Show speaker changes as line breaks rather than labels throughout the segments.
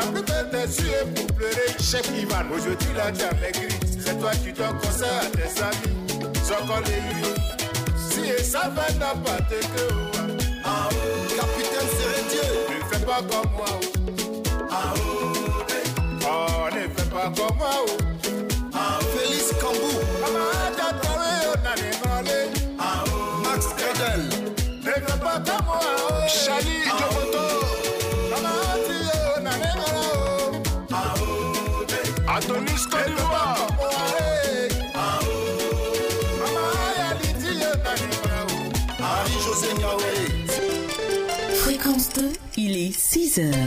plus que t'es sué pour pleurer. Chef Ivan, aujourd'hui là tu as maigri. C'est toi qui donnes conseil à tes amis. Sois comme les lui. Si et ça va n'a pas tes que. Ah oh, capitaine Serretier. Ne fais pas comme moi. Ah oh, oh, ne fais pas comme moi. Ah oh, Félix Kambou. Ah oh, Max Gradel. Ne fais pas comme moi. Chali Djokoto. Anthony Scott.
Fréquence 2, il est 6 heures.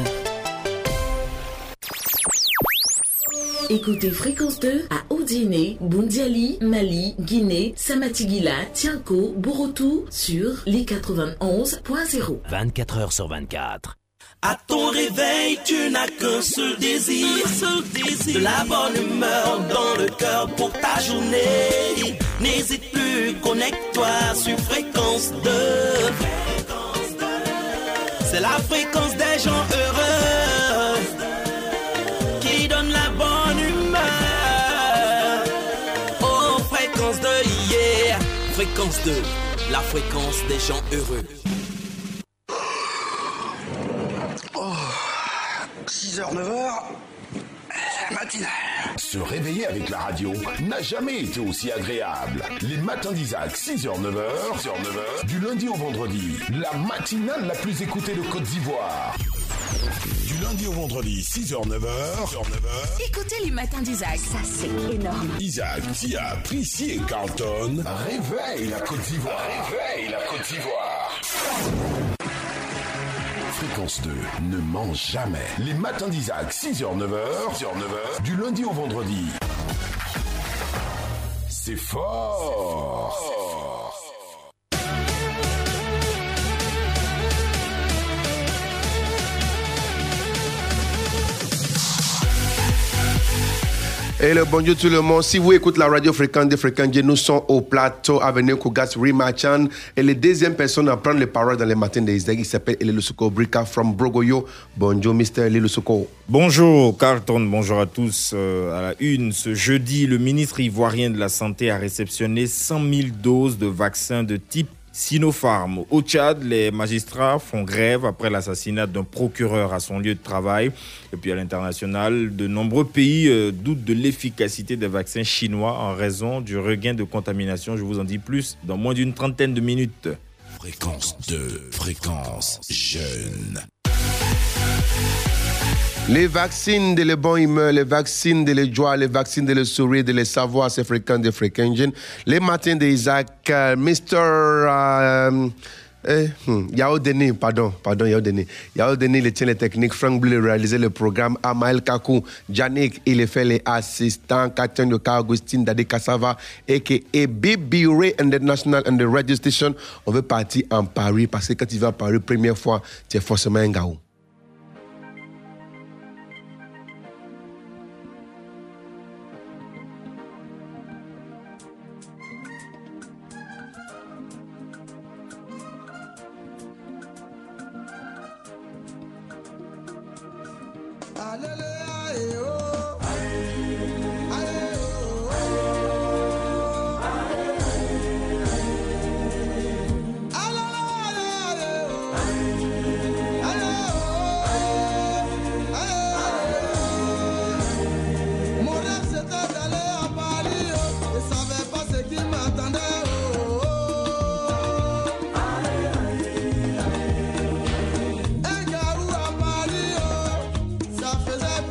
Écoutez Fréquence 2 à Odiéné, Bundiali, Mali, Guinée, Samatigila, Tianko, Borotou sur les 91.0.
24 heures sur 24.
À ton réveil, tu n'as qu'un seul désir, de la bonne humeur dans le cœur pour ta journée. N'hésite plus, connecte-toi sur Fréquence 2. C'est la fréquence des gens heureux qui donne la bonne humeur. Oh, Fréquence 2, yeah. Fréquence 2, la fréquence des gens heureux.
6h, 9h, la matinale.
Se réveiller avec la radio n'a jamais été aussi agréable. Les matins d'Isaac, 6h, 9h, du lundi au vendredi, la matinale la plus écoutée de Côte d'Ivoire. Du lundi au vendredi, 6h, 9h.
Écoutez les matins d'Isaac, ça c'est énorme.
Isaac, Tia, Prissy et Carlton réveillent la Côte d'Ivoire. Fréquence 2 ne ment jamais. Les matins d'Isaac, 6h, 9h, du lundi au vendredi. C'est fort.
Et le bonjour tout le monde. Si vous écoutez la radio Fréquence de Fréquence, nous sommes au plateau avec Kougas Rimachan. Et la deuxième personne à prendre les paroles dans les matins d'Isaac, il s'appelle Elilusuko Brika from Brogoyo. Bonjour, Mr. Elilusuko.
Bonjour, Carlton. Bonjour à tous. À la une, ce jeudi, le ministre ivoirien de la Santé a réceptionné 100 000 doses de vaccins de type Sinopharm. Au Tchad, les magistrats font grève après l'assassinat d'un procureur à son lieu de travail. Et puis à l'international, de nombreux pays doutent de l'efficacité des vaccins chinois en raison du regain de contamination. Je vous en dis plus dans moins d'une trentaine de minutes.
Fréquence 2, fréquence jeune.
Les vaccins de les bons humeurs, les vaccins de les joies, les vaccins de les sourires, de les savoirs, c'est fréquent de fréquents. Les matins d'Isaac, Yao Denis, il tient les techniques. Frank Bleu réalisait le programme. Amael Kakou, Yannick, il fait les assistants. Catherine de Augustine, Dadi Kassava, a.k.a. Baby Ray International and the Radio Station. On veut partir en Paris parce que quand tu vas à Paris, première fois, tu es forcément un gaou.
Ça faisait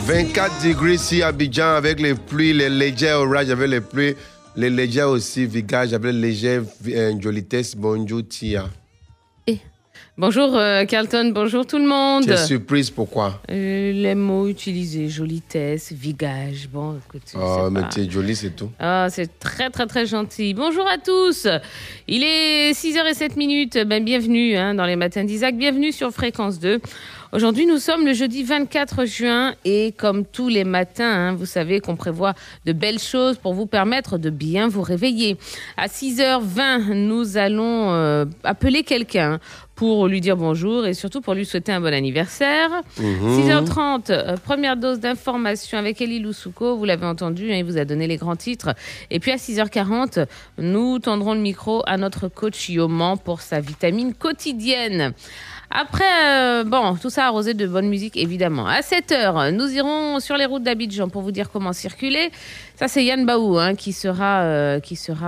24 degrés ici à Abidjan avec les pluies, les légers orages avec les pluies, les légers aussi vigage avec les légers jolitesse. Bonjour Tia.
Bonjour Carlton, bonjour tout le monde.
Tu es surprise, pourquoi?
Les mots utilisés, jolitesse, vigage, bon écoute.
Oh, mais tu es jolie, c'est tout.
Ah, c'est très très très gentil. Bonjour à tous. Il est 6h07. Bienvenue dans les matins d'Isaac, bienvenue sur Fréquence 2. Aujourd'hui, nous sommes le jeudi 24 juin et comme tous les matins, vous savez qu'on prévoit de belles choses pour vous permettre de bien vous réveiller. À 6h20, nous allons appeler quelqu'un pour lui dire bonjour et surtout pour lui souhaiter un bon anniversaire. 6h30, première dose d'information avec Elie Loussouko, vous l'avez entendu, il vous a donné les grands titres. Et puis à 6h40, nous tendrons le micro à notre coach Yoman pour sa vitamine quotidienne. Après, tout ça arrosé de bonne musique, évidemment. À 7h, nous irons sur les routes d'Abidjan pour vous dire comment circuler. Ça, c'est Yann Baou qui sera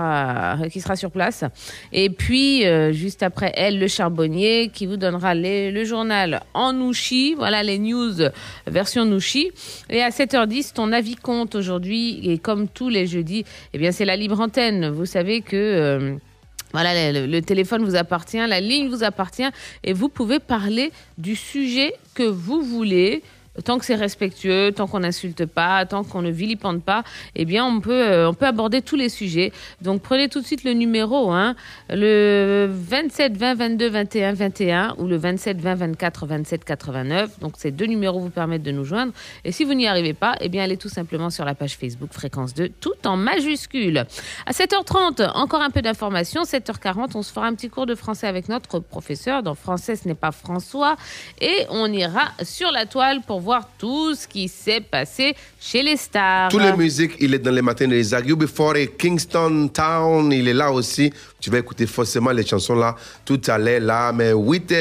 sur place. Et puis, juste après elle, le charbonnier qui vous donnera le journal en Nouchi. Voilà les news version Nouchi. Et à 7h10, ton avis compte aujourd'hui. Et comme tous les jeudis, c'est la libre antenne. Vous savez que... le téléphone vous appartient, la ligne vous appartient et vous pouvez parler du sujet que vous voulez. Tant que c'est respectueux, tant qu'on n'insulte pas, tant qu'on ne vilipende pas, on peut aborder tous les sujets. Donc prenez tout de suite le numéro, le 27 20 22 21 21 ou le 27 20 24 27 89. Donc ces deux numéros vous permettent de nous joindre. Et si vous n'y arrivez pas, allez tout simplement sur la page Facebook Fréquence 2, tout en majuscule. À 7h30, encore un peu d'informations. 7h40, on se fera un petit cours de français avec notre professeur. Dans Français, ce n'est pas François. Et on ira sur la toile pour voir tout ce qui s'est passé chez les stars.
Toutes les musiques, il est dans les matins de Isaac. UB40, Kingston Town, il est là aussi. Tu vas écouter forcément les chansons là tout à l'heure là, mais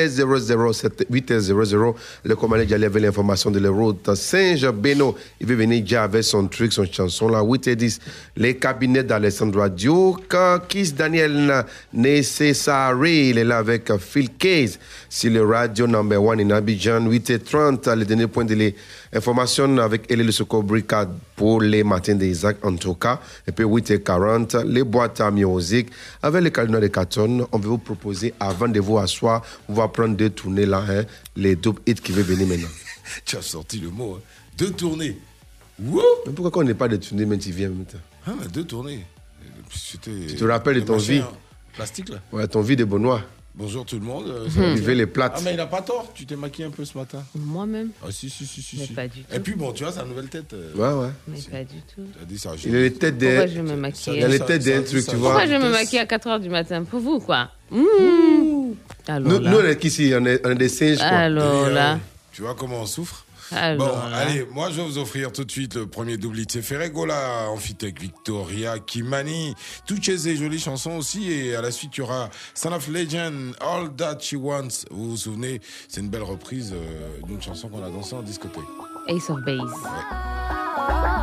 8h00, 8h00, le commandant Djali avait l'information de la route. Saint-Jean-Beno, il veut venir déjà avec son truc, son chanson là. 8h10, les cabinets d'Alessandra Duke. Kiss Daniel Necessary, il est là avec Phil Case. C'est le radio number 1 in Abidjan. 8h30, le dernier point de l'information avec Elie Loussouko Bricade pour les matins d'Isaac en tout cas. Et puis 8h40, les boîtes à musique avec les cardinaux de Carton. On va vous proposer, avant de vous asseoir, on va prendre deux tournées là, les double hits qui vont venir maintenant.
Tu as sorti le mot, deux tournées. Wouh!
Mais pourquoi on n'est pas de tournées même tu viens maintenant?
Ah, mais deux tournées.
Tu te rappelles de ton vie?
Plastique là?
Ouais, ton vie de Benoît.
Bonjour tout le monde.
Vivez les plates.
Ah, mais il n'a pas tort. Tu t'es maquillé un peu ce matin.
Moi-même.
Ah, si.
Mais pas du tout.
Et puis bon, tu vois, sa nouvelle tête.
Ouais.
Mais pas du tout.
Il a les têtes des.
Pourquoi je vais me maquiller?
Il a les têtes d'un truc, tu vois.
Pourquoi je vais me maquiller à 4h du matin? Pour vous, quoi.
Nous, on est ici, on est des singes, quoi.
Alors là.
Tu vois comment on souffre?
Alors,
bon, allez, moi je vais vous offrir tout de suite le premier double hit. C'est Ferregola, Amphitech, Victoria, Kimani. Toutes ces jolies chansons aussi. Et à la suite, il y aura Son of Legend, All That She Wants. Vous vous souvenez, c'est une belle reprise d'une chanson qu'on a dansée en discothèque.
Ace of Base.
Ouais.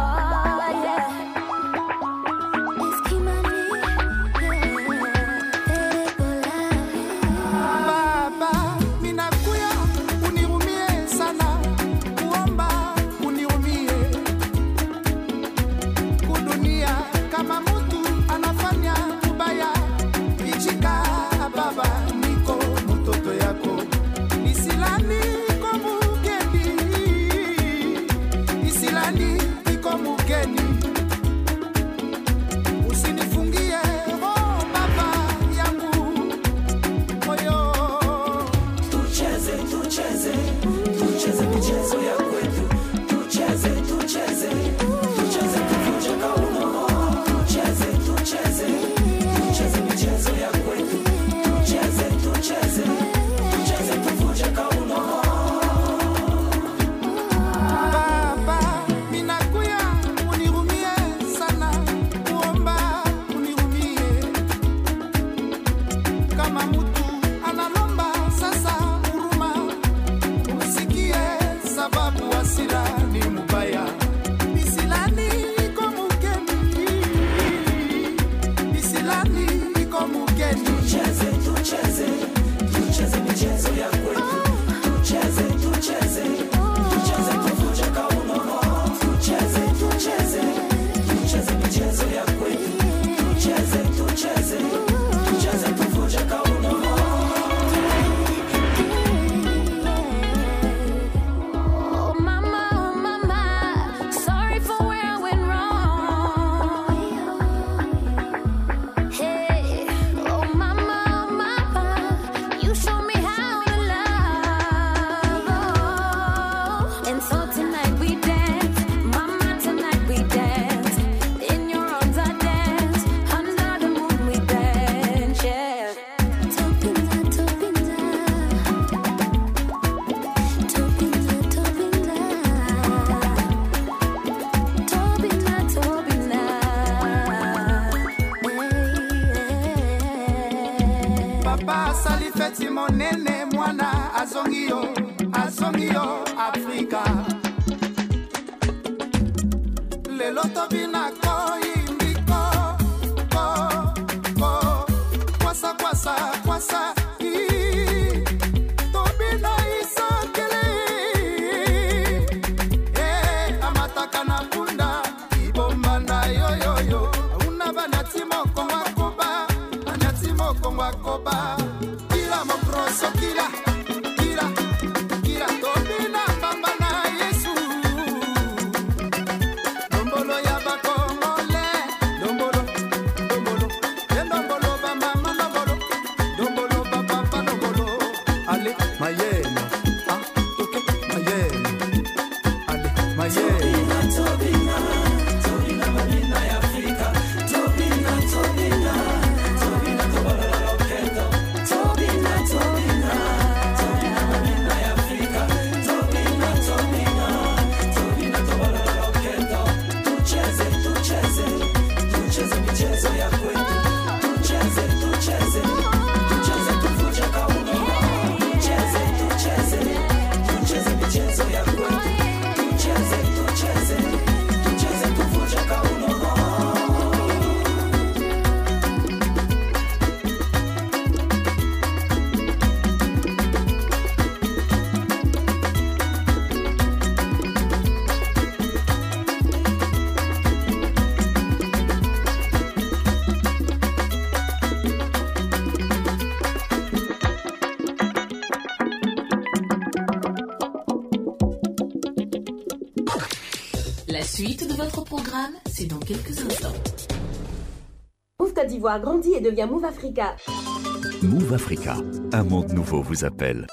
La suite de votre programme, c'est dans quelques instants.
Move Côte d'Ivoire grandit et devient Move Africa.
Move Africa, un monde nouveau vous appelle.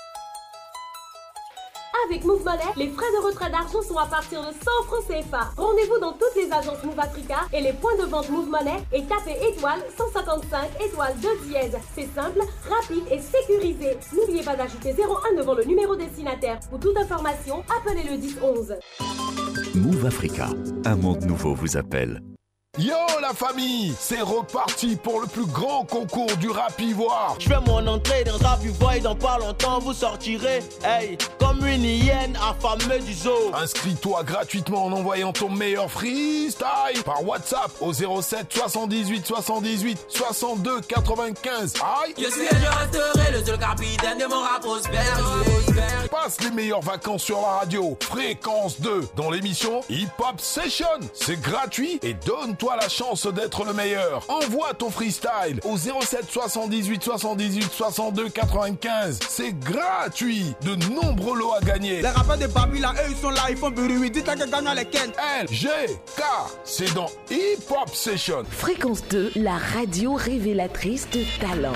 Avec Move Money, les frais de retrait d'argent sont à partir de 100 francs CFA. Rendez-vous dans toutes les agences Move Africa et les points de vente Move Money et tapez étoile 155 étoile 2 dièse. C'est simple, rapide et sécurisé. N'oubliez pas d'ajouter 01 devant le numéro destinataire. Pour toute information, appelez le 1011.
Move Africa, un monde nouveau vous appelle.
Yo la famille, c'est reparti pour le plus grand concours du rap ivoire.
Je fais mon entrée dans rap ivoire et dans pas longtemps vous sortirez, hey, comme une hyène affamée du zoo.
Inscris-toi gratuitement en envoyant ton meilleur freestyle par WhatsApp au 07 78 78 62 95. Aïe.
Je suis et je resterai le seul capitaine de mon rap prospère.
Passe les meilleures vacances sur la radio. Fréquence 2 dans l'émission Hip Hop Session. C'est gratuit et donne-toi la chance d'être le meilleur. Envoie ton freestyle au 07 78 78 62 95. C'est gratuit. De nombreux lots à gagner.
Les rappeurs de Babi là, eux ils sont là, ils font bruit. Dites-toi que gagnent lesquels.
LGK, c'est dans Hip Hop Session.
Fréquence 2, la radio révélatrice de talent.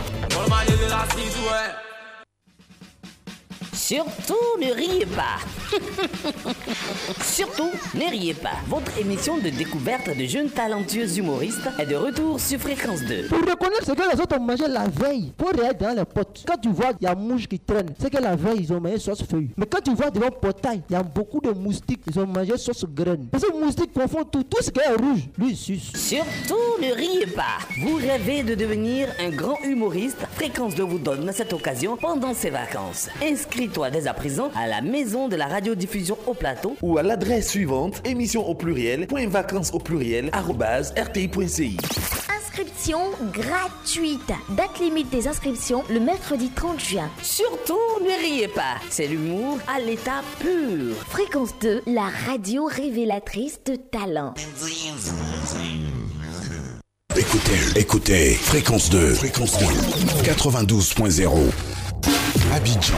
Surtout ne riez pas. Surtout ne riez pas. Votre émission de découverte de jeunes talentueux humoristes est de retour sur Fréquence 2.
Pour reconnaître ce que les autres ont mangé la veille, faut regarder dans les potes. Quand tu vois il y a mouche qui traîne, c'est que la veille ils ont mangé sauce feuille. Mais quand tu vois devant le portail, il y a beaucoup de moustiques, ils ont mangé sauce graine. Parce que les moustiques confondent tout ce qui est rouge, lui il suce.
Surtout ne riez pas. Vous rêvez de devenir un grand humoriste? Fréquence 2 vous donne cette occasion pendant ses vacances. Inscris-toi dès à présent à la maison de la radiodiffusion au plateau
ou à l'adresse suivante émission au pluriel .vacances au pluriel @rti.ci.
Inscription gratuite. Date limite des inscriptions le mercredi 30 juin.
Surtout ne riez pas. C'est l'humour à l'état pur.
Fréquence 2, la radio révélatrice de talent.
Écoutez, Fréquence 2, 92.0. Abidjan.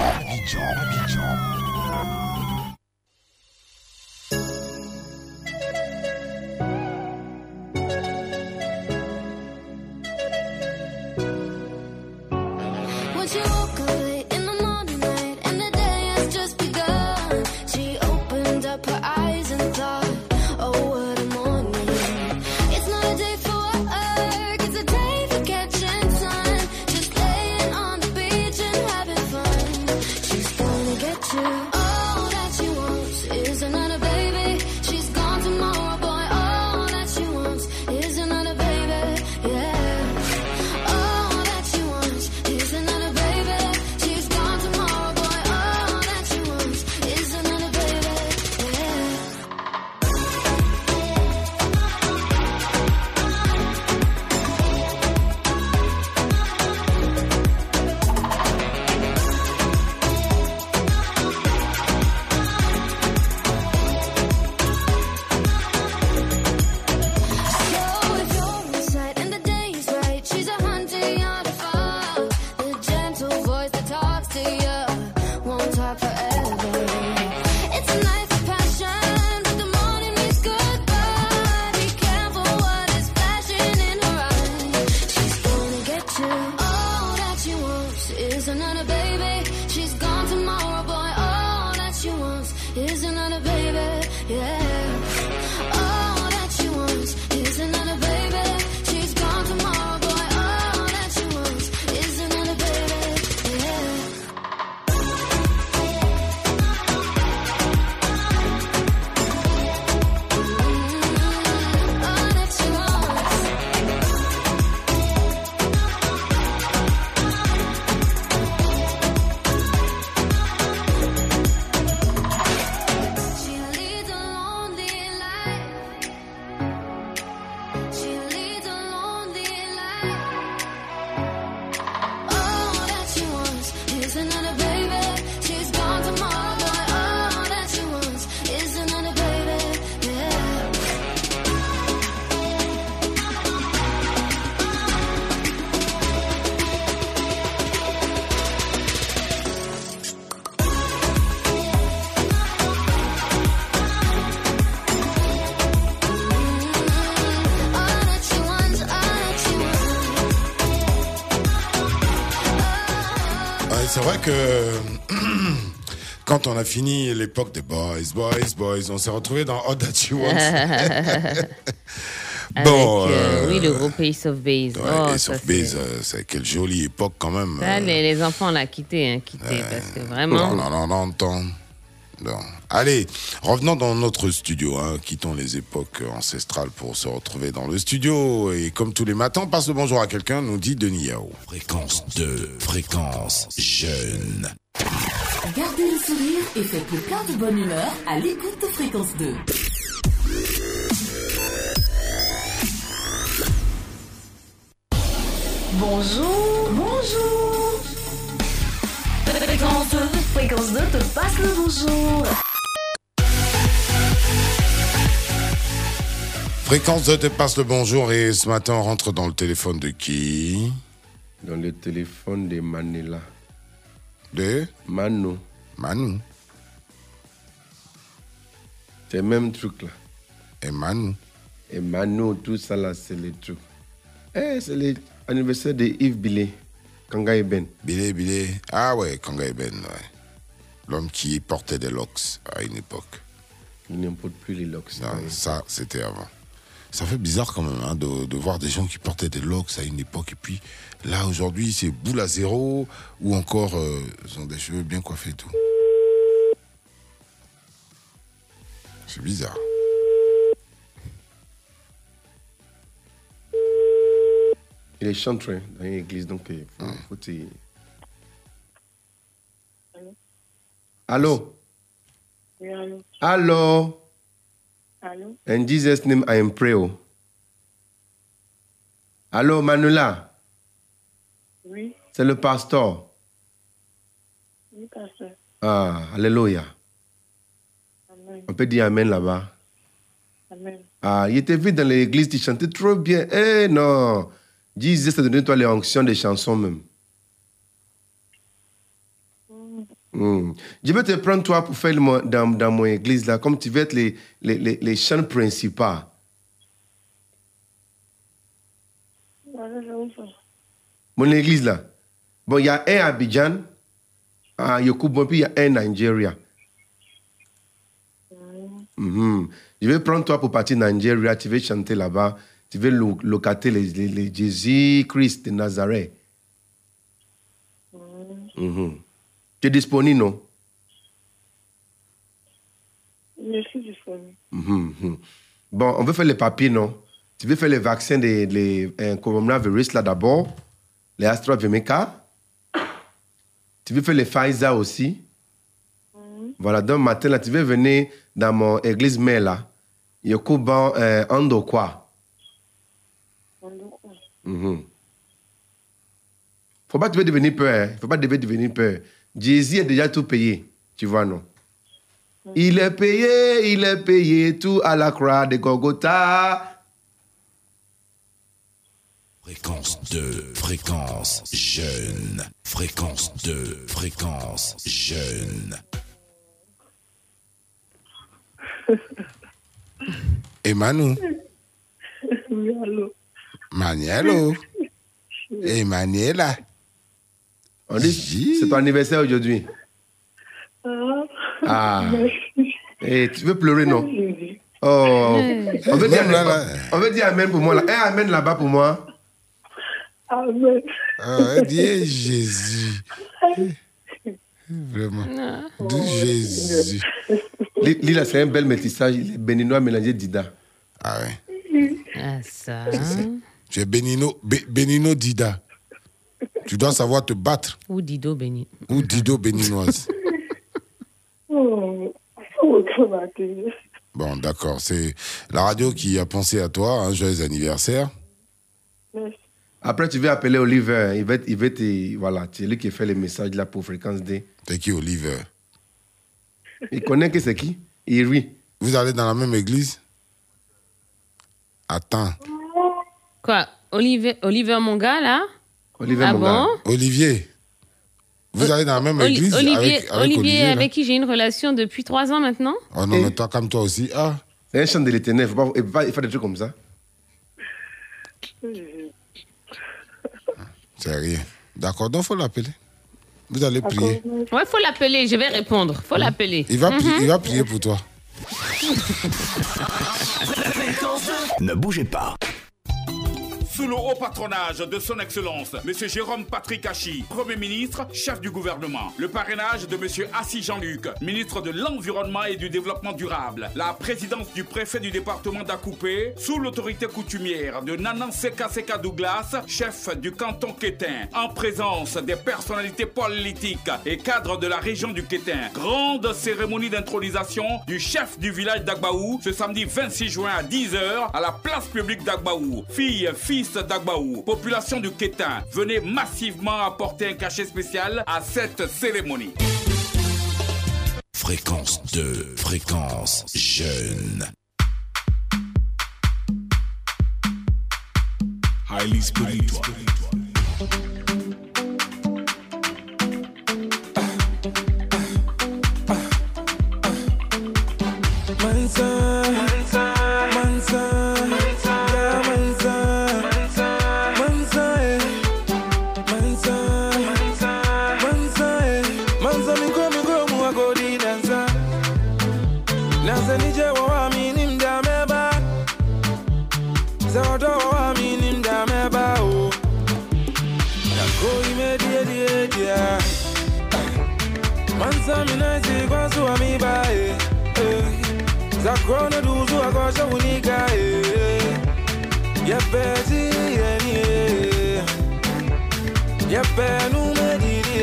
c'est vrai que quand on a fini l'époque des boys, on s'est retrouvé dans All That You Want.
Bon, oui, le groupe Ace of Base.
Ouais, Ace of Base, c'est quelle jolie époque quand même.
Là, les enfants l'ont quitté, parce que vraiment...
Non. Allez, revenons dans notre studio, quittons les époques ancestrales pour se retrouver dans le studio. Et comme tous les matins, on passe le bonjour à quelqu'un, nous dit Denis Yao.
Fréquence 2, fréquence jeune.
Gardez le sourire et faites le plein de bonne humeur à l'écoute de Fréquence 2.
Bonjour. Fréquence 2 te passe le bonjour.
Fréquence 2 te passe le bonjour et ce matin on rentre dans le téléphone de qui?
Dans le téléphone de Manila.
De
Manu. C'est le même truc là.
Et Manu,
tout ça là, c'est les trucs. C'est l'anniversaire de Yves Bilé. Kangaye Ben.
Bilé. Ah ouais, Kangaye Ben, ouais. L'homme qui portait des locks à une époque.
Il ne porte plus les locks.
Non, ça, c'était avant. Ça fait bizarre quand même de voir des gens qui portaient des locks à une époque. Et puis là, aujourd'hui, c'est boule à zéro ou encore ils ont des cheveux bien coiffés et tout. C'est bizarre.
Il est chanteur dans une église, donc il faut Allô?
Oui, allô?
Allô?
Allô?
In Jesus' name, I am pray. Allô, Manuela?
Oui.
C'est le pasteur.
Oui, pasteur.
Ah, alléluia.
Amen.
On peut dire amen là-bas.
Amen.
Ah, il était vu dans l'église, tu chantais trop bien. Non. Jesus t'a donné toi les onctions des chansons même. Je vais te prendre toi pour faire dans mon église là, comme tu veux être les chants principaux. Mon église là. Bon, il y a un à Abidjan, à Yokubon, puis il y a un à Nigeria. Je vais prendre toi pour partir à Nigeria, tu veux chanter là-bas, tu veux locater les Jésus-Christ de Nazareth. Tu es disponible, non?
Je suis disponible.
Bon, on veut faire les papiers, non? Tu veux faire les vaccins des coronavirus là d'abord, les AstraZeneca. Tu veux faire les Pfizer aussi. Voilà, donc matin là, tu veux venir dans mon église mère là. Il y a Kuban Ando quoi. Faut pas te devenir peur. Faut pas devenir peur. Jésus a déjà tout payé. Tu vois, non? Il est payé tout à la croix de Golgotha.
Fréquence 2, fréquence jeune. Fréquence 2, fréquence jeune.
Et Manu?
Oui, allô?
Maniello? Et Maniela?
On dit, c'est ton anniversaire aujourd'hui. Et tu veux pleurer, non? Oh, on veut dire amen pour moi. Là. Amen là-bas pour moi.
Amen.
Dis Jésus. Vraiment. De Jésus.
Lila, c'est un bel métissage. Il est béninois mélangé Dida.
Ah ouais.
Ah, ça.
Tu es Bénino Dida. Tu dois savoir te battre.
Ou Dido béninoise.
Bon, d'accord. C'est la radio qui a pensé à toi. Un joyeux anniversaire.
Merci.
Après, tu vas appeler Oliver. Il va te... Voilà, c'est lui qui fait les messages là pour Fréquence D.
C'est qui, Oliver?
Il connaît que c'est qui? Iri.
Vous allez dans la même église? Attends.
Quoi? Oliver mon gars, là?
Olivier, mon gars.
Olivier. Vous allez dans la même église avec
Olivier, avec qui j'ai une relation depuis 3 ans maintenant.
Oh non, mais toi, comme toi aussi. Ah.
C'est un chant de l'éternel. Il faut faire des trucs comme ça.
C'est rien. D'accord, donc il faut l'appeler. Vous allez prier.
Ouais, faut l'appeler, je vais répondre. Faut l'appeler.
Il va prier pour toi.
Ne bougez pas.
Sous le haut patronage de son Excellence, M. Jérôme Patrick Hachi, Premier ministre, chef du gouvernement. Le parrainage de M. Assis Jean-Luc, ministre de l'Environnement et du Développement durable. La présidence du préfet du département d'Akoupé, sous l'autorité coutumière de Nanan Seka Douglas, chef du canton Kétin. En présence des personnalités politiques et cadres de la région du Kétin. Grande cérémonie d'intronisation du chef du village d'Agbaou, ce samedi 26 juin à 10h à la place publique d'Agbaou. Filles, fils d'Agbaou, population du Kétin, venez massivement apporter un cachet spécial à cette cérémonie.
Fréquence 2, fréquence jeune.
Highly spiritual.
Zakrona duzu akosha unika Yepeti yeni Yepenu medidi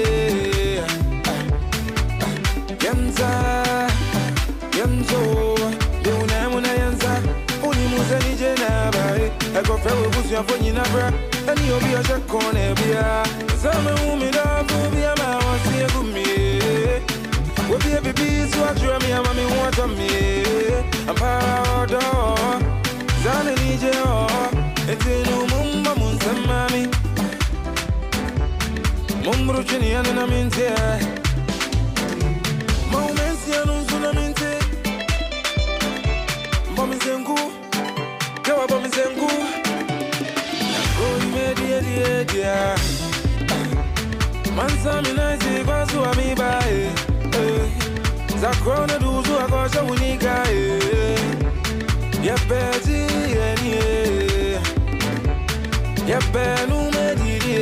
Yemza Yemzo Beunamuna yenza Unimuze nije nabae Eko fewe busu ya fonyi nabra Eni obi ya shakone bia Zame umida bubia mawasi ya kumie Wobi ya bibi suwa juwa mi ya mami wata mi I'm proud of Zane nije o Etinu mumba munsa mami Mumbru chini ya nina minti Maumensi ya nunsu na minti Bomi zengu Kewa bomi zengu Nakoi medie dia Mansa minaisi kwa suwa mi bae Zakrona duzu akosha unika Yepeti yeni Yepenu medidi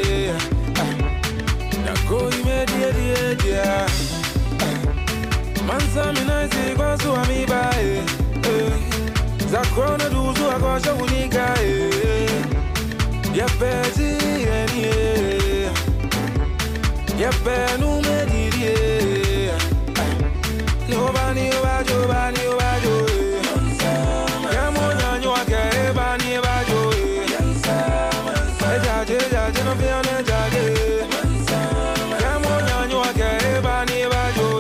Nakoi medidi Mansa minaisi kwa suwa mi bae Zakrona duzu akosha unika Yepeti yeni Yepenu medidi Nobani obajo, bani obajo. Yamonya nyoake, bani obajo. Ejaje, jaje no fione jaje. Yamonya nyoake, bani obajo.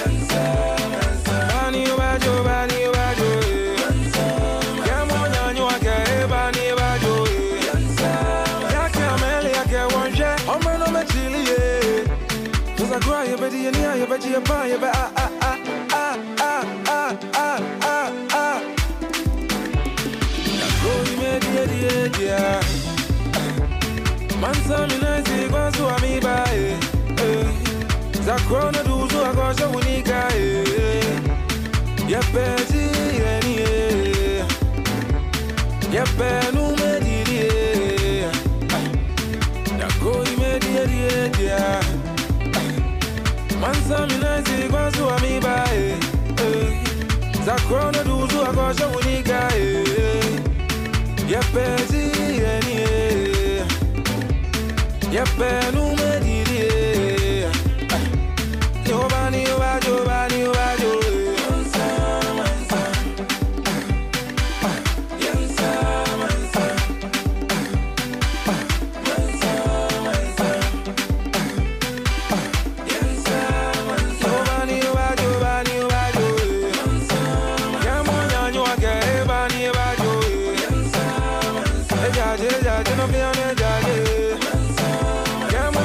Bani obajo, bani obajo. Yamonya nyoake, bani obajo. Yake amele yake wonje, omeno mechilie. Cause I cry, you better you near, you better you buy, you better Mansa minaisi kwa suwa mi bae Zakrona duzu akosha unika Yepeti yeni Yepenu medidi Nakoi medidi Mansa minaisi kwa suwa mi bae Zakrona duzu akosha unika Yepeti yeni Yepenu medidi Yobani obajo, bani obajo. Come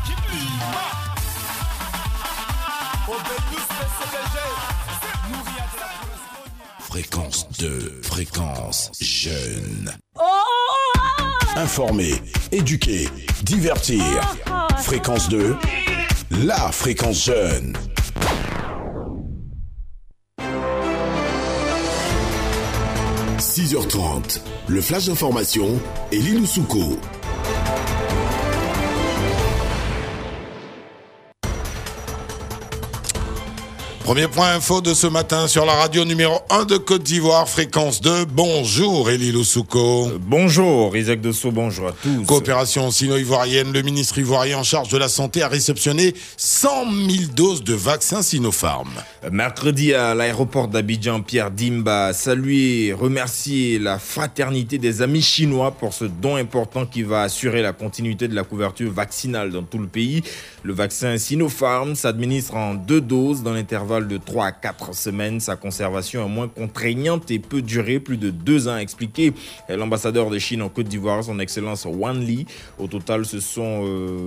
Fréquence 2, fréquence jeune. Informer, éduquer, divertir. Fréquence 2, la fréquence jeune. « 6h30, le flash d'information et Lilou Souko.
Premier point info de ce matin sur la radio numéro 1 de Côte d'Ivoire, fréquence 2. Bonjour Elilo Souko.
Bonjour Isaac Dessau, bonjour à tous.
Coopération sino-ivoirienne, le ministre ivoirien en charge de la santé a réceptionné 100 000 doses de vaccins Sinopharm.
Mercredi à l'aéroport d'Abidjan, Pierre Dimba a salué et remercié la fraternité des amis chinois pour ce don important qui va assurer la continuité de la couverture vaccinale dans tout le pays. Le vaccin Sinopharm s'administre en 2 doses dans l'intervalle de 3 à 4 semaines. Sa conservation est moins contraignante et peut durer plus de 2 ans, a expliqué l'ambassadeur de Chine en Côte d'Ivoire, son excellence Wan Li. Au total, ce sont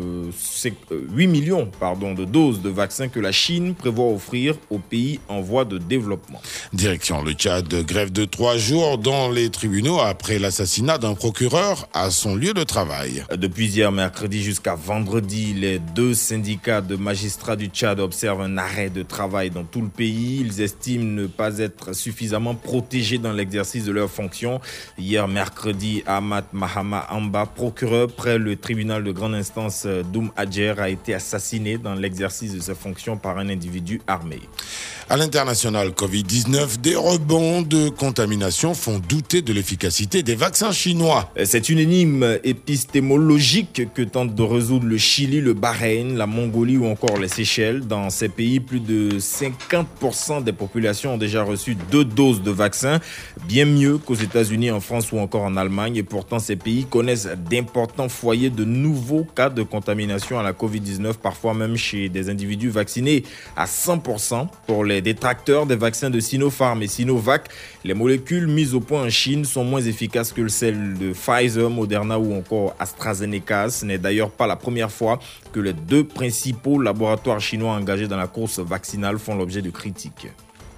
8 millions de doses de vaccins que la Chine prévoit offrir aux pays en voie de développement.
Direction le Tchad, grève de 3 jours dans les tribunaux après l'assassinat d'un procureur à son lieu de travail.
Depuis hier mercredi jusqu'à vendredi, les 2 syndicats de magistrats du Tchad observent un arrêt de travail dans tout le pays. Ils estiment ne pas être suffisamment protégés dans l'exercice de leurs fonctions. Hier mercredi, Ahmad Mahama Amba, procureur près le tribunal de grande instance d'Oum Adjer, a été assassiné dans l'exercice de ses fonctions par un individu armé.
À l'international Covid-19, des rebonds de contamination font douter de l'efficacité des vaccins chinois.
C'est une énigme épistémologique que tentent de résoudre le Chili, le Bahreïn, la Mongolie ou encore les Seychelles. Dans ces pays, plus de 50% des populations ont déjà reçu 2 doses de vaccins, bien mieux qu'aux États-Unis, en France ou encore en Allemagne. Et pourtant, ces pays connaissent d'importants foyers de nouveaux cas de contamination à la Covid-19, parfois même chez des individus vaccinés à 100%. Pour les détracteurs des vaccins de Sinopharm et Sinovac, les molécules mises au point en Chine sont moins efficaces que celles de Pfizer, Moderna ou encore AstraZeneca. Ce n'est d'ailleurs pas la première fois que les 2 principaux laboratoires chinois engagés dans la course vaccinale font l'objet de critiques.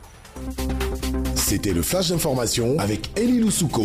C'était le flash d'information avec Elilou Souko.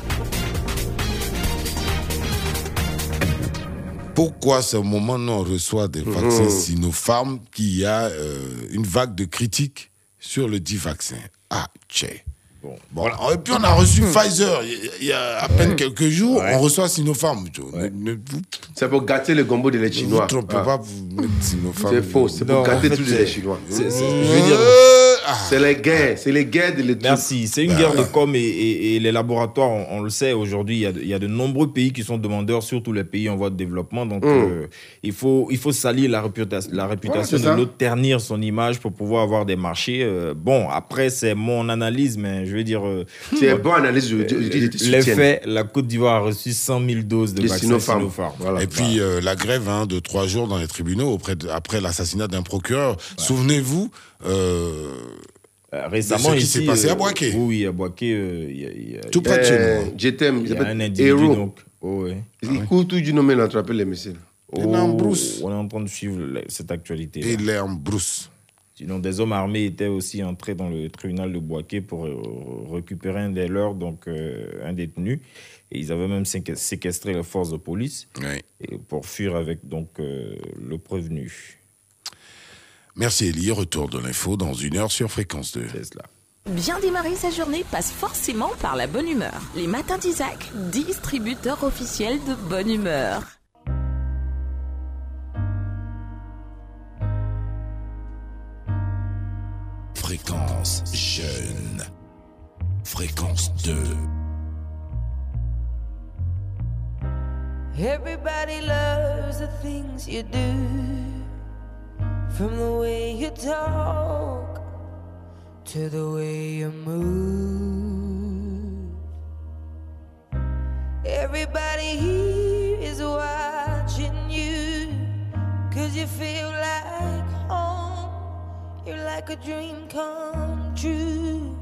Pourquoi, ce moment, nous on reçoit des vaccins Sinopharm, qu'il y a une vague de critiques sur le dit vaccin? Ah, tchè. Bon, et puis on a reçu Pfizer il y a à peine quelques jours, on reçoit Sinopharm.
C'est pour gâter le gombo des Chinois.
Ne vous trompez pas, vous mettez Sinopharm.
C'est faux, c'est pour gâter tous les Chinois. Je veux dire, c'est les guerres de l'étude.
Merci, c'est une guerre de com et les laboratoires, on le sait aujourd'hui, il y a de nombreux pays qui sont demandeurs, surtout les pays en voie de développement. Donc il faut salir la réputation de l'autre, ternir son image pour pouvoir avoir des marchés. Bon, après, c'est mon analyse, mais je veux dire...
c'est une bonne analyse,
les faits, la Côte d'Ivoire a reçu 100 000 doses de vaccins Sinopharm.
Voilà. Et puis la grève de 3 jours dans les tribunaux après l'assassinat d'un procureur. Souvenez-vous...
récemment,
ce qui s'est passé à Boaké.
Oui, à Boaké,
tout près de chez nous.
Il
y a un individu, donc.
Il court tout du nom, il attrape les missiles.
Il est en brousse.
On est en train de suivre cette actualité.
Et il est en brousse.
Sinon, des hommes armés étaient aussi entrés dans le tribunal de Boaké pour récupérer un des leurs, donc un détenu. Et ils avaient même séquestré les forces de police et pour fuir avec donc le prévenu.
Merci Elie, retour de l'info dans 1 heure sur Fréquence 2.
C'est cela.
Bien démarrer sa journée passe forcément par la bonne humeur. Les matins d'Isaac, distributeur officiel de bonne humeur.
Fréquence jeune. Fréquence 2.
Everybody loves the things you do. From the way you talk to the way you move. Everybody here is watching you, 'cause you feel like home. You're like a dream come true.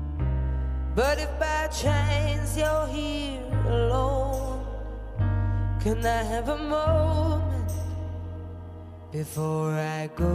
But if by chance you're here alone, Can I have a moment before I go?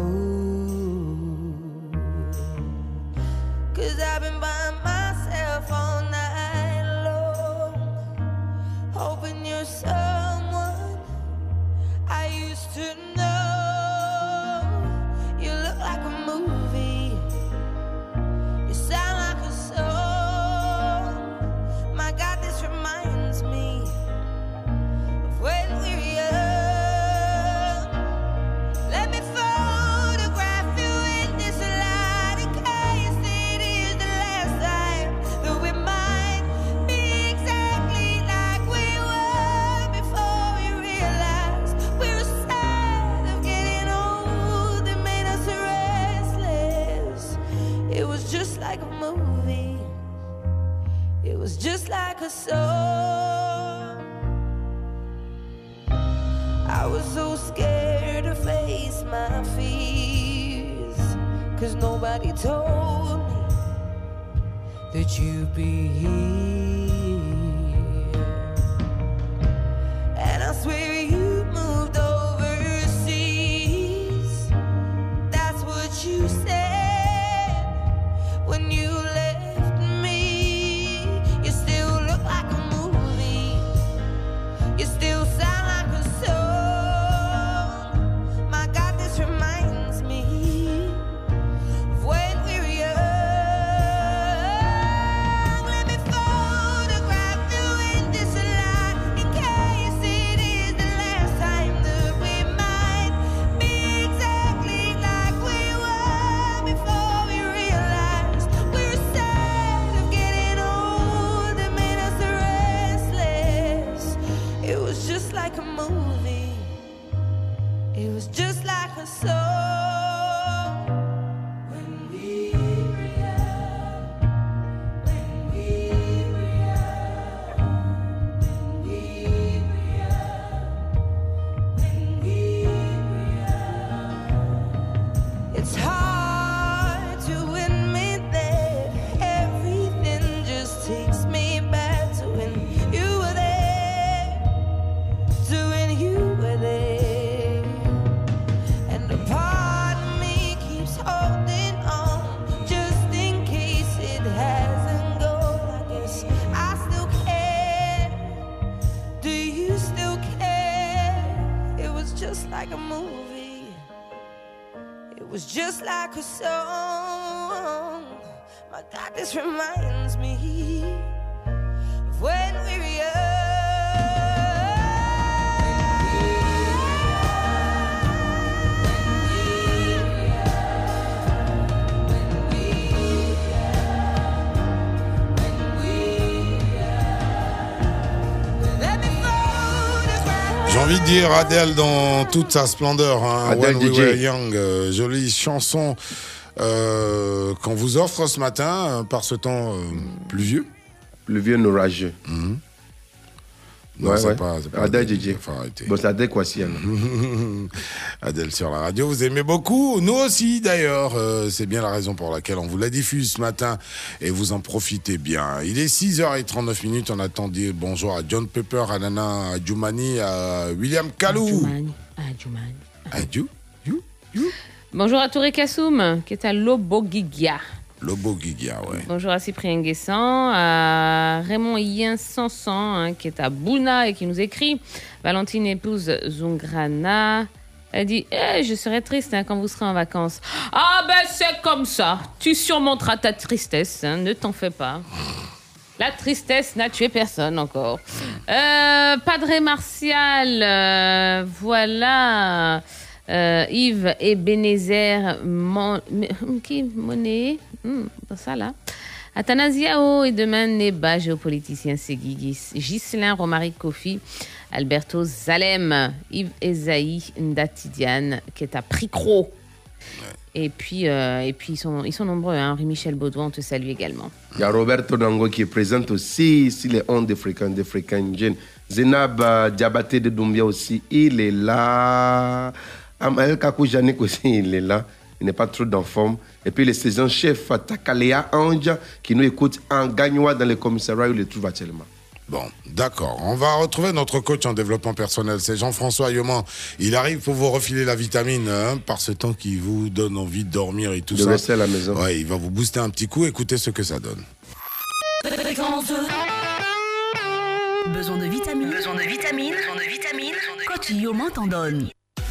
'Cause I've been by myself all night long, hoping you're someone I used to know. You look like a movie, you sound like a song. My God, this reminds me of when we were young. Let me photograph you in this light in case it is the last time that we might be exactly like we were before we realized we were sad of getting old. It made us restless. It was just like a movie. It was just like a song. I was so scared to face my fears, 'cause nobody told me that you'd be here. And I swear you moved overseas. That's what you said when you left me. You still look like a movie. You still sound like a song. My God, this reminds me of when we were young. Let me photograph you in this light in case it is the last time that we might be exactly like we were before we realized we were sad of getting old. It made us restless. It was just like a movie. It was just like a song. When we were young, when we were young, when we were young, when we were young. It's hard to admit that everything just takes me back to when you were there, to when you were there. And a part of me keeps holding on just in case it hasn't gone. I guess I still care. Do you still care? It was just like a movie. It was just like a song. My God, this reminds me of when we were young.
J'ai envie de dire Adèle dans toute sa splendeur. Hein.
Adèle
When We
DJ.
Were Young, jolie chanson qu'on vous offre ce matin par ce temps pluvieux.
Pluvieux, orageux.
Non,
Ouais,
c'est
ouais.
pas
Adèle DJ.
Faut arrêter.
Bon, c'est Adèle Kwasian.
Adèle sur la radio, vous aimez beaucoup. Nous aussi, d'ailleurs. C'est bien la raison pour laquelle on vous la diffuse ce matin. Et vous en profitez bien. Il est 6h39. On attend dire bonjour à John Pepper, à Nana Adjoumani, à William Kalou. Adjou.
Bonjour à Touré Kassoum, qui est à Lobogigia.
Lobogigia, ouais.
Bonjour à Cyprien Guessant, à Raymond Yen Sansan, qui est à Bouna et qui nous écrit. Valentine épouse Zungrana. Elle dit je serai triste quand vous serez en vacances. Ah ben c'est comme ça. Tu surmonteras ta tristesse, ne t'en fais pas. La tristesse n'a tué personne encore. Padre Martial, voilà. Yves Ebenezer Monet, ça là. Athanasiao et demain Neba, géopoliticien Segui, Ghislain Romaric Kofi, Alberto Zalem, Yves Esaïe Ndatidiane, qui est à Pricro. Et puis ils sont nombreux, hein. Henri-Michel Baudouin, on te salue également.
Il y a Roberto Dango qui est présent aussi, ici les ondes des fréquences jeunes. Zénab Diabaté de Doumbia aussi, il est là. Amael Kakou Janik aussi, il est là. Il n'est pas trop en forme. Et puis le saison-chef Takalea Anja qui nous écoute en Gagnois dans le commissariat où il le trouve actuellement.
Bon, d'accord. On va retrouver notre coach en développement personnel. C'est Jean-François Yoman. Il arrive pour vous refiler la vitamine par ce temps qui vous donne envie de dormir et tout ça.
De rester à la maison.
Ouais, il va vous booster un petit coup. Écoutez ce que ça donne.
Besoin de vitamines. Coach Yoman t'en donne.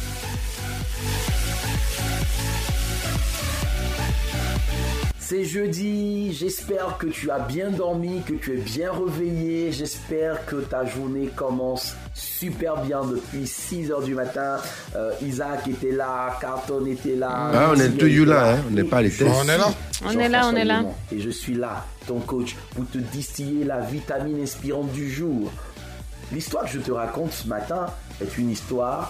C'est jeudi, j'espère que tu as bien dormi, que tu es bien réveillé, j'espère que ta journée commence super bien depuis 6h du matin. Isaac était là, Carton était là.
Ah, on est tous là, on n'est pas à l'été.
On est là.
On est là.
Et je suis là, ton coach, pour te distiller la vitamine inspirante du jour. L'histoire que je te raconte ce matin est une histoire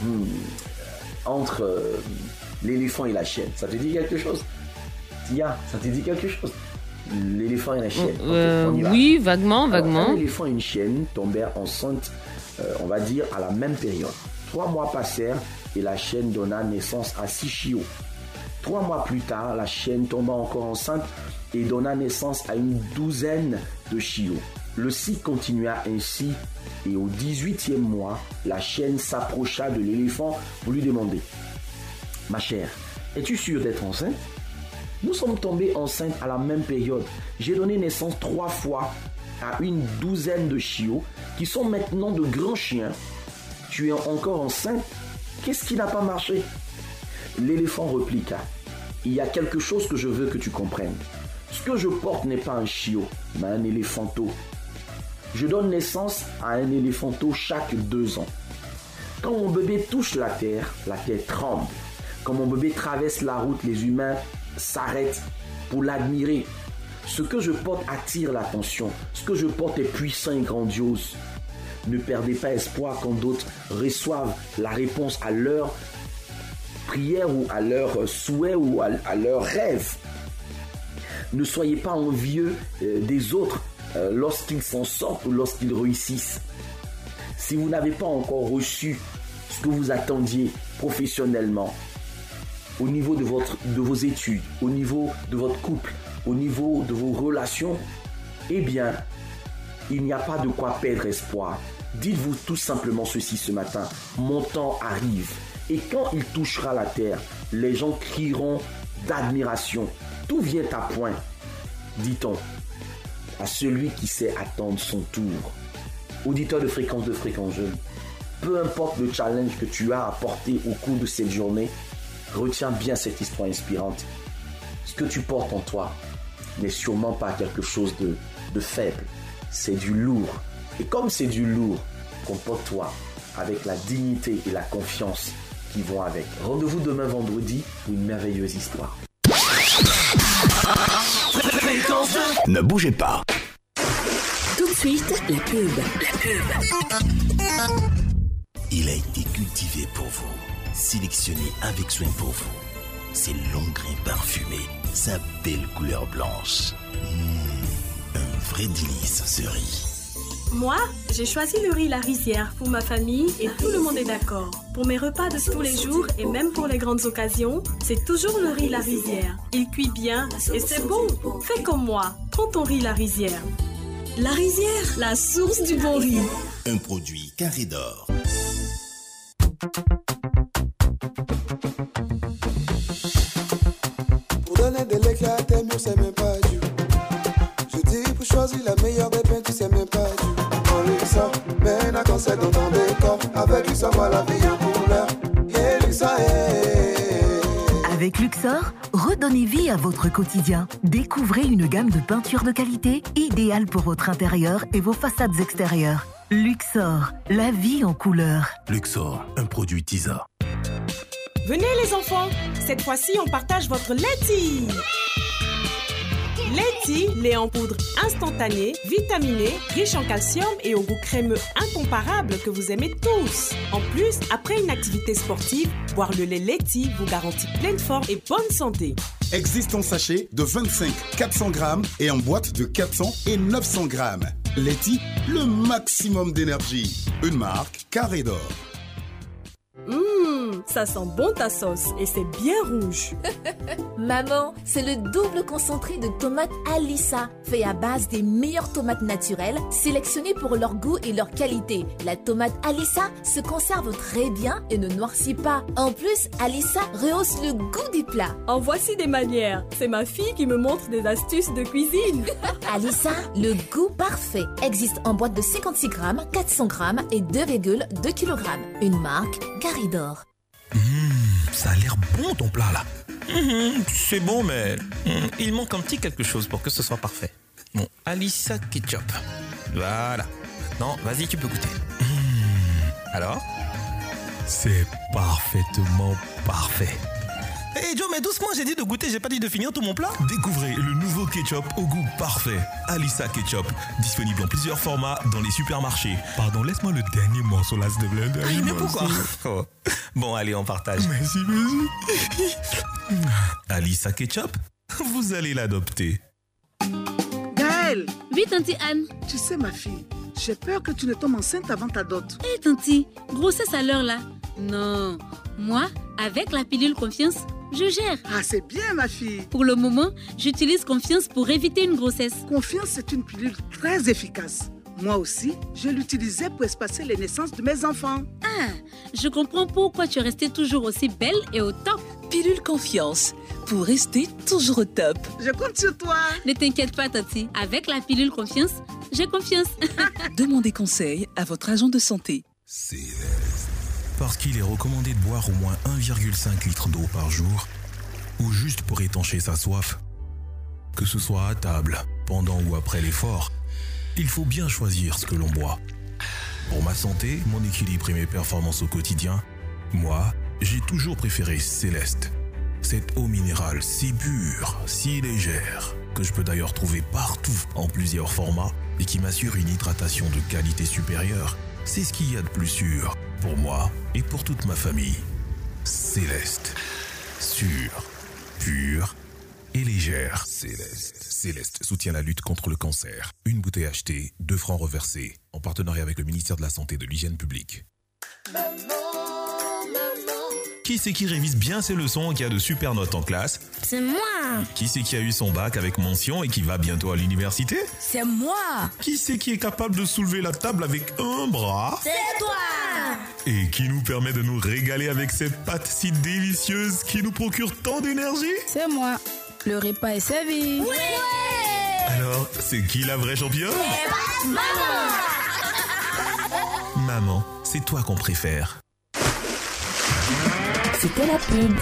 entre l'éléphant et la chienne. Ça te dit quelque chose ? Tia, ça te dit quelque chose ? L'éléphant et la chienne.
Oui, vaguement.
Un éléphant et une chienne tombèrent enceintes, on va dire, à la même période. 3 mois passèrent et la chienne donna naissance à 6 chiots. 3 mois plus tard, la chienne tomba encore enceinte et donna naissance à une 12aine de chiots. Le cycle continua ainsi et au 18e mois, la chienne s'approcha de l'éléphant pour lui demander « Ma chère, es-tu sûre d'être enceinte ? Nous sommes tombés enceintes à la même période. J'ai donné naissance 3 fois à une 12aine de chiots qui sont maintenant de grands chiens. Tu es encore enceinte ? Qu'est-ce qui n'a pas marché ?» L'éléphant répliqua. « Il y a quelque chose que je veux que tu comprennes. Ce que je porte n'est pas un chiot, mais un éléphanteau. Je donne naissance à un éléphanteau chaque 2 ans. Quand mon bébé touche la terre tremble. Quand mon bébé traverse la route, les humains s'arrêtent pour l'admirer. Ce que je porte attire l'attention. Ce que je porte est puissant et grandiose. Ne perdez pas espoir quand d'autres reçoivent la réponse à leur prière ou à leur souhait ou à leur rêve. Ne soyez pas envieux des autres lorsqu'ils s'en sortent ou lorsqu'ils réussissent. Si vous n'avez pas encore reçu ce que vous attendiez professionnellement, au niveau de vos études, au niveau de votre couple, au niveau de vos relations, eh bien, il n'y a pas de quoi perdre espoir. Dites-vous tout simplement ceci ce matin. Mon temps arrive. Et quand il touchera la terre, les gens crieront d'admiration. Tout vient à point, dit-on, à celui qui sait attendre son tour. Auditeur de Fréquence Jeune, peu importe le challenge que tu as apporté au cours de cette journée, retiens bien cette histoire inspirante. Ce que tu portes en toi n'est sûrement pas quelque chose de faible. C'est du lourd. Et comme c'est du lourd, comporte-toi avec la dignité et la confiance qui vont avec. Rendez-vous demain vendredi pour une merveilleuse histoire.
Ne bougez pas.
Tout de suite, la pub.
Il a été cultivé pour vous, sélectionné avec soin pour vous. Ses longs grains parfumés, sa belle couleur blanche. Un vrai délice ce riz.
Moi, j'ai choisi le riz La Rizière pour ma famille et tout le monde est d'accord. Pour mes repas de tous les jours et même pour les grandes occasions, c'est toujours le riz La Rizière. Il cuit bien et c'est bon. Fais comme moi, prends ton riz La Rizière. La Rizière, la source du bon riz.
Un produit Carré d'Or.
Pour donner de l'éclat à tes murs, c'est même pas dur. Je dis pour choisir la meilleure des peintures, c'est même pas dur. En Luxor, mène un conseil dans ton décor. Avec Luxor, voilà la vie en couleur. Et Luxor,
Avec Luxor, redonnez vie à votre quotidien. Découvrez une gamme de peintures de qualité idéale pour votre intérieur et vos façades extérieures. Luxor, la vie en couleur.
Luxor, un produit Tisa.
Venez les enfants, cette fois-ci on partage votre laiti. Laiti, lait en poudre instantané, vitaminé, riche en calcium et au goût crémeux incomparable que vous aimez tous. En plus, après une activité sportive, boire le lait Laiti vous garantit pleine forme et bonne santé.
Existe en sachet de 25, 400 grammes et en boîte de 400 et 900 grammes. Laiti, le maximum d'énergie. Une marque Carré d'Or.
Ça sent bon ta sauce et c'est bien rouge.
Maman, c'est le double concentré de tomates Alissa, fait à base des meilleures tomates naturelles, sélectionnées pour leur goût et leur qualité. La tomate Alissa se conserve très bien et ne noircit pas. En plus, Alissa rehausse le goût des plats.
En voici des manières. C'est ma fille qui me montre des astuces de cuisine.
Alissa, le goût parfait, existe en boîte de 56 grammes, 400 grammes et 2,2 kg. Une marque Caridor.
Ça a l'air bon ton plat là. C'est bon mais il manque un petit quelque chose pour que ce soit parfait. Bon, Alissa ketchup. Voilà. Maintenant, vas-y, tu peux goûter. Alors? C'est parfaitement parfait. Hey Joe, mais doucement, j'ai dit de goûter, j'ai pas dit de finir tout mon plat. Découvrez le nouveau ketchup au goût parfait. Alissa Ketchup, disponible en plusieurs formats dans les supermarchés. Pardon, laisse-moi le dernier morceau là, s'il te plaît. Mais pourquoi? Oh. Bon, allez, on partage. Merci. Alissa Ketchup, vous allez l'adopter.
Gaëlle!
Oui, Tanti Anne.
Tu sais, ma fille, j'ai peur que tu ne tombes enceinte avant ta dot.
Hé, Tanti, grossesse à l'heure là? Non, moi, avec la pilule Confiance, je gère.
Ah, c'est bien, ma fille.
Pour le moment, j'utilise Confiance pour éviter une grossesse.
Confiance, c'est une pilule très efficace. Moi aussi, je l'utilisais pour espacer les naissances de mes enfants.
Ah, je comprends pourquoi tu es restée toujours aussi belle et au top.
Pilule Confiance, pour rester toujours au top.
Je compte sur toi.
Ne t'inquiète pas, Tati. Avec la pilule Confiance, j'ai confiance.
Demandez conseil à votre agent de santé.
Parce qu'il est recommandé de boire au moins 1,5 litre d'eau par jour, ou juste pour étancher sa soif. Que ce soit à table, pendant ou après l'effort, il faut bien choisir ce que l'on boit. Pour ma santé, mon équilibre et mes performances au quotidien, moi, j'ai toujours préféré Céleste. Cette eau minérale si pure, si légère, que je peux d'ailleurs trouver partout en plusieurs formats et qui m'assure une hydratation de qualité supérieure. C'est ce qu'il y a de plus sûr pour moi et pour toute ma famille. Céleste. Sûre, pure et légère. Céleste soutient la lutte contre le cancer. Une bouteille achetée, 2 francs reversés. En partenariat avec le ministère de la Santé et de l'Hygiène publique. Qui c'est qui révise bien ses leçons et qui a de super notes en classe?
C'est moi.
Qui c'est qui a eu son bac avec mention et qui va bientôt à l'université?
C'est moi.
Qui c'est qui est capable de soulever la table avec un bras?
C'est toi.
Et qui nous permet de nous régaler avec ces pâtes si délicieuses qui nous procurent tant d'énergie?
C'est moi. Le repas est servi. Ouais.
Alors, c'est qui la vraie championne?
C'est maman.
Maman, c'est toi qu'on préfère.
C'était la pub.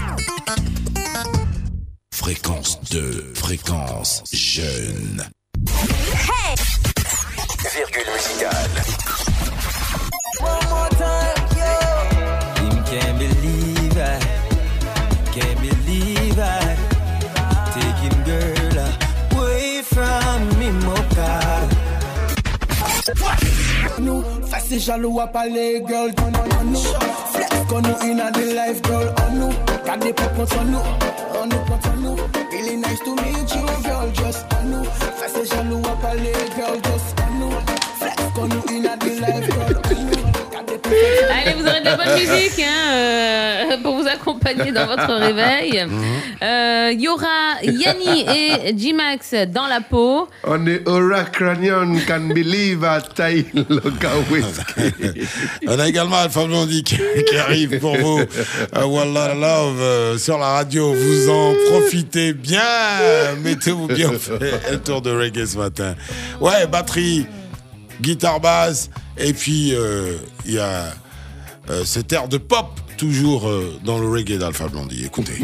Fréquence 2, fréquence jeune.
Hey!
Virgule musicale.
One more time, yo. Can't believe I taking girl away from me, Moka.
Nous, face jaloux à parler, girl, on nous. Flex qu'on nous in the life, girl, on nous. Got the pop on nous, on nous. Really nice to meet you, girl, just on nous. Face jaloux à parler, girl, just on nous. Flex qu'on nous in the life, girl, on nous.
Allez, vous aurez de la bonne musique pour vous accompagner dans votre réveil. Il y aura Yanni et J-Max dans la peau.
On est Aura Cranion, can believe at Thai Local Whiskey.
On a également Alpha Blondy qui arrive pour vous. Wallah Love sur la radio. Vous en profitez bien. Mettez-vous bien. On fait un tour de reggae ce matin. Ouais, batterie, guitare basse. Et puis, il y a cet air de pop, toujours dans le reggae d'Alpha Blondy. Écoutez.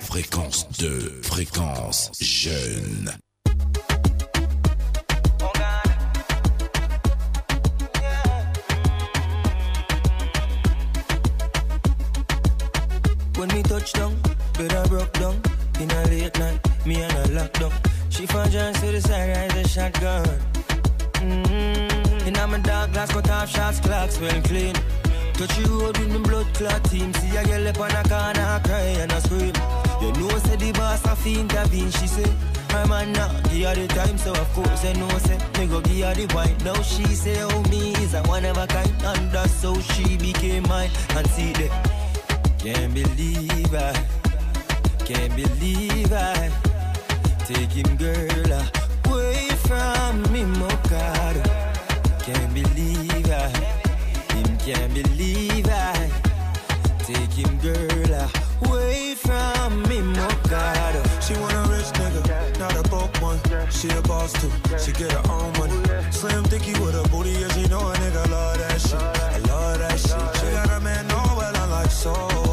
Fréquence 2, fréquence jeune.
When me touch down, bed I broke down. In a late night, me and her locked down. She found John to the side, rise a shotgun. In my dark glass, cut off shots, clocks well clean. Touch you road with me blood clot team. See a girl up on a corner, cry and I scream. You know, say the boss have to intervene. She say, her man now, give her the time. So of course I know, say, me go give her the wine. Now she say, oh, me is a one of a kind. And that's how she became mine. And see that, can't believe I, can't believe I take him, girl, away from me, Mokado. Can't believe I, him can't believe I take him, girl, away from me, Mokado. She want a rich nigga, not a broke one. She a boss too, she get her own money. Slim thicky with a booty, yeah, she know a nigga love that shit. I love that shit. She got a man, know well, I'm like, so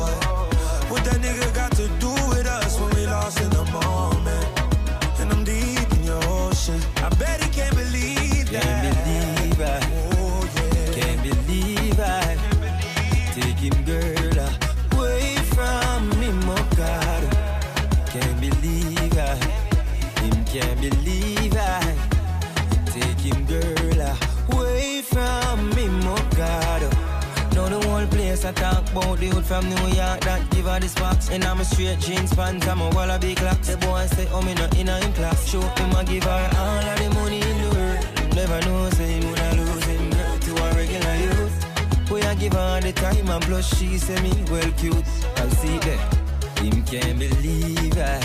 what that nigga got to do with us when we lost in the moment? And I'm deep in your ocean. I bet he can't believe that. Can't believe I, oh, yeah. Can't believe I take him, girl, away from me, Mokado. Can't believe I, him can't believe I take him, girl, away from me, Mokado. Know the whole place I talk about the hood from New York that give her the sparks. And I'm a straight jeans pants, I'm a wallaby clocks. The boy say, oh, me not in class. Show him I give her all of the money in the world. Never know, say him would I lose him, girl, to a regular youth. Boy, I give her the time and plus she say me well cute. I'll see that, him can't believe I,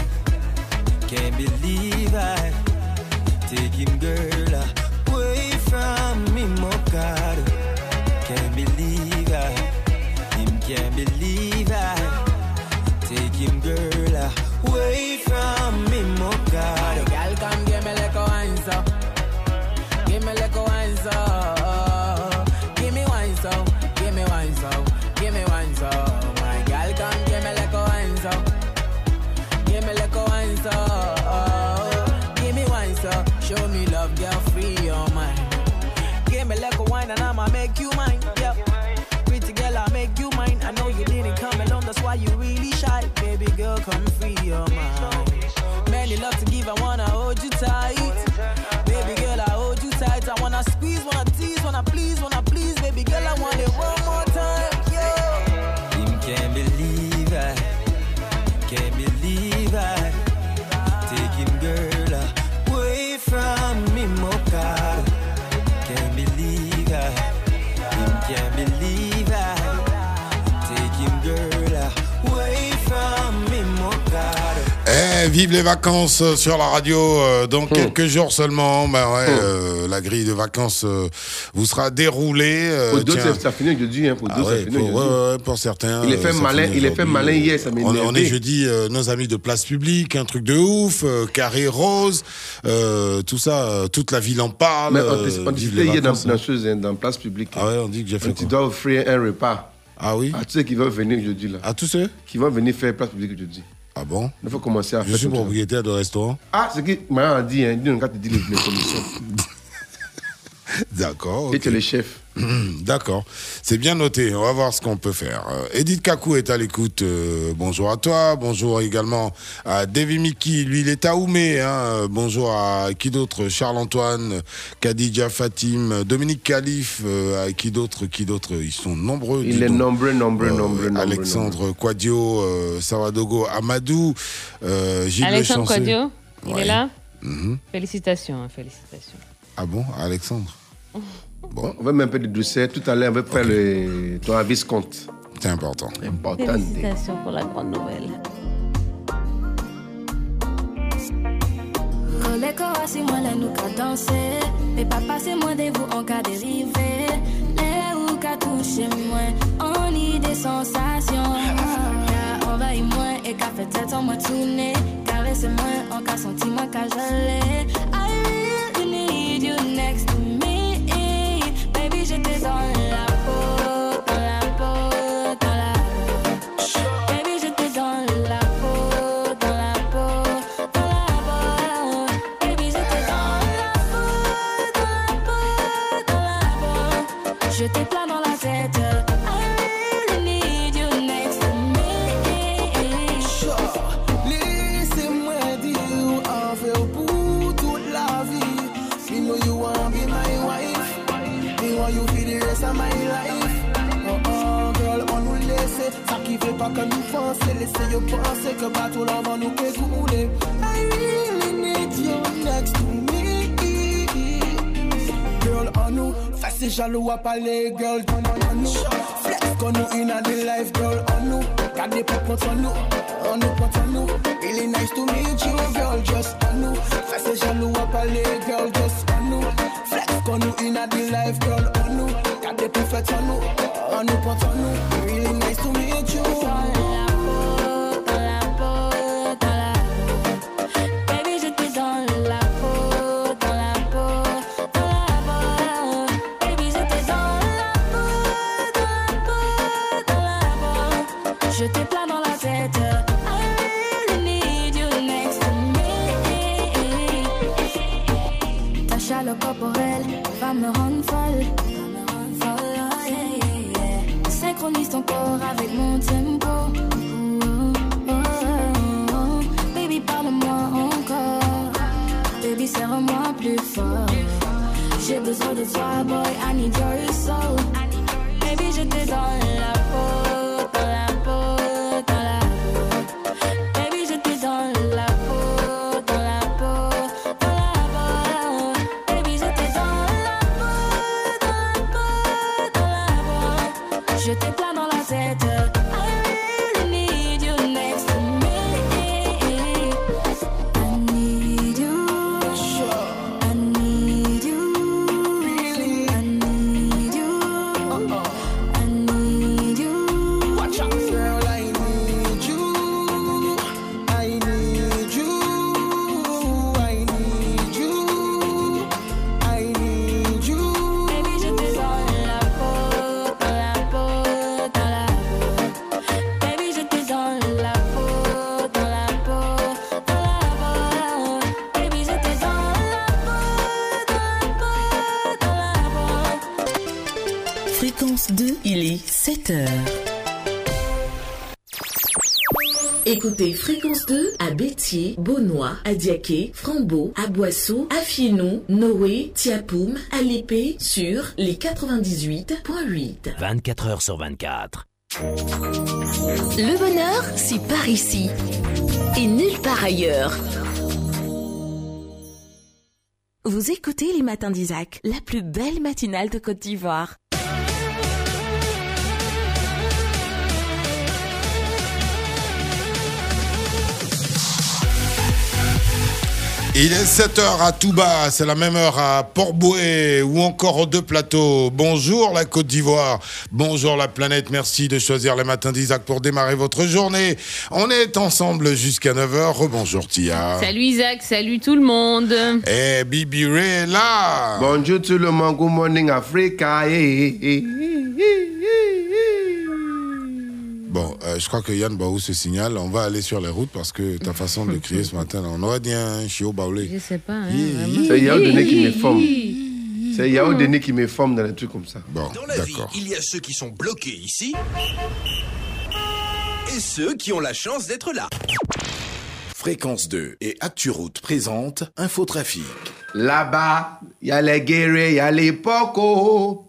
can't believe I take him, girl, away from me, Mokado. Can't believe I, him can't believe I take him, girl, away from me, Mokado.
Girl, come give me like a wine, so. Give me like a wine, so. Give me wine, so. Give me wine, so. Give me wine, so. My girl, come give me like a wine, so. Give me like a wine, so. Give me wine, so. Show me love, girl, free your mind. Give me like a wine and I'ma make you mine. Yeah. Pretty girl, I'll make you mine. I know you didn't come alone, that's why you really shy. Baby girl, come free your mind. Many love to give, I wanna hold you tight. Baby girl, I hold you tight. I wanna squeeze, wanna tease, wanna please. Baby girl, I want it one more time. Yeah.
Him can't believe I, can't believe I take him, girl, away from me, Mokado. Can't believe I, him can't believe I take him, girl, away from me, Mokado.
Vive les vacances sur la radio dans quelques jours seulement. Ben ouais, la grille de vacances vous sera déroulée.
Pour d'autres, ça finit jeudi. Hein, pour d'autres, ça finit jeudi.
Ouais, pour certains.
Il est fait malin hier, ça m'énerve.
On est jeudi, nos amis de Place Publique, un truc de ouf, Carré Rose, tout ça, toute la ville en parle.
Mais on discutait hier dans Place Publique.
Ah ouais, on dit que j'ai fait quoi?
Tu dois offrir un repas.
Ah oui?
À tous ceux qui veulent venir aujourd'hui là.
À tous ceux
qui vont venir faire Place Publique aujourd'hui.
Ah bon?
Il faut commencer à faire.
Je suis propriétaire de restaurant.
Ah, c'est ce que Maman a dit, hein. Dis donc quand tu dis les commissions.
D'accord. Okay.
Et tu es le chef.
D'accord. C'est bien noté. On va voir ce qu'on peut faire. Edith Kakou est à l'écoute. Bonjour à toi. Bonjour également à Davy Miki. Lui, il est à Oumé. Hein. Bonjour à qui d'autre? Charles-Antoine, Khadija Fatim, Dominique Calif. À qui d'autre? Ils sont nombreux.
Il est nombreux.
Alexandre Quadio, Sawadogo Amadou, Gilles
Alexandre Quadio, il est là.
Félicitations. Ah bon, Alexandre?
Bon. On va mettre un peu de douceur. Tout à l'heure, on va faire ton avis compte.
C'est important.
Félicitations pour la grande nouvelle.
Si moi là nous qu'à danser, mais papa c'est moi de vous en cas dérivé. Les ou qu'à toucher moins, on y des sensations. On va y moins et qu'à fait tête en moi tourner. Caresse moins, en cas sentiment qu'à geler. I really need you next to me. Baby, j'étais dans la peau, dans la peau, dans la peau. Baby, j'étais dans la peau.
que nous foncer, laissez yo penser que bateau l'avant nous peut couler. I really need you next to me. Girl, on nous, fait c'est jaloux à parler, girl, on nous. Flex qu'on nous in the life, girl, on nous. Gardez pas contre nous, on nous contre nous. Really nice to meet you, girl, just on nous. Fait c'est jaloux à parler, girl, just on nous. Flex qu'on nous in the life, girl, on nous. Gardez pas fait on nous contre nous. Really nice to meet you.
Je te plains dans la tête. I really need you next to me. Ta chaleur corporelle va me rendre folle. Synchronise ton corps avec mon tempo. Baby, parle-moi encore. Baby, serre-moi plus fort. J'ai besoin de toi, boy. I need your soul. Baby, je te donne la peau. Je te plains dans la tête. I really need you next to me. I need you. I need you. Really? I need you. I need you.
Watch out, girl, I need you. I need you. I need you. I need you.
Baby, je te donne la peau.
Fréquence 2, il est 7h. Écoutez Fréquence 2 à Béthier, Beaunois, à Diaké, Frambeau, à Boissou, à Fienou, Noé, Tiapoum, à l'épée sur les 98.8.
24 heures sur 24.
Le bonheur, c'est par ici et nulle part ailleurs. Vous écoutez les matins d'Isaac, la plus belle matinale de Côte d'Ivoire.
Il est 7h à Touba, c'est la même heure à Port-Bouët ou encore aux Deux Plateaux. Bonjour la Côte d'Ivoire, bonjour la planète, merci de choisir les matins d'Isaac pour démarrer votre journée. On est ensemble jusqu'à 9h, rebonjour Tia.
Salut Isaac, salut tout le monde.
Eh, Bibi Ray est là.
Bonjour tout le monde, good morning Africa.
Bon, je crois que Yann Baou se signale. On va aller sur les routes parce que ta façon de crier ce matin, on aurait dit un chiot baoulé.
Je sais pas. Hein,
c'est Yao Dené qui me forme. C'est Yao Dené qui me forme dans les trucs comme ça.
Bon,
dans la vie, il y a ceux qui sont bloqués ici et ceux qui ont la chance d'être là.
Fréquence 2 et ActuRoute présente Infotrafic.
Là-bas, il y a les guerriers, il y a les pocos.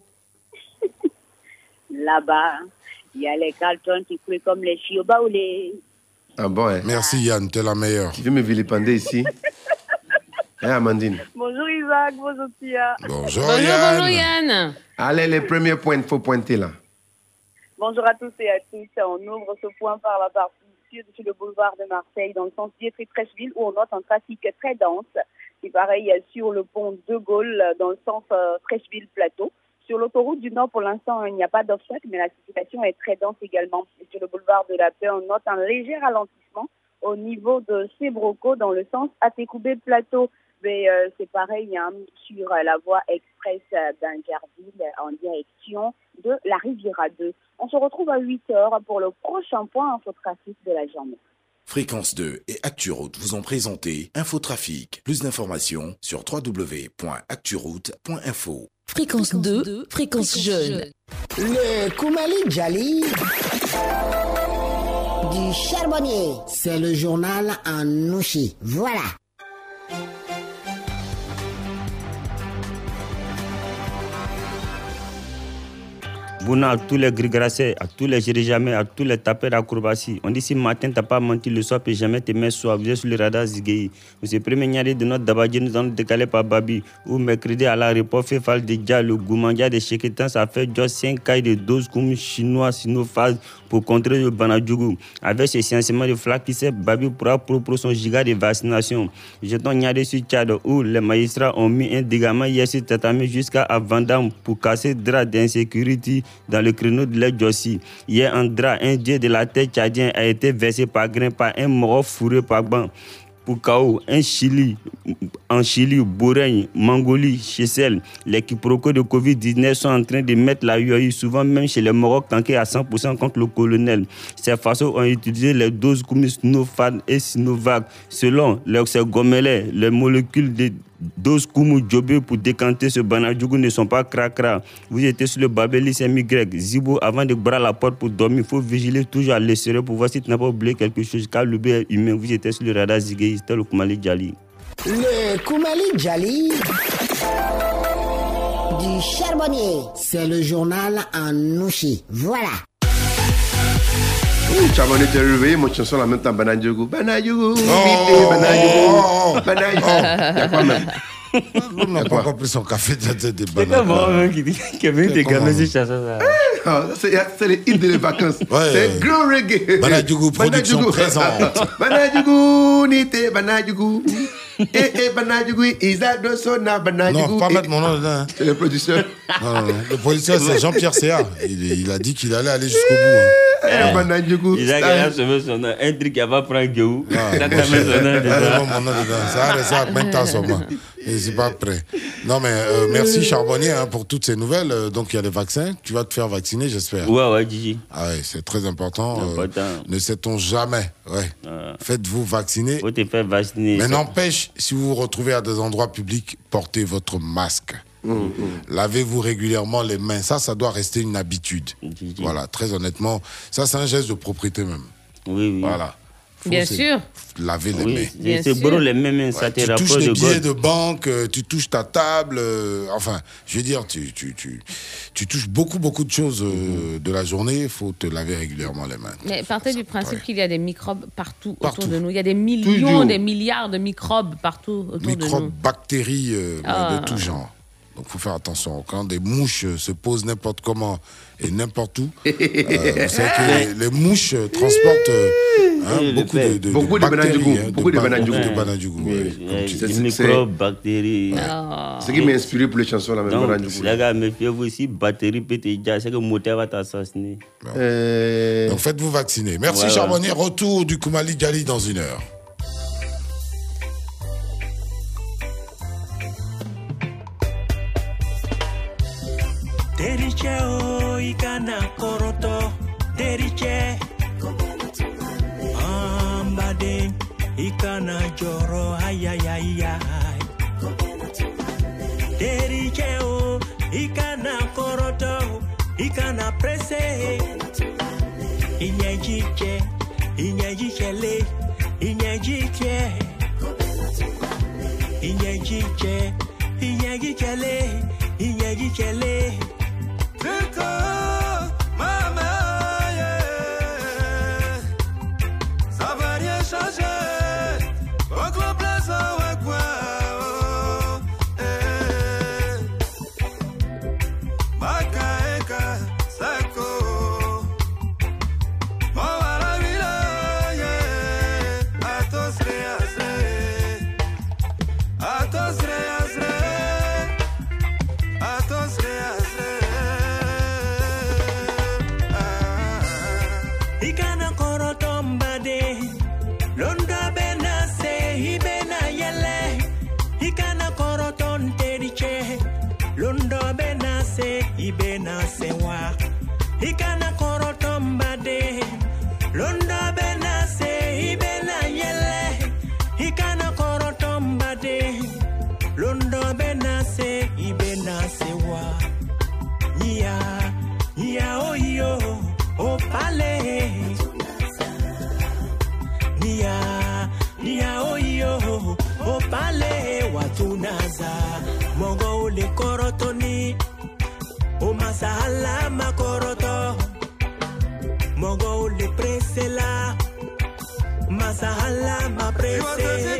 Là-bas, il y a les cartons qui crient comme les chiots baoulés.
Ah bon, hein?
Merci Yann, t'es la meilleure.
Tu veux me vilipender ici? Hein, Amandine?
Bonjour Isaac, bonjour Tia.
Bonjour Yann.
Bonjour Yann.
Allez, les premiers points qu'il faut pointer là.
Bonjour à tous et à toutes. On ouvre ce point par la partie sud sur le boulevard de Marseille, dans le sens Dietry-Trècheville, où on note un trafic très dense. C'est pareil sur le pont de Gaulle, dans le sens Trècheville-Plateau. Sur l'autoroute du Nord, pour l'instant, il n'y a pas d'obstacle, mais la situation est très dense également. Et sur le boulevard de la Paix, on note un léger ralentissement au niveau de Sébroco, dans le sens Atécoubé-Plateau. Mais c'est pareil sur la voie express d'Angerville en direction de la Riviera 2. On se retrouve à 8h pour le prochain point infotrafic de la journée.
Fréquence 2 et ActuRoute vous ont présenté Infotrafic. Plus d'informations sur www.acturoute.info.
Fréquence 2, fréquence jeune.
Le Koumali Djali du charbonnier, c'est le journal en nouchi. Voilà.
Bouna, à tous les grigrassés, à tous les jamais, à tous les tapeurs d'acrobatie. On dit si matin t'as pas menti, le soir peut jamais te mettre soir. Vous êtes sur le radar Zigei. Monsieur premier Nyari de notre Dabadji, nous allons décaler par Babi. Ou mercredi à l'aéroport, fait fall de Dja, le Goumandia de Cheketan, ça fait juste 5 cailles de doses comme chinois, sinophage pour contrer le Banadjougou. Avec ce sciences de flaque qui sait, Babi pourra proposer son giga de vaccination. Jetons Nyari sur Tchad où les magistrats ont mis un dégament hier sur Tatami jusqu'à Vandam pour casser drap d'insécurité dans le créneau de l'aide aussi. Hier, un drap, un dieu de la terre tchadien a été versé par grain par un mort fourré par banc. Pour Kao, en Chili, Bourgogne, Mongolie, Chessel, les quiproquos de Covid-19 sont en train de mettre la UAI, souvent même chez les Maroc, tanké à 100% contre le colonel. Ces façons ont utilisé les doses comme Sinopharm et Sinovac. Selon les Gomelais, les molécules de doses Koumou Djobé pour décanter ce Banadjougou ne sont pas cracra. Vous étiez sur le Babeli SMY. Zibo, avant de bras la porte pour dormir, il faut vigiler toujours à l'extérieur pour voir si tu n'as pas oublié quelque chose. Car le bé est humain. Vous étiez sur le radar Zigei. C'était le Koumali Djali.
Le Koumali Djali du charbonnier. C'est le journal en Nouchi. Voilà.
Charbonnier, tu es réveillé, mon chanson en même temps, Banadjougou. Banadjougou, Banadjougou. Il y a quoi même?
On n'a pas encore pris son café de
C'est comme moi qui dit que même des gamins se chassent ça.
C'est les îles de vacances. C'est grand reggae.
Banadjougou, production présente.
Banadjougou, Nité, Banadjougou. Banadjougou, Isaac Dosona, Banadjougou.
Non, pas mettre mon nom dedans.
C'est le producteur.
Non, le producteur, c'est Jean-Pierre Céa. Il a dit qu'il allait aller jusqu'au bout.
Banadjougou.
Isaac a sauvé son nom. Un truc qui va prendre Guéou. Ça t'a mis son nom
dedans. Ça a resté à maintenant seulement. Et c'est pas prêt. Non, mais merci Charbonnier pour toutes ces nouvelles. Donc il y a les vaccins. Tu vas te faire vacciner, j'espère.
Ouais, Gigi.
Ah ouais, c'est très important. Ne sait-on jamais. Ouais. Faites-vous vacciner.
Faut te faire vacciner.
Mais n'empêche, si vous vous retrouvez à des endroits publics, portez votre masque. Lavez-vous régulièrement les mains. Ça doit rester une habitude. Voilà, très honnêtement. Ça, c'est un geste de propriété même.
Oui.
Voilà.
Bien sûr.
Laver les mains.
C'est beau les mains, ça te rapproche de
Tu touches les billets de banque, tu touches ta table. Enfin, je veux dire, tu touches beaucoup de choses de la journée. Il faut te laver régulièrement les mains.
Mais partez du principe qu'il y a des microbes partout autour de nous. Il y a des millions, des milliards de microbes partout autour de nous.
Microbes, bactéries de tout genre. Donc, il faut faire attention. Quand des mouches se posent n'importe comment et n'importe où, vous savez que les mouches transportent beaucoup de bactéries. Beaucoup de Banadjougou.
Des microbes, bactéries.
Ce qui m'a inspiré pour les chansons, la même Banadjougou.
Les gars, méfiez-vous aussi, batterie peut te dire, c'est que le moteur va t'assassiner.
Donc, faites-vous vacciner. Merci, Charbonnier. Retour du Koumali Djali dans 1 heure.
Deriche o ikana koroto deriche ambade ikana joro ayayayay deriche o ikana koroto ikana presse inyejiche inyejichele inyejiche inyejiche inyejichele inyejichele Nico, mama, yeah. Ça va rien changer. Au club plaza, ouais, quoi. Makaeka, Sako. Mawara vila, yeah. Atos reazre. Atos reazre. Atos reazre. Londa bena se ibena yele ikana koroton teriche Londa bena se ibena se wa ikana koroton bade Londa bena se ibena yele ikana koroton bade Londa bena se ibena se wa Nia oyo o pale Nia oyo opale watunaza Mongo ule korotoni Oma Masahala makoroto Mogo le presela Masahala ma prese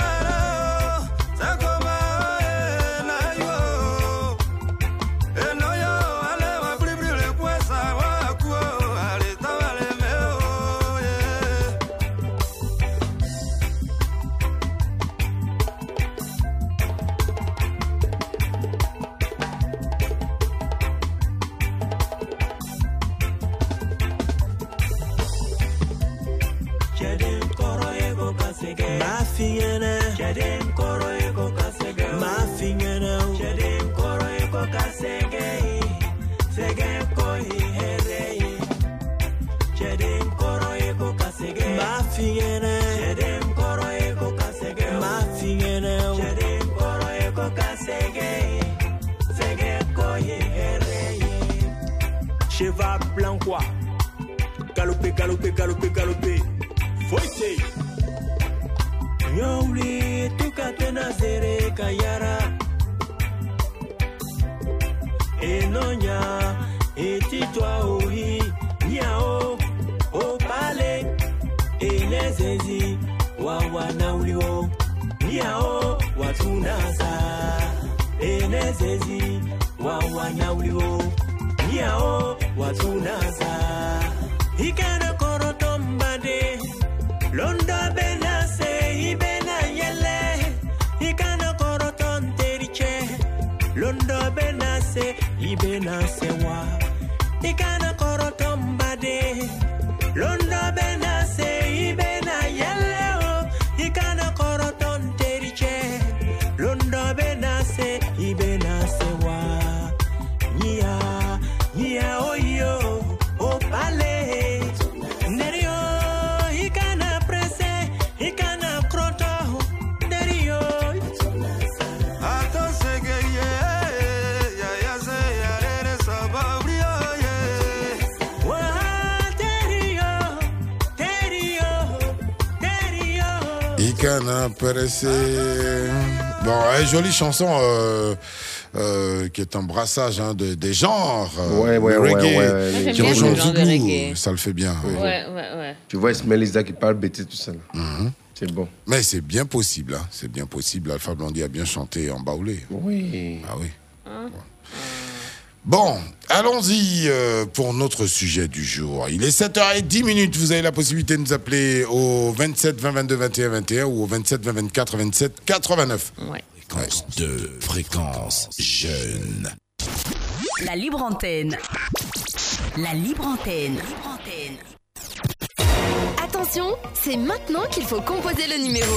Mafiana, Chadem Koro Eko Kasege, Mafiana, Chadem Koro Eko Kasege, Sege Koi Here, Chadem Koro Eko Kasege, Mafiana, Chadem Koro Eko Kasege, Mafiana, Chadem Koro Eko Kasege, Sege Koi Here, Cheval blanc quoi, galopé, galopé, galopé, galopé, Foyte. Yowli tukatena zere kayara Enonya etitwa ohi Nyao opale Enezezi wawana ulio Nyao watunasa Enezezi wawana ulio Nyao watunasa Ikana korotombade Londa benase ibena yele Ikana koroton teriche Londa benase ibena sewa Ikana koroton bade Londa benase ibena yele Ikana koroton teriche Londa benase ibena sewa Nia, nia oyo opale Nerio
Bon, jolie chanson qui est un brassage des genres.
Ouais.
Qui rejoint Zougou, ça le fait bien.
Ouais.
Tu vois Ismaël Isaac qui parle bêtise, tout ça. C'est bon.
Mais c'est bien possible, hein. C'est bien possible. Alpha Blondy a bien chanté en baoulé.
Oui.
Ah oui. Bon, allons-y pour notre sujet du jour. Il est 7h10. Vous avez la possibilité de nous appeler au 27 20 22 21 21 ou au 27 20 24 27 89.
Ouais.
Fréquence 2, fréquence jeune.
La libre antenne. La libre antenne.
Attention, c'est maintenant qu'il faut composer le numéro.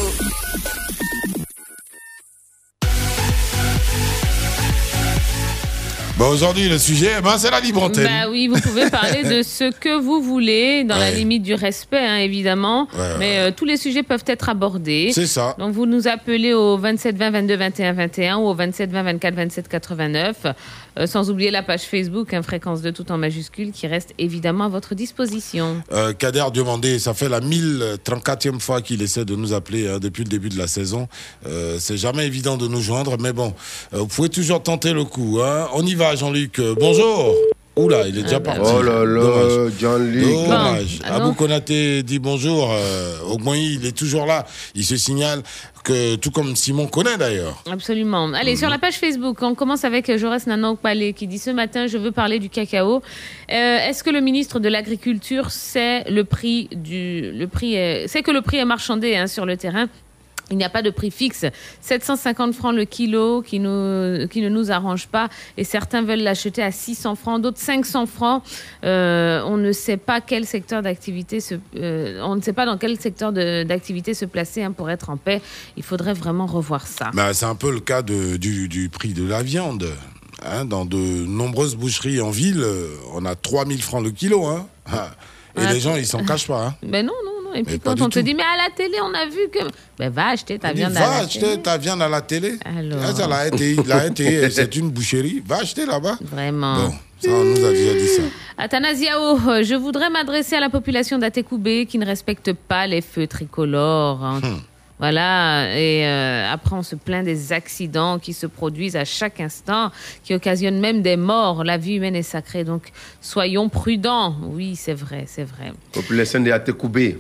Bon, aujourd'hui, le sujet, c'est la libre antenne.
Bah oui, vous pouvez parler de ce que vous voulez, dans la limite du respect, hein, évidemment. Mais tous les sujets peuvent être abordés.
C'est ça.
Donc, vous nous appelez au 27 20 22 21 21 ou au 27 20 24 27 89. Sans oublier la page Facebook, Fréquence 2 tout en majuscule, qui reste évidemment à votre disposition.
Kader Diomandé, ça fait la 1034e fois qu'il essaie de nous appeler depuis le début de la saison. C'est jamais évident de nous joindre, mais bon, vous pouvez toujours tenter le coup. Hein. On y va, Jean-Luc. Bonjour. Oula, il est déjà parti.
Oh là là, Jean-Luc.
Dommage.
Bon,
Abou Konaté dit bonjour. Au moins, il est toujours là. Il se signale que, tout comme Simon connaît d'ailleurs.
Absolument. Allez, sur la page Facebook, on commence avec Jaurès Nanokpalé qui dit ce matin, je veux parler du cacao. Est-ce que le ministre de l'Agriculture sait que le prix est marchandé sur le terrain? Il n'y a pas de prix fixe. 750 francs le kilo qui ne nous arrange pas. Et certains veulent l'acheter à 600 francs, d'autres 500 francs. On ne sait pas quel secteur d'activité on ne sait pas dans quel secteur d'activité se placer pour être en paix. Il faudrait vraiment revoir ça.
C'est un peu le cas du prix de la viande. Dans de nombreuses boucheries en ville, on a 3000 francs le kilo. Et les gens, ils s'en cachent pas.
Ben non. Et puis quand on te dit, mais à la télé, on a vu que... Ben va acheter ta viande à la télé.
Va acheter ta viande à la télé.
Alors...
La RTI, c'est une boucherie. Va acheter là-bas.
Vraiment.
Bon, ça, on nous a déjà dit ça.
Athanasiao, je voudrais m'adresser à la population d'Atekoubé qui ne respecte pas les feux tricolores. Voilà, et après on se plaint des accidents qui se produisent à chaque instant, qui occasionnent même des morts. La vie humaine est sacrée, donc soyons prudents. Oui, c'est vrai, c'est vrai.
Population de Atekoubé.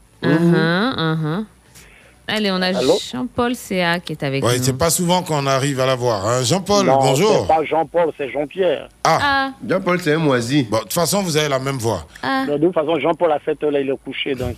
Allez, on a Jean-Paul Céa qui est avec nous.
Oui, c'est pas souvent qu'on arrive à la voir. Hein. Jean-Paul,
non,
bonjour.
C'est pas Jean-Paul, c'est Jean-Pierre.
Ah.
Jean-Paul, c'est un moisi.
Bon, de toute façon, vous avez la même voix.
De toute façon, Jean-Paul à cette heure-là, il est couché. Donc,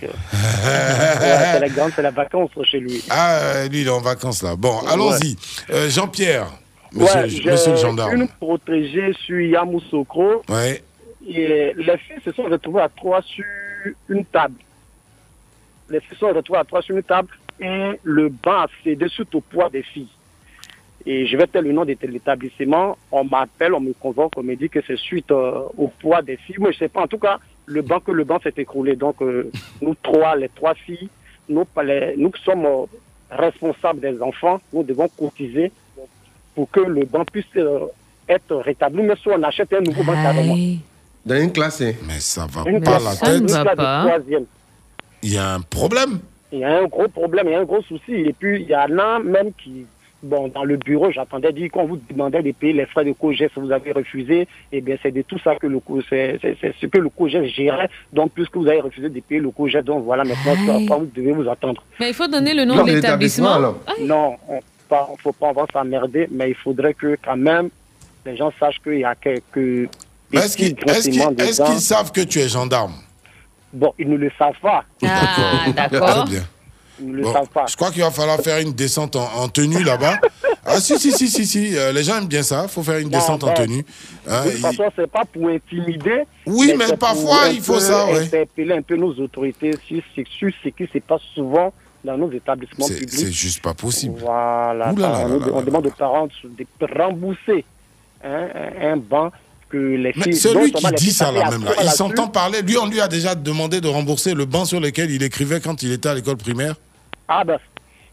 c'est la vacance chez lui.
Ah, lui, il est en vacances là. Bon, allons-y. Jean-Pierre, monsieur le gendarme.
Une protégée sur Yamoussoukro.
Ouais.
Et les filles se sont retrouvées à 3 sur une table. Les filles se sont retrouvées à 3 sur une table. Et le banc a cédé suite au poids des filles. Et je vais taire le nom de l'établissement. On m'appelle, on me convoque, on me dit que c'est suite au poids des filles. Moi, je ne sais pas. En tout cas, le banc s'est écroulé. Donc, nous les trois filles, nous qui sommes responsables des enfants, nous devons cotiser pour que le banc puisse être rétabli. Mais si on achète un nouveau banc carrément.
Dans une classe.
Mais ça va pas la tête.
Une classe de troisième.
Il y a un problème.
Il y a un gros problème, il y a un gros souci. Et puis, il y en a même qui, dans le bureau, j'attendais dire qu'on vous demandait de payer les frais de COGES, vous avez refusé. Eh bien, c'est de tout ça que c'est ce que le COGES gérait. Donc, puisque vous avez refusé de payer le COGES, donc voilà, maintenant, vous devez vous attendre.
Mais il faut donner le nom de l'établissement.
Non, il ne faut pas avoir s'emmerder, mais il faudrait que, quand même, les gens sachent qu'il y a quelques...
Est-ce qu'ils savent que tu es gendarme?
Bon, ils ne le savent pas.
D'accord.
Très bien.
Ils ne le savent pas.
Je crois qu'il va falloir faire une descente en tenue là-bas. Ah si. Les gens aiment bien ça. Il faut faire une descente en tenue.
De toute façon, c'est pas pour intimider.
Oui, mais parfois, il faut ça.
Interpeller un peu nos autorités sur ce qui se passe souvent dans nos établissements publics.
C'est juste pas possible.
Voilà. On demande aux parents de rembourser un banc. Mais
celui qui dit ça là même là, il s'entend parler. Lui, on lui a déjà demandé de rembourser le banc sur lequel il écrivait quand il était à l'école primaire.
Ah ben,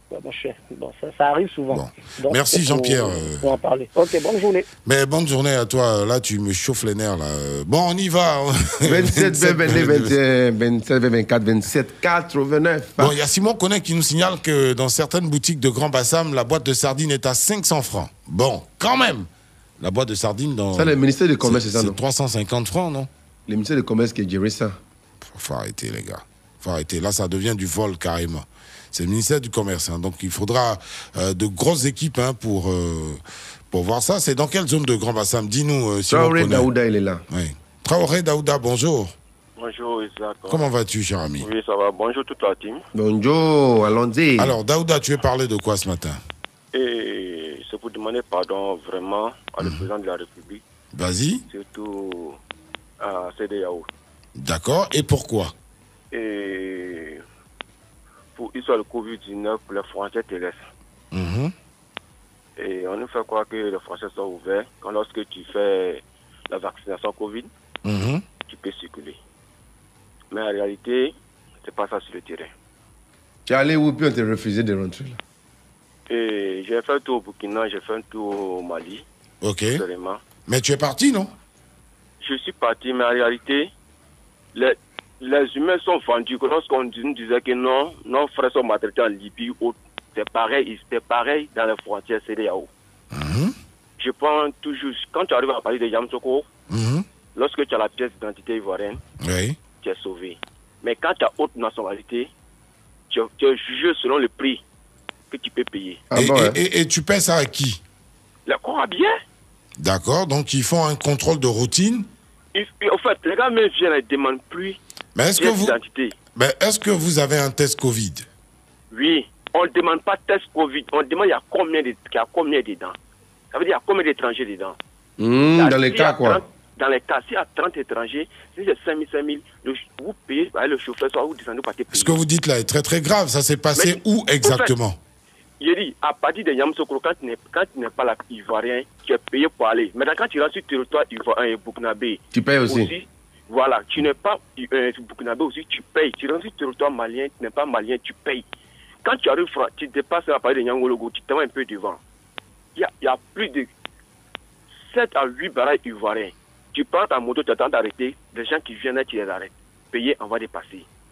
ça arrive souvent.
Bon. Donc, merci Jean-Pierre.
Pour en parler. Ok, bonne journée.
Mais bonne journée à toi. Là, tu me chauffes les nerfs là. Bon, on y va.
27, 22, 21, 27, 24, 27, 89.
Bon, il y a Simon Connet qui nous signale que dans certaines boutiques de Grand Bassam, la boîte de sardines est à 500 francs. Bon, quand même. La boîte de sardines dans...
Ça, le ministère du Commerce, c'est ça, non?
350 francs, non?
Le ministère du Commerce qui gère ça.
Faut arrêter, les gars. Faut arrêter. Là, ça devient du vol, carrément. C'est le ministère du Commerce. Hein. Donc, il faudra de grosses équipes pour voir ça. C'est dans quelle zone de Grand Bassam? Dis-nous, si
Traoré Daouda, il est là.
Oui. Traoré Daouda, bonjour.
Bonjour, Isaac.
Comment vas-tu, cher ami?
Oui, ça va. Bonjour, toute la team.
Bonjour, allons-y.
Alors, Daouda, tu veux parler de quoi ce matin?
Et c'est pour demander pardon vraiment à le président de la République.
Vas-y.
Surtout à CEDEAO.
D'accord. Et pourquoi?
Et pour l'histoire du Covid-19, pour les frontières terrestres. Et on nous fait croire que les frontières sont ouvertes. Quand lorsque tu fais la vaccination Covid, tu peux circuler. Mais en réalité, c'est pas ça sur le terrain.
Tu es allé où puis on t'a refusé de rentrer là?
Et j'ai fait un tour au Burkina, j'ai fait un tour au Mali.
Ok.
Vraiment.
Mais tu es parti, non?
Je suis parti, mais en réalité, les humains sont vendus. Lorsqu'on nous disait que non, nos frères sont maltraités en Libye, c'est pareil dans les frontières CEDEAO. Je prends toujours, quand tu arrives à parler de Yamoussoukro, lorsque tu as la pièce d'identité ivoirienne, tu es sauvé. Mais quand tu as autre nationalité, tu es jugé selon le prix que tu peux payer.
Et tu paies ça à qui?
Les Corabiens.
D'accord, donc ils font un contrôle de routine.
En fait, les gars même viennent et ne demandent plus d'identité.
Mais est-ce que vous avez un test Covid?
Oui, on ne demande pas test Covid, on demande il y a combien dedans. Ça veut dire il y a combien d'étrangers dedans.
Dans les cas quoi?
Dans les cas, s'il y a 30 étrangers, si c'est 5 000, vous payez, le chauffeur, soit vous descendez par tes pays.
Ce que vous dites là est très très grave. Ça s'est passé où exactement?
Il dit, à partir de Yamoussoukro, quand tu n'es pas là, ivoirien, tu es payé pour aller. Maintenant, quand tu rentres sur le territoire ivoirien et burkinabé,
tu payes aussi.
Voilà, tu n'es pas burkinabé aussi, tu payes. Tu rentres sur le territoire malien, tu n'es pas malien, tu payes. Quand tu arrives, tu dépasses à partir de Nyangologo, tu te mets un peu devant. Il y a plus de 7 à 8 barrages ivoiriens. Tu prends ta moto, tu attends d'arrêter. Les gens qui viennent là, tu les arrêtes. Payer, on va dépasser.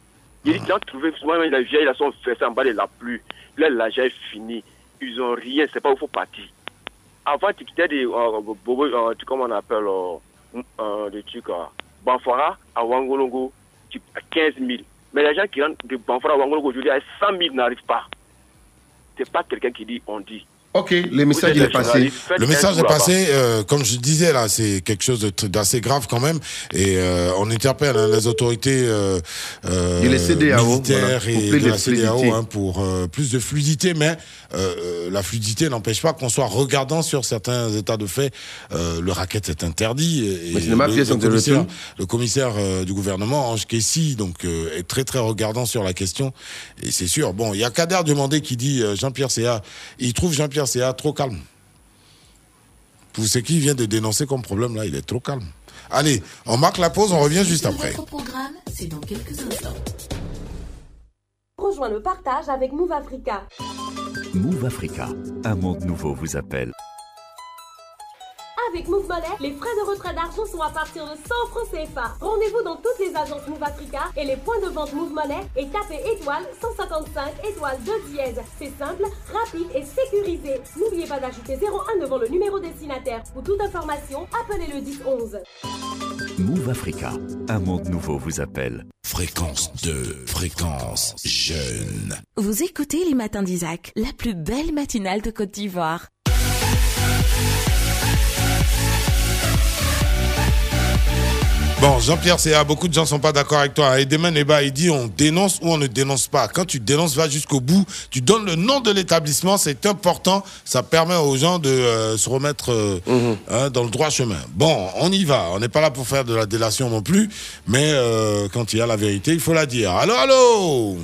Il dit qu'ils ont trouvé, souvent, les vieilles, ils sont fait en bas de la pluie. Là, l'argent est fini. Ils n'ont rien, c'est pas où il faut partir. Avant, tu quittais des comment on appelle, des trucs, Banfora à Wangolongo, à 15 000. Mais les gens qui rentrent de Banfora à Wangolongo aujourd'hui à 100 000 n'arrivent pas. C'est pas quelqu'un qui dit, on dit.
Ok, le message est passé.
Le message est passé, comme je disais là, c'est quelque chose d'assez grave quand même, et on interpelle les autorités militaires
voilà,
et de la CEDEAO pour plus de fluidité, mais la fluidité n'empêche pas qu'on soit regardant sur certains états de fait. Le racket est interdit, et le commissaire du gouvernement, Ange Kessi, donc est très très regardant sur la question, et c'est sûr. Bon, il y a Kader Demandé qui dit Jean-Pierre Céa, il trouve Jean-Pierre Céa trop calme. Pour ce qui vient de dénoncer comme problème là, il est trop calme. Allez, on marque la pause, on revient juste après.
Votre programme, c'est dans quelques instants.
Rejoins le partage avec Move Africa.
Move Africa, un monde nouveau vous appelle.
Avec Move Money, les frais de retrait d'argent sont à partir de 100 francs CFA. Rendez-vous dans toutes les agences Move Africa et les points de vente Move Money et tapez étoile 155 étoile 2 dièse. C'est simple, rapide et sécurisé. N'oubliez pas d'ajouter 01 devant le numéro destinataire. Pour toute information, appelez le 1011.
Move Africa, un monde nouveau vous appelle.
Fréquence 2, fréquence jeune.
Vous écoutez les matins d'Isaac, la plus belle matinale de Côte d'Ivoire.
Bon, Jean-Pierre Céa, beaucoup de gens sont pas d'accord avec toi. Edemen Eba, il dit on dénonce ou on ne dénonce pas. Quand tu dénonces, va jusqu'au bout. Tu donnes le nom de l'établissement, c'est important. Ça permet aux gens de se remettre dans le droit chemin. Bon, on y va. On n'est pas là pour faire de la délation non plus. Mais quand il y a la vérité, il faut la dire. Allô, allô?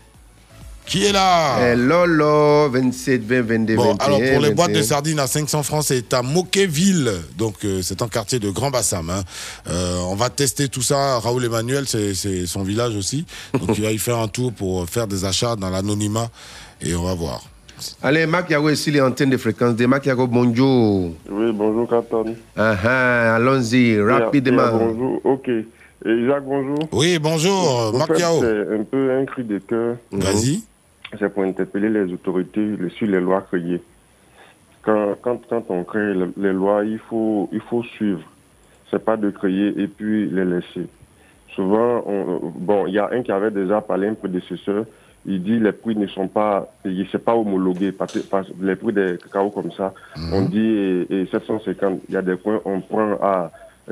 Qui est là?
Lolo, 27, 20, 22,
bon,
21.
Alors, pour les
21.
boîtes de sardines à 500 francs, c'est à Moquéville. Donc, c'est un quartier de Grand Bassam. Hein. On va tester tout ça. Raoul Emmanuel, c'est son village aussi. Donc, il va y faire un tour pour faire des achats dans l'anonymat. Et on va voir.
Allez, Marc Yago, ici les antennes de fréquence. Marc Yago, bonjour.
Oui, bonjour, Canton.
Allons-y, rapidement.
Bonjour, ok. Et Jacques, bonjour.
Oui, bonjour, Marc Yago.
C'est un peu un cri de cœur.
Vas-y.
C'est pour interpeller les autorités sur les lois créées. Quand on crée les lois, il faut suivre. C'est pas de créer et puis les laisser. Souvent, il y a un qui avait déjà parlé, un prédécesseur, il dit les prix ne sont pas payés, c'est pas homologué. Parce les prix des cacao comme ça, on dit 750. Il y a des points, on prend à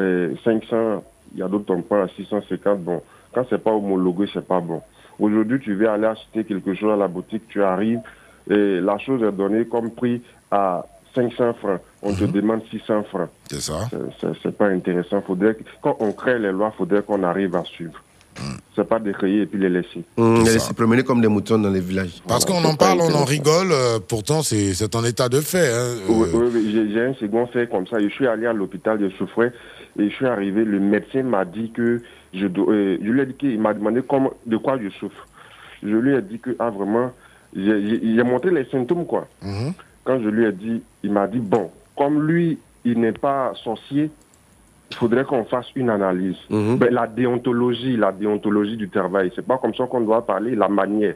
500, il y a d'autres, on prend à 650. Bon, quand c'est pas homologué, c'est pas bon. Aujourd'hui, tu veux aller acheter quelque chose à la boutique, tu arrives, et la chose est donnée comme prix à 500 francs. On te demande 600 francs.
C'est ça.
C'est pas intéressant. Quand on crée les lois, il faudrait qu'on arrive à suivre. C'est pas de créer et puis les laisser.
Les laisser promener comme des moutons dans les villages.
Parce qu'on en parle, on en rigole, pourtant c'est un état de fait. Hein.
Oui, j'ai un second fait comme ça. Je suis allé à l'hôpital, je souffrais, et je suis arrivé, le médecin m'a dit que je lui ai dit qu'il m'a demandé de quoi je souffre. Je lui ai dit que, vraiment, j'ai montré les symptômes, quoi. Quand je lui ai dit, il m'a dit, bon, comme lui, il n'est pas sorcier, il faudrait qu'on fasse une analyse. Ben, la déontologie du travail, c'est pas comme ça qu'on doit parler, la manière.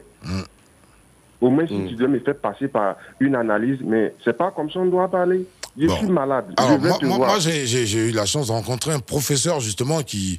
Au moins, si tu dois me faire passer par une analyse, mais c'est pas comme ça qu'on doit parler. Je suis malade.
Alors, moi j'ai eu la chance de rencontrer un professeur justement qui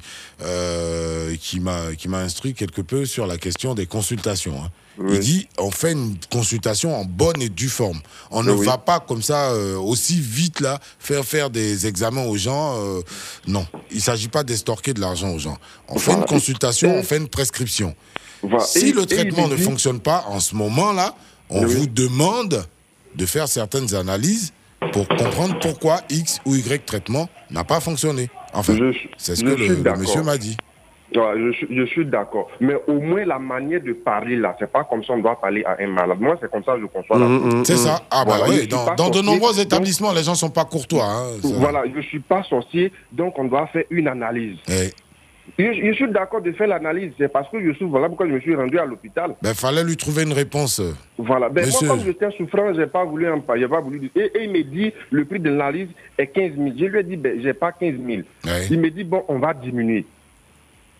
m'a instruit quelque peu sur la question des consultations. Hein. Oui. Il dit on fait une consultation en bonne et due forme. On ne va pas comme ça aussi vite là faire des examens aux gens. Non, il s'agit pas d'estorquer de l'argent aux gens. On fait une consultation, on fait une prescription. Si le traitement ne fonctionne pas en ce moment-là, on vous demande de faire certaines analyses pour comprendre pourquoi X ou Y traitement n'a pas fonctionné. Enfin, c'est ce que le monsieur m'a dit.
Je suis d'accord. Mais au moins, la manière de parler, là, c'est pas comme ça on doit parler à un malade. Moi, c'est comme ça que je conçois la
c'est ça. Ah, bah voilà, oui. Dans de nombreux établissements, les gens sont pas courtois. Hein,
voilà, je suis pas sorcier, donc on doit faire une analyse. Je suis d'accord de faire l'analyse, c'est parce que je souffre. Voilà pourquoi je me suis rendu à l'hôpital.
Ben, fallait lui trouver une réponse.
Voilà. Ben, moi, comme j'étais souffrant, j'ai pas voulu en parler. Et il me dit, le prix de l'analyse est 15 000. Je lui ai dit, ben, j'ai pas 15 000. Il me dit, bon, on va diminuer.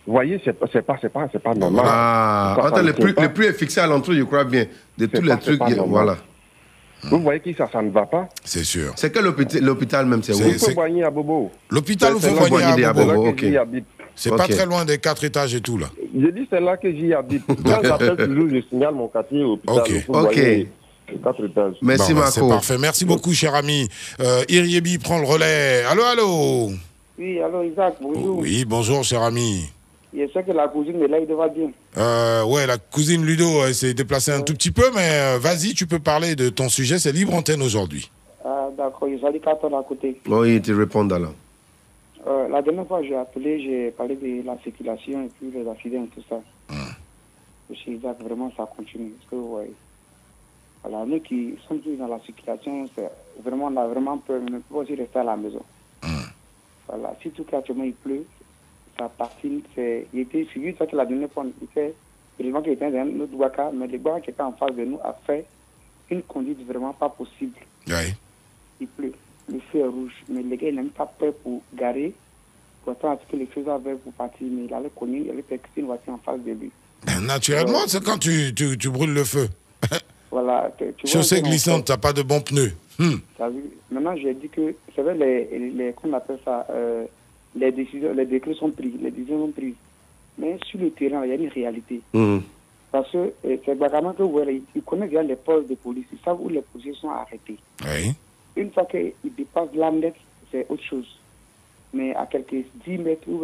Vous voyez, c'est pas normal.
Ah, attends, le prix est fixé à l'entrée, je crois bien. De tous les trucs, voilà.
Vous voyez que ça ne va pas.
C'est sûr.
C'est que l'hôpital même, c'est où?
Il faut voyer à Bobo.
L'hôpital où faut voyer à Bobo.
Ok.
C'est pas très loin des 4 étages et tout, là.
Je dis, c'est là que j'y habite. Quand j'appelle toujours, je signale mon quartier au hôpital.
Ok.
4 étages.
Merci, Marco.
C'est parfait. Merci beaucoup, cher ami. Iriebi prend le relais. Allô?
Oui, allô, Isaac, bonjour.
Oui, bonjour, cher ami.
Je sais que la cousine de là, il va bien.
Ouais, la cousine Ludo s'est déplacée un tout petit peu, mais vas-y, tu peux parler de ton sujet. C'est libre antenne aujourd'hui.
Ah, d'accord, il s'est dit qu'à ton à côté.
Oui, il te répond alors.
La dernière fois, j'ai appelé, j'ai parlé de la circulation et puis les accidents et tout ça. Monsieur Isaac, vraiment, ça continue. Parce que, ouais, voilà, nous qui sommes tous dans la circulation, vraiment, on a vraiment peur, mais on peut aussi rester à la maison. Voilà, si tout actuellement il pleut, ça patine, il était suivi, ça que la dernière fois, il fait, évidemment qu'il était dans notre Ouaka, mais le gars qui était en face de nous a fait une conduite vraiment pas possible.
Oui.
Il pleut, le feu est rouge, mais le gars il n'a même pas peur pour garer, pour attendre à ce que le feu soit vert pour partir, mais il allait cogner, il allait percuter une voiture en face de lui.
Naturellement, c'est quand tu brûles le feu.
Voilà.
Chaussée glissante, t'as pas de bons pneus.
Maintenant, j'ai dit que, c'est vrai, qu'on appelle ça, les décrets sont pris, les décisions sont prises. Mais sur le terrain, il y a une réalité. Parce que c'est vraiment que vous voyez, ils connaissent bien les postes de police, ils savent où les policiers sont arrêtés.
Oui.
Une fois qu'ils dépassent l'âme, c'est autre chose. Mais à quelques 10 mètres ou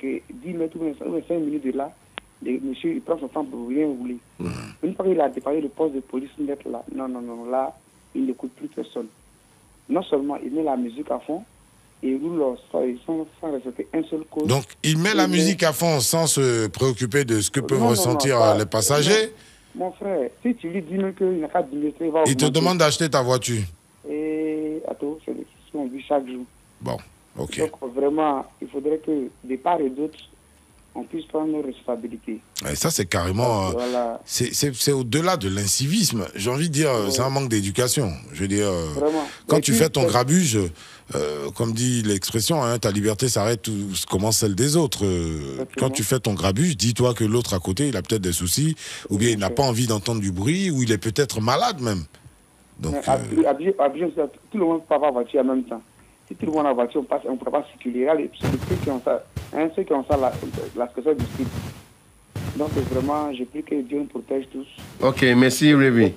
5 minutes de là, le monsieur il prend son temps pour rien rouler. Une fois qu'il a dépassé le poste de police net là, non, là, il n'écoute plus personne. Non seulement il met la musique à fond, et il roule sans respecter un seul cause.
Donc il met la musique à fond sans se préoccuper de ce que peuvent ressentir les passagers.
Mon frère, si tu lui dis qu'il n'a qu'à diminuer, il va
Il te demande d'acheter ta voiture.
Et attends, c'est ce qu'on vit chaque jour.
Bon, ok.
Donc vraiment, il faudrait que de part et d'autre, on puisse prendre nos responsabilités.
Et ça, c'est carrément...
Voilà.
C'est au-delà de l'incivisme. J'ai envie de dire, c'est un manque d'éducation. Je veux dire, quand tu fais ton grabuge, comme dit l'expression, ta liberté s'arrête où commence celle des autres. Quand tu fais ton grabuge, dis-toi que l'autre à côté, il a peut-être des soucis, ou bien il n'a pas envie d'entendre du bruit, ou il est peut-être malade même. Donc,
tout le monde peut avoir voiture en même temps. Si tout le monde a voiture, on ne pourra pas circuler. Ceux qui ont ça, la situation du site. Donc vraiment, j'ai pris que Dieu nous protège tous.
Ok, merci Rébi.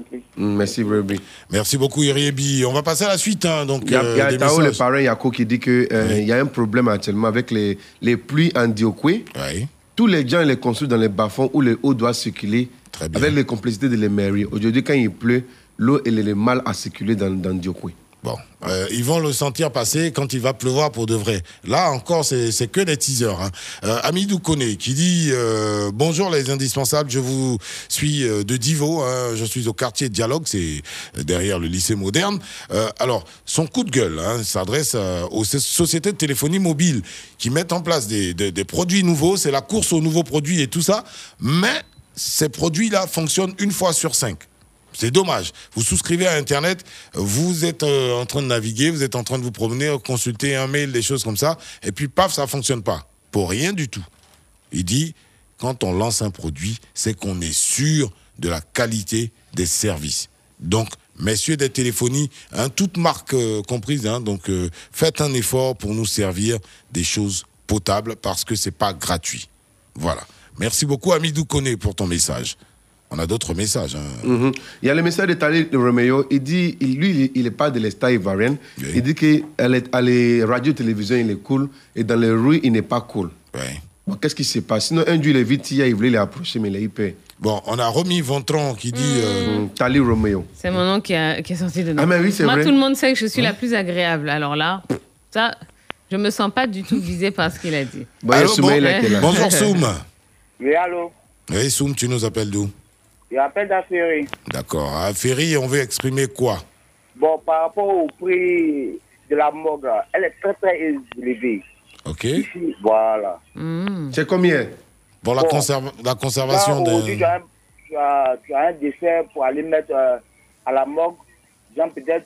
Merci Rébi.
Merci beaucoup Iriebi. On va passer à la suite. Donc,
il y a Tao, le parrain Yako, qui dit qu'il y a un problème actuellement avec les pluies en Diokwe.
Oui.
Tous les gens les construisent dans les bas-fonds où l'eau doit circuler avec les complicités de les mairies. Aujourd'hui, quand il pleut, l'eau elle est mal à circuler dans Diokwe.
Bon, ils vont le sentir passer quand il va pleuvoir pour de vrai. Là encore, c'est que des teasers. Amidou Kone qui dit bonjour les indispensables, je vous suis de Divo, je suis au quartier Dialogue, c'est derrière le lycée moderne. Alors, son coup de gueule s'adresse aux sociétés de téléphonie mobile qui mettent en place des produits nouveaux. C'est la course aux nouveaux produits et tout ça, mais ces produits-là fonctionnent 1 fois sur 5. C'est dommage. Vous souscrivez à Internet, vous êtes en train de naviguer, vous êtes en train de vous promener, consulter un mail, des choses comme ça, et puis paf, ça ne fonctionne pas. Pour rien du tout. Il dit, quand on lance un produit, c'est qu'on est sûr de la qualité des services. Donc, messieurs des téléphonies, toutes marques comprises, donc faites un effort pour nous servir des choses potables parce que c'est pas gratuit. Voilà. Merci beaucoup, Amidou Kone, pour ton message. On a d'autres messages.
Il y a le message de Talib Romeo. Il dit, lui, il n'est pas de l'État ivoirien. Oui. Il dit qu'à les radios-télévisions, il est cool. Et dans les rues, il n'est pas cool.
Oui.
Bon, qu'est-ce qui se passe? Sinon, un jour, il est vite, il voulait les approcher, mais il est hyper.
Bon, on a Romy Ventron qui dit...
Talib Romeo.
C'est mon nom qui est sorti de nous.
Ah, mais oui, c'est vrai.
Moi, tout le monde sait que je suis la plus agréable. Alors là, ça, je ne me sens pas du tout visée par ce qu'il a dit.
Bon, allô,
bonjour, Soum.
Oui, allô.
Oui, Soum, tu nous appelles d'où?
Il appelle d'Aféry.
D'accord. À Ferry, on veut exprimer quoi?
Bon, par rapport au prix de la morgue, elle est très, très élevée.
OK.
Ici, voilà.
C'est combien?
Pour la conservation
de... Aujourd'hui, tu as un décès pour aller mettre à la morgue. Genre, peut-être,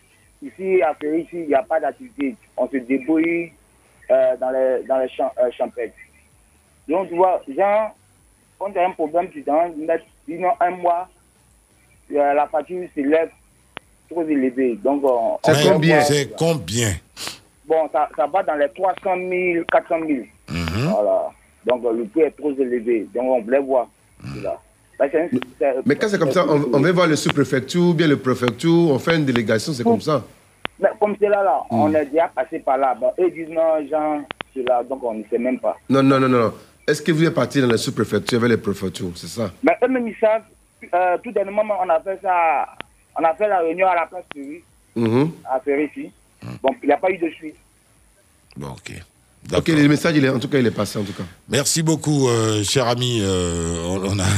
ici, à Ferry, il n'y a pas d'activité. On se débrouille dans les champêtres. Donc, tu vois, genre, quand tu as un problème, tu t'en mets, sinon, un mois, la facture s'élève trop élevée. Donc,
c'est combien? C'est combien?
Bon, ça va dans les 300 000, 400 000. Voilà. Donc, le prix est trop élevé. Donc, on voulait voir. Là.
Mais quand c'est comme ça, on va voir le sous-préfecture ou bien le préfecture, on fait une délégation, c'est comme ça.
Mais comme c'est là, on est déjà passé par là. Bon, eux disent non, Jean, c'est là, donc on ne sait même pas.
Non. Est-ce que vous êtes parti dans la sous-préfecture avec les préfectures, c'est ça?
Mais eux-mêmes, ils savent, tout dernièrement, on a fait ça, on a fait la réunion à la place Ferry, à Ferry ici. Bon, il n'y a pas eu de suite.
Bon, ok.
Ok, le message, il est passé en tout cas.
Merci beaucoup, cher ami. On a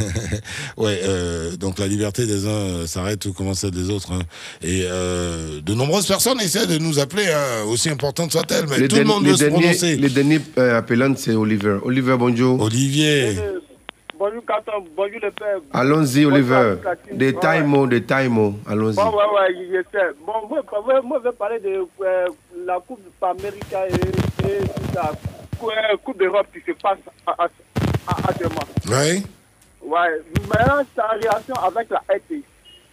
donc la liberté des uns s'arrête où commence celle des autres. Hein. Et de nombreuses personnes essaient de nous appeler, aussi importantes soient-elles, mais tout le monde veut se prononcer.
Les derniers appelants, c'est Oliver. Oliver, bonjour.
Olivier.
Bonjour, Canton. Bonjour, le père.
Allons-y, Oliver. Des taïmos. Allons-y.
Bon, je sais. Bon, moi, je vais parler de la Coupe Américaine et tout ça. Coupe d'Europe qui se passe à demain.
Oui.
Ouais. Maintenant, c'est en réaction avec la RTI.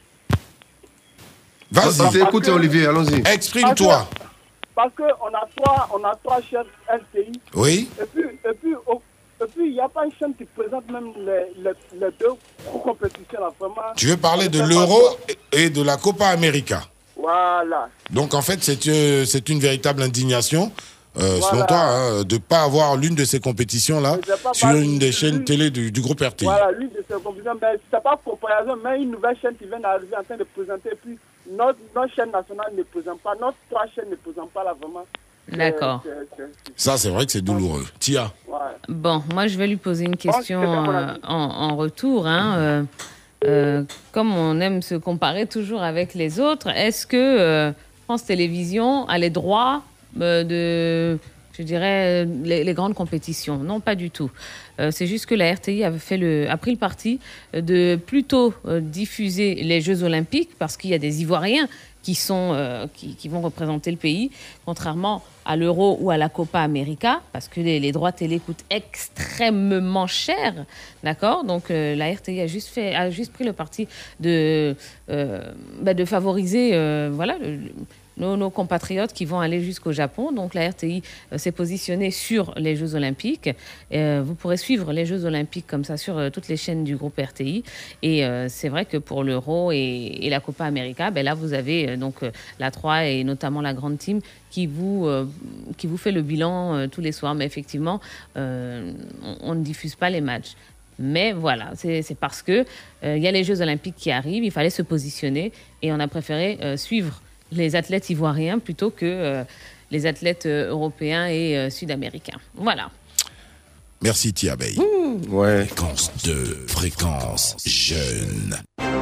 Vas-y.
Écoutez, Olivier, allons-y.
Exprime-toi.
Parce qu'on a trois chefs RTI.
Oui.
Et puis, il n'y a pas une chaîne qui présente même les deux compétitions. Là, vraiment.
Tu veux parler de l'Euro et de la Copa América.
Voilà.
Donc, en fait, c'est une véritable indignation, selon toi, de ne pas avoir l'une de ces compétitions-là sur une des chaînes télé du groupe RTI.
Voilà, l'une de ces compétitions. Mais ce n'est pas comparaison, mais une nouvelle chaîne qui vient d'arriver en train de présenter. Puis, notre chaîne nationale ne présente pas, notre trois chaînes ne présentent pas là, vraiment.
D'accord.
Ça, c'est vrai que c'est douloureux. Tia.
Bon, moi, je vais lui poser une question en retour. Hein. Comme on aime se comparer toujours avec les autres, est-ce que France Télévisions a les droits de, je dirais, les grandes compétitions? Non, pas du tout. C'est juste que la RTI a pris le parti de plutôt diffuser les Jeux Olympiques parce qu'il y a des Ivoiriens qui vont représenter le pays, contrairement à l'Euro ou à la Copa América, parce que les droits télé coûtent extrêmement cher, d'accord? Donc la RTI a juste pris le parti de favoriser nos compatriotes qui vont aller jusqu'au Japon. Donc la RTI s'est positionnée sur les Jeux Olympiques. Vous pourrez suivre les Jeux Olympiques comme ça sur toutes les chaînes du groupe RTI. Et c'est vrai que pour l'Euro et la Copa América, là vous avez la 3 et notamment la grande team qui vous fait le bilan tous les soirs. Mais effectivement, on ne diffuse pas les matchs. Mais voilà, c'est parce que y a les Jeux Olympiques qui arrivent, il fallait se positionner et on a préféré suivre les athlètes ivoiriens plutôt que les athlètes européens et sud-américains. Voilà.
Merci Tia Bey.
Ouais.
Fréquence 2, fréquence jeune.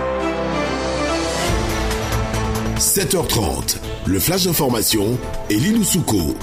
7h30, le flash d'information et Lilou Souko.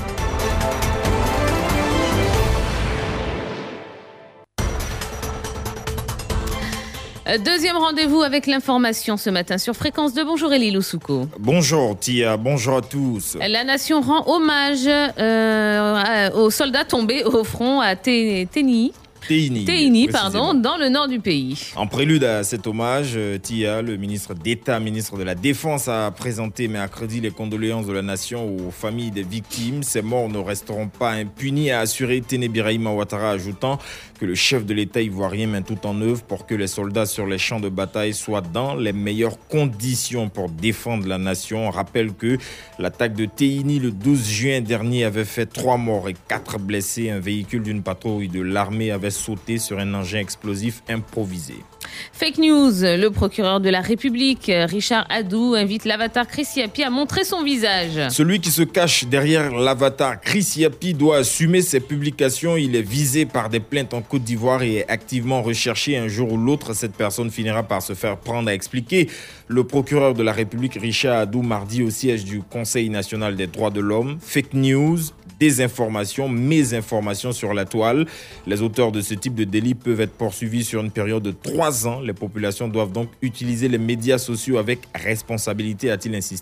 Deuxième rendez-vous avec l'information ce matin sur Fréquence 2. Bonjour Elie Souko.
Bonjour Tia, bonjour à tous.
La nation rend hommage aux soldats tombés au front à Téini, dans le nord du pays.
En prélude à cet hommage, Tia, le ministre d'État, ministre de la Défense, a présenté mercredi les condoléances de la nation aux familles des victimes. Ces morts ne resteront pas impunis, a assuré Téné Birahima Ouattara, ajoutant que le chef de l'État ivoirien met tout en œuvre pour que les soldats sur les champs de bataille soient dans les meilleures conditions pour défendre la nation. On rappelle que l'attaque de Téini le 12 juin dernier avait fait 3 morts et 4 blessés. Un véhicule d'une patrouille de l'armée avait sauté sur un engin explosif improvisé.
Fake news, le procureur de la République, Richard Adou, invite l'avatar Chris Yapi à montrer son visage.
Celui qui se cache derrière l'avatar Chris Yapi doit assumer ses publications. Il est visé par des plaintes en Côte d'Ivoire et est activement recherché. Un jour ou l'autre, cette personne finira par se faire prendre, a expliqué le procureur de la République, Richard Adou, mardi au siège du Conseil national des droits de l'homme. Fake news, désinformation, mésinformation sur la toile. Les auteurs de ce type de délit peuvent être poursuivis sur une période de 3 ans. Les populations doivent donc utiliser les médias sociaux avec responsabilité, a-t-il insisté.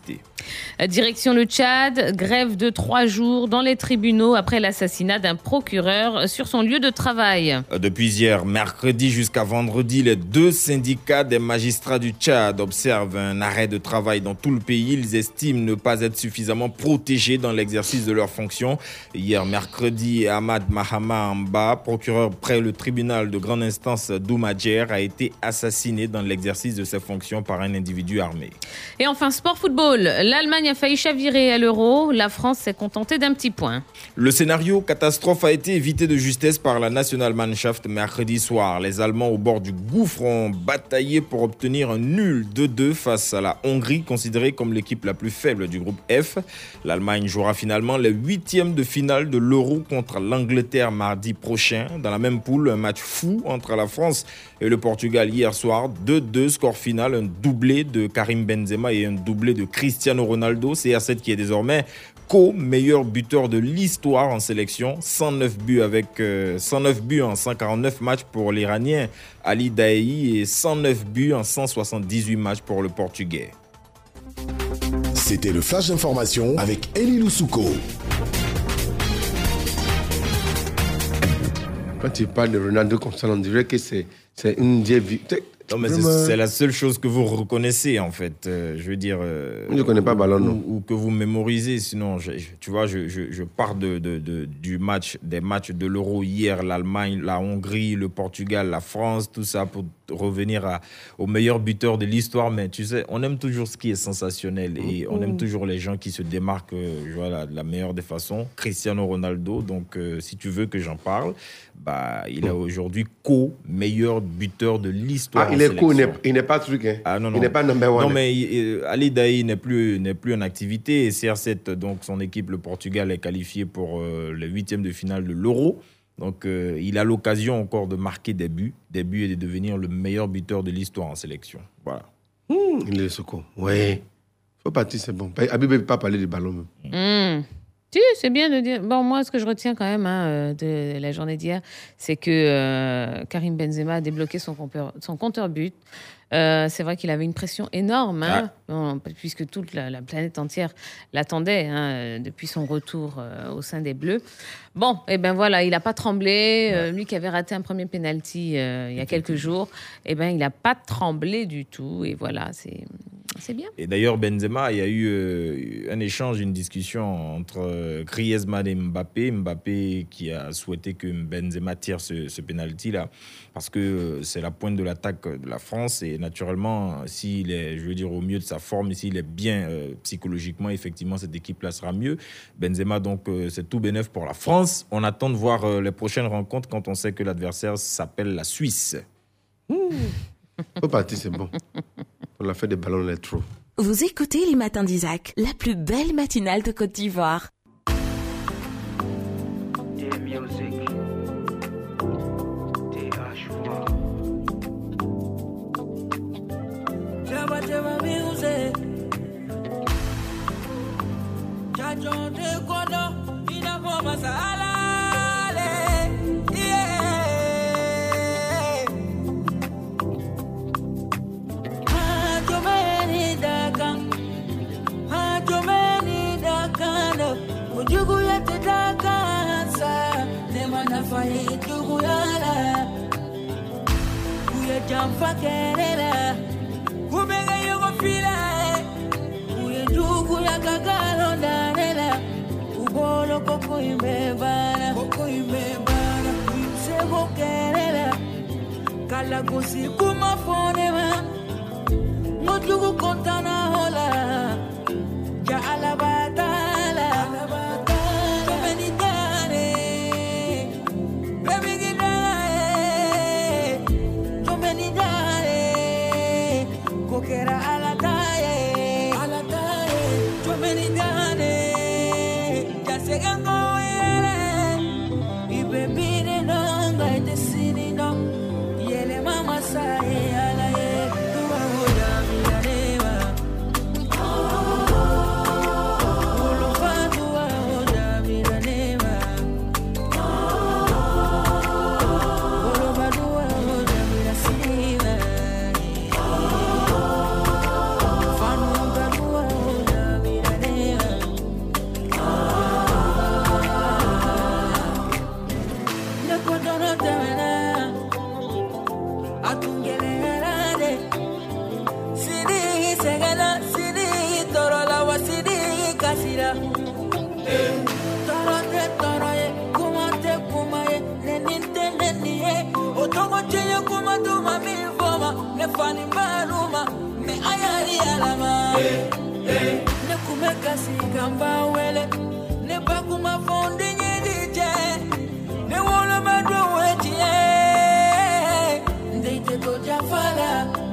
Direction le Tchad, grève de 3 jours dans les tribunaux après l'assassinat d'un procureur sur son lieu de travail.
Depuis hier, mercredi jusqu'à vendredi, les 2 syndicats des magistrats du Tchad observent un arrêt de travail dans tout le pays. Ils estiment ne pas être suffisamment protégés dans l'exercice de leurs fonctions. Hier, mercredi, Ahmad Mahama Amba, procureur près le tribunal de grande instance d'Oumadjer, a été assassiné dans l'exercice de ses fonctions par un individu armé.
Et enfin, sport football. L'Allemagne a failli chavirer à l'Euro. La France s'est contentée d'un petit point.
Le scénario catastrophe a été évité de justesse par la Nationalmannschaft mercredi soir. Les Allemands au bord du gouffre ont bataillé pour obtenir un nul 2-2 face à la Hongrie, considérée comme l'équipe la plus faible du groupe F. L'Allemagne jouera finalement les 8e de finale de l'Euro contre l'Angleterre mardi prochain. Dans la même poule, un match fou entre la France et le Portugal hier soir. 2-2, score final, un doublé de Karim Benzema et un doublé de Cristiano Ronaldo. CR7 qui est désormais co-meilleur buteur de l'histoire en sélection. 109 buts en 149 matchs pour l'Iranien Ali Daei et 109 buts en 178 matchs pour le Portugais.
C'était le Flash d'information avec Elie Loussouko.
Quand tu parles de Ronaldo comme ça, on dirait que c'est une vieille vie.
Non, mais c'est la seule chose que vous reconnaissez, en fait. Je veux dire...
je ne connais pas Ballon, non.
Ou que vous mémorisez. Sinon, tu vois, je pars des matchs de l'Euro hier, l'Allemagne, la Hongrie, le Portugal, la France, tout ça, pour revenir au meilleur buteur de l'histoire. Mais tu sais, on aime toujours ce qui est sensationnel et on aime toujours les gens qui se démarquent de la meilleure des façons. Cristiano Ronaldo, donc si tu veux que j'en parle, il est aujourd'hui co-meilleur buteur de l'histoire.
Ah, il est co, il n'est pas truc, hein.
Ah, non.
Il n'est pas number one.
Non, mais Ali Daei n'est plus en activité et CR7, donc son équipe, le Portugal, est qualifié pour les 8e de finale de l'Euro. Donc, il a l'occasion encore de marquer des buts et de devenir le meilleur buteur de l'histoire en sélection. Voilà.
Il est secours. Oui. Faut partir, c'est bon. Habib ne peut pas parler du ballon même.
Si, c'est bien de dire. Bon, moi, ce que je retiens quand même de la journée d'hier, c'est que Karim Benzema a débloqué son compteur but. C'est vrai qu'il avait une pression énorme, puisque toute la planète entière l'attendait depuis son retour au sein des Bleus. Bon, et ben voilà, il n'a pas tremblé. Lui qui avait raté un premier penalty il y a quelques jours, il n'a pas tremblé du tout. Et voilà, c'est bien.
Et d'ailleurs, Benzema, il y a eu un échange, une discussion entre Griezmann et Mbappé. Mbappé qui a souhaité que Benzema tire ce penalty-là, parce que c'est la pointe de l'attaque de la France et naturellement, s'il est, au mieux de sa forme, s'il est bien psychologiquement, effectivement, cette équipe-là sera mieux. Benzema, donc, c'est tout bénef pour la France. On attend de voir les prochaines rencontres quand on sait que l'adversaire s'appelle la Suisse.
Faut partir, c'est bon. On a fait des ballons, les trop.
Vous écoutez les matins d'Isaac, la plus belle matinale de Côte d'Ivoire.
Kalagosi kuma fonema Mojugu kontana hola Ja alabatala Jomenitane Bebigidane Jomenitane Kokera alataye Jomenitane Jasegango yele Ibebine nonga itesini nonga Mama say alaye tuwa hoda milaneva Olofa tuwa hoda milaneva Olofa tuwa hoda milaneva Fanuka tuwa hoda milaneva kasira torote toroye kumate kumaye neninte neniye otongo chenye kumatuma mifoma nefani baruma me ayari alama ne kumekasi kamba wele ne bakuma fonde nyedije ne wolo madro wetie ndeite to jafala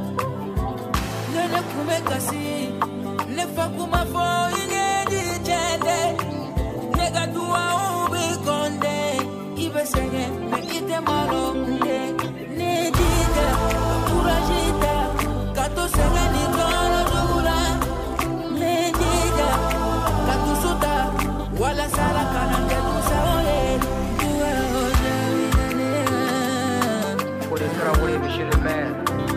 ne kumekasi ne fakuma fonde nyedije ne gadua ubi konde ibesege me ite malo nde ne dite kurajita kato sege ni kala dura ne dite kato suta wala sala kana ketu saole Monsieur le maire.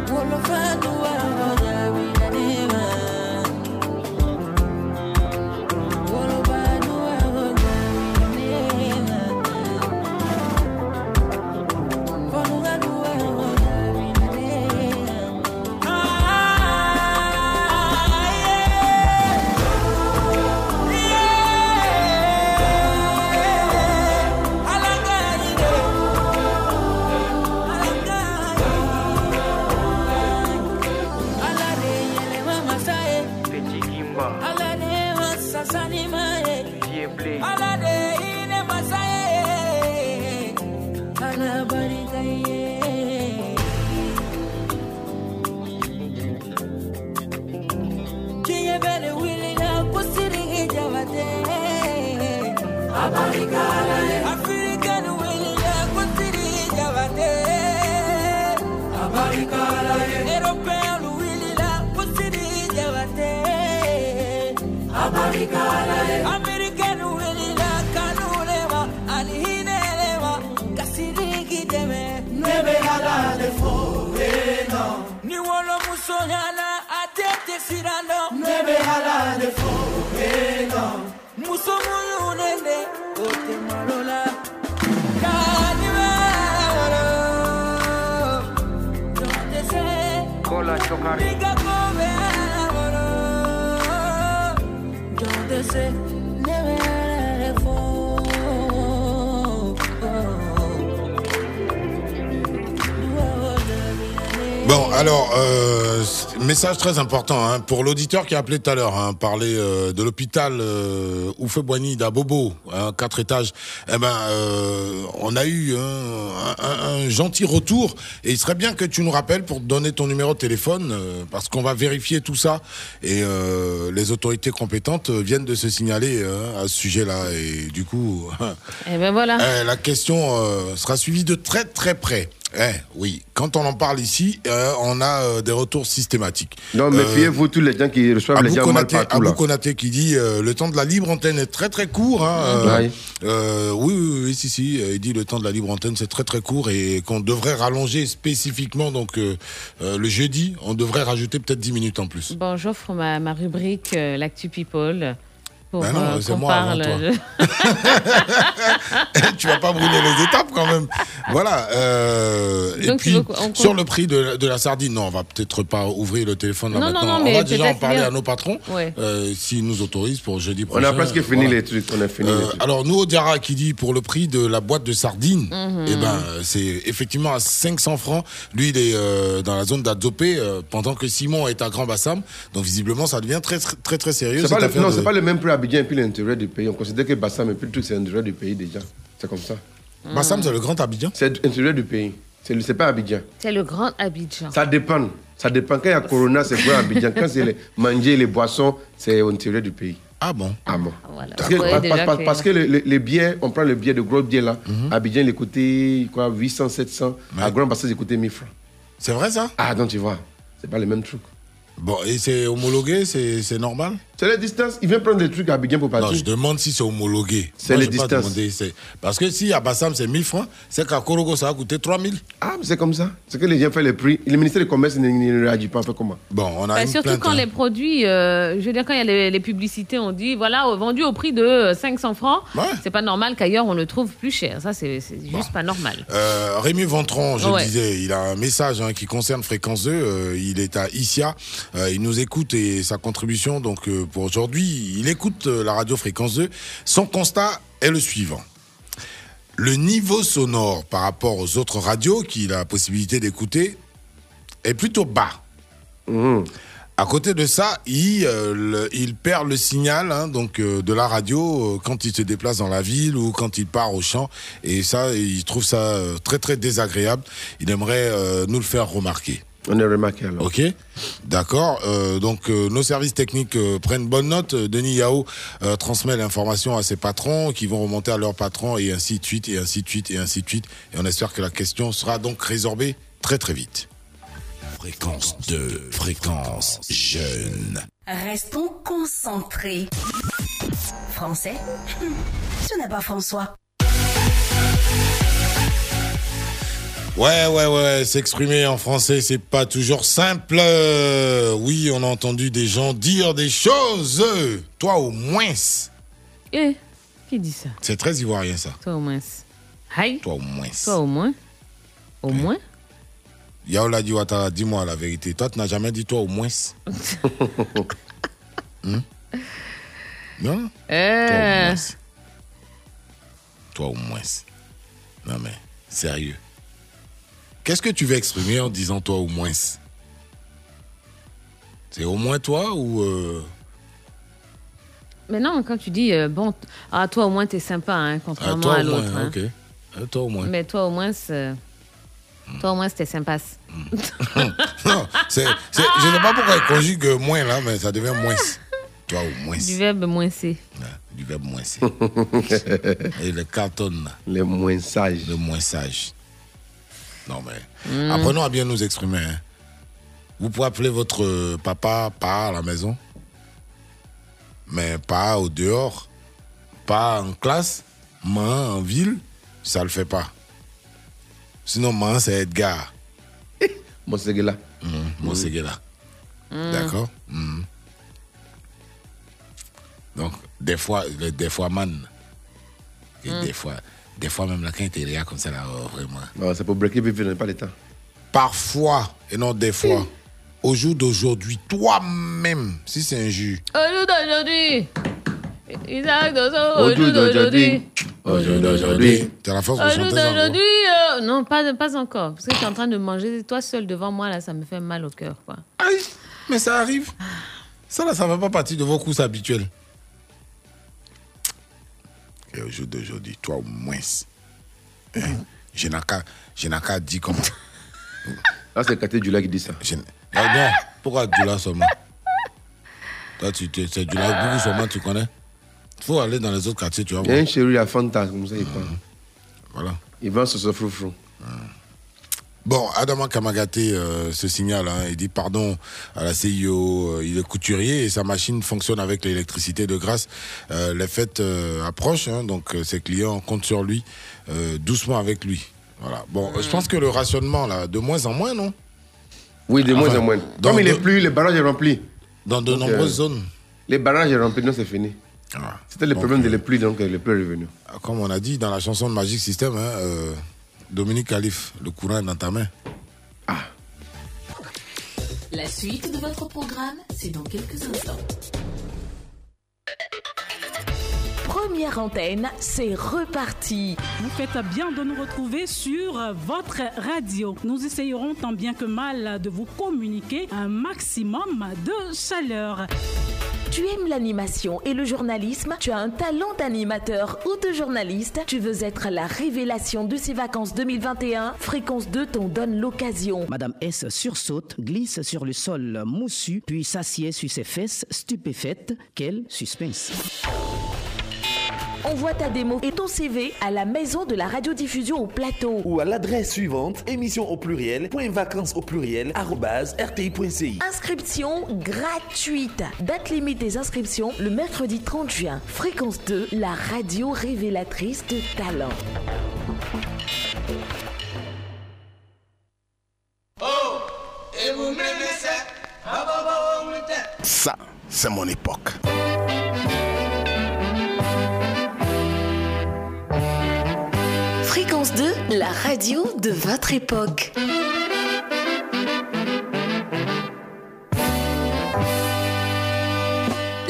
Bon, alors, message très important hein, pour l'auditeur qui a appelé tout à l'heure, hein, parler de l'hôpital Oufé-Boigny d'Abobo, 4 étages. Eh ben, on a eu un gentil retour et il serait bien que tu nous rappelles pour te donner ton numéro de téléphone parce qu'on va vérifier tout ça et les autorités compétentes viennent de se signaler à ce sujet-là et du coup,
et ben voilà.
La question sera suivie de très très près. Oui, quand on en parle ici, on a des retours systématiques.
Non, méfiez-vous tous les gens qui reçoivent les gens mal partout.
Abou Konaté qui dit le temps de la libre antenne est très très court. Hein, oui, si. Il dit le temps de la libre antenne c'est très très court et qu'on devrait rallonger spécifiquement. Donc le jeudi, on devrait rajouter peut-être 10 minutes en plus.
Bon, j'offre ma rubrique l'Actu People. Pour,
non, c'est moi avant toi. Tu vas pas brûler les étapes quand même. Voilà. Et puis, sur le prix de la sardine, non, on va peut-être pas ouvrir le téléphone là maintenant. On va déjà en parler à nos patrons, s'ils nous autorisent pour jeudi prochain.
On a presque fini les trucs.
Alors, nous, Diarra qui dit pour le prix de la boîte de sardines, eh ben, c'est effectivement à 500 francs. Lui, il est dans la zone d'Adzopé, pendant que Simon est à Grand Bassam. Donc, visiblement, ça devient très, très, très sérieux.
C'est pas le même prix à Abidjan et puis l'intérieur du pays. On considère que Bassam et puis le truc, c'est l'intérieur du pays déjà. C'est comme ça.
Bassam, c'est le grand Abidjan?
C'est l'intérieur du pays. C'est pas Abidjan.
C'est le grand Abidjan.
Ça dépend. Ça dépend. Quand il y a Corona, c'est grand Abidjan. Quand c'est les manger, les boissons, c'est au intérieur du pays.
Ah bon?
Ah bon.
Voilà.
Parce que les billets, on prend le billet de gros billets là. Abidjan, il est coûté quoi, 800, 700. À Grand Bassam, il coûtait 1000 francs.
C'est vrai ça?
Ah, donc tu vois. C'est pas le même truc.
Bon, et c'est homologué, c'est normal?
C'est les distances. Il vient prendre des trucs à Abidjan pour partir.
Non, je demande si c'est homologué.
C'est les distances.
Parce que si à Bassam c'est 1000 francs, c'est qu'à Korogo ça va coûter 3000.
Ah, mais c'est comme ça. C'est que les gens font les prix. Le ministère du Commerce ne réagit pas. Fait comment?
Bon, on a une
surtout
plainte,
quand les produits, je veux dire, quand il y a les publicités, on dit voilà, vendu au prix de 500 francs. Ouais. C'est pas normal qu'ailleurs on le trouve plus cher. Ça, c'est juste pas normal.
Rémi Ventron, je le disais, il a un message qui concerne Fréquence 2. Il est à Issia. Il nous écoute et sa contribution donc pour aujourd'hui. Il écoute la radio Fréquence 2. Son constat est le suivant. Le niveau sonore par rapport aux autres radios qu'il a la possibilité d'écouter est plutôt bas. À côté de ça, il perd le signal de la radio quand il se déplace dans la ville ou quand il part au champ. Et ça, il trouve ça très très désagréable. Il aimerait nous le faire remarquer.
On est remarqué alors.
Ok, d'accord. Donc nos services techniques prennent bonne note. Denis Yao transmet l'information à ses patrons qui vont remonter à leurs patrons et ainsi de suite, et ainsi de suite, et ainsi de suite. Et on espère que la question sera donc résorbée très très vite. Fréquence 2, fréquence jeune.
Restons concentrés. Français, ce n'est pas François.
Ouais, s'exprimer en français, c'est pas toujours simple. Oui, on a entendu des gens dire des choses. Toi au moins.
Qui dit ça?
C'est très ivoirien ça.
Toi au moins. Aïe.
Toi au moins.
Toi au moins. Au moins.
Yaola dit Ouattara, dis-moi la vérité. Toi, tu n'as jamais dit toi au moins. Non? Toi au moins. Non mais, sérieux. Qu'est-ce que tu veux exprimer en disant toi au moins? C'est au moins toi ou...
Mais non, quand tu dis, toi au moins t'es sympa, hein, contrairement à l'autre.
Moins, hein. Ok. Toi au moins.
Mais toi au moins, t'es sympa.
Non, je ne sais pas pourquoi il conjugue moins là, mais ça devient moins. Toi au moins.
Du verbe moincer.
Du verbe moincer. Et le carton là.
Le moinçage.
Le moinçage. Non mais, apprenons à bien nous exprimer. Hein. Vous pouvez appeler votre papa pas à la maison, mais pas au dehors, pas en classe, en ville, ça le fait pas. Sinon, c'est Edgar.
Monseguela.
Monseguela. D'accord. Donc, des fois man. Et des fois même, là, quand il est comme ça, là, vraiment.
Non, c'est pour breaker, puis je n'ai pas le temps.
Parfois, et non des fois. Au jour d'aujourd'hui, toi-même, si c'est un jus.
Au jour d'aujourd'hui. Isaac Dozo, au jour d'aujourd'hui.
Au jour d'aujourd'hui. Tu as la force de chanter ça?
Aujourd'hui. Non, pas encore. Parce que tu es en train de manger toi seul devant moi, là, ça me fait mal au cœur, quoi.
Aïe, mais ça arrive. Ça, là, ça ne fait pas partie de vos courses habituelles. Et au jour d'aujourd'hui, toi au moins. Je n'ai qu'à dire comment.
Là, c'est Katé Dula qui dit ça.
Non, pourquoi Dula seulement? Toi, c'est Dula beaucoup seulement, tu connais? Il faut aller dans les autres quartiers, tu vas voir.
Il y a un chéri à Fanta, comme ça, il parle.
Voilà.
Il vend sur ce froufrou.
Bon, Adama Kamagaté se signale, il dit pardon à la CIO, il est couturier et sa machine fonctionne avec l'électricité de grâce. Les fêtes approchent, donc ses clients comptent sur lui, doucement avec lui. Voilà. Bon, je pense que le rationnement, là, de moins en moins, non?
Oui, de moins en moins. Comme il est plus, les barrages sont remplis.
Dans de nombreuses zones.
Les barrages sont remplis, non, c'est fini. C'était le problème de les pluies, donc les pluies est revenu.
Comme on a dit dans la chanson de Magic System, Dominique Khalif, le courant est dans ta main.
La suite de votre programme, c'est dans quelques instants. Première antenne, c'est reparti.
Vous faites bien de nous retrouver sur votre radio. Nous essayerons tant bien que mal de vous communiquer un maximum de chaleur.
Tu aimes l'animation et le journalisme? Tu as un talent d'animateur ou de journaliste? Tu veux être la révélation de ces vacances 2021? Fréquence 2 t'en donne l'occasion.
Madame S sursaute, glisse sur le sol moussu, puis s'assied sur ses fesses, stupéfaite. Quel suspense!
Envoie ta démo et ton CV à la maison de la radiodiffusion au plateau.
Ou à l'adresse suivante, émission au pluriel, .vacances au pluriel, @rti.ci.
Inscription gratuite. Date limite des inscriptions, le mercredi 30 juin. Fréquence 2, la radio révélatrice de talent.
Ça, c'est mon époque.
Fréquence 2, la radio de votre époque.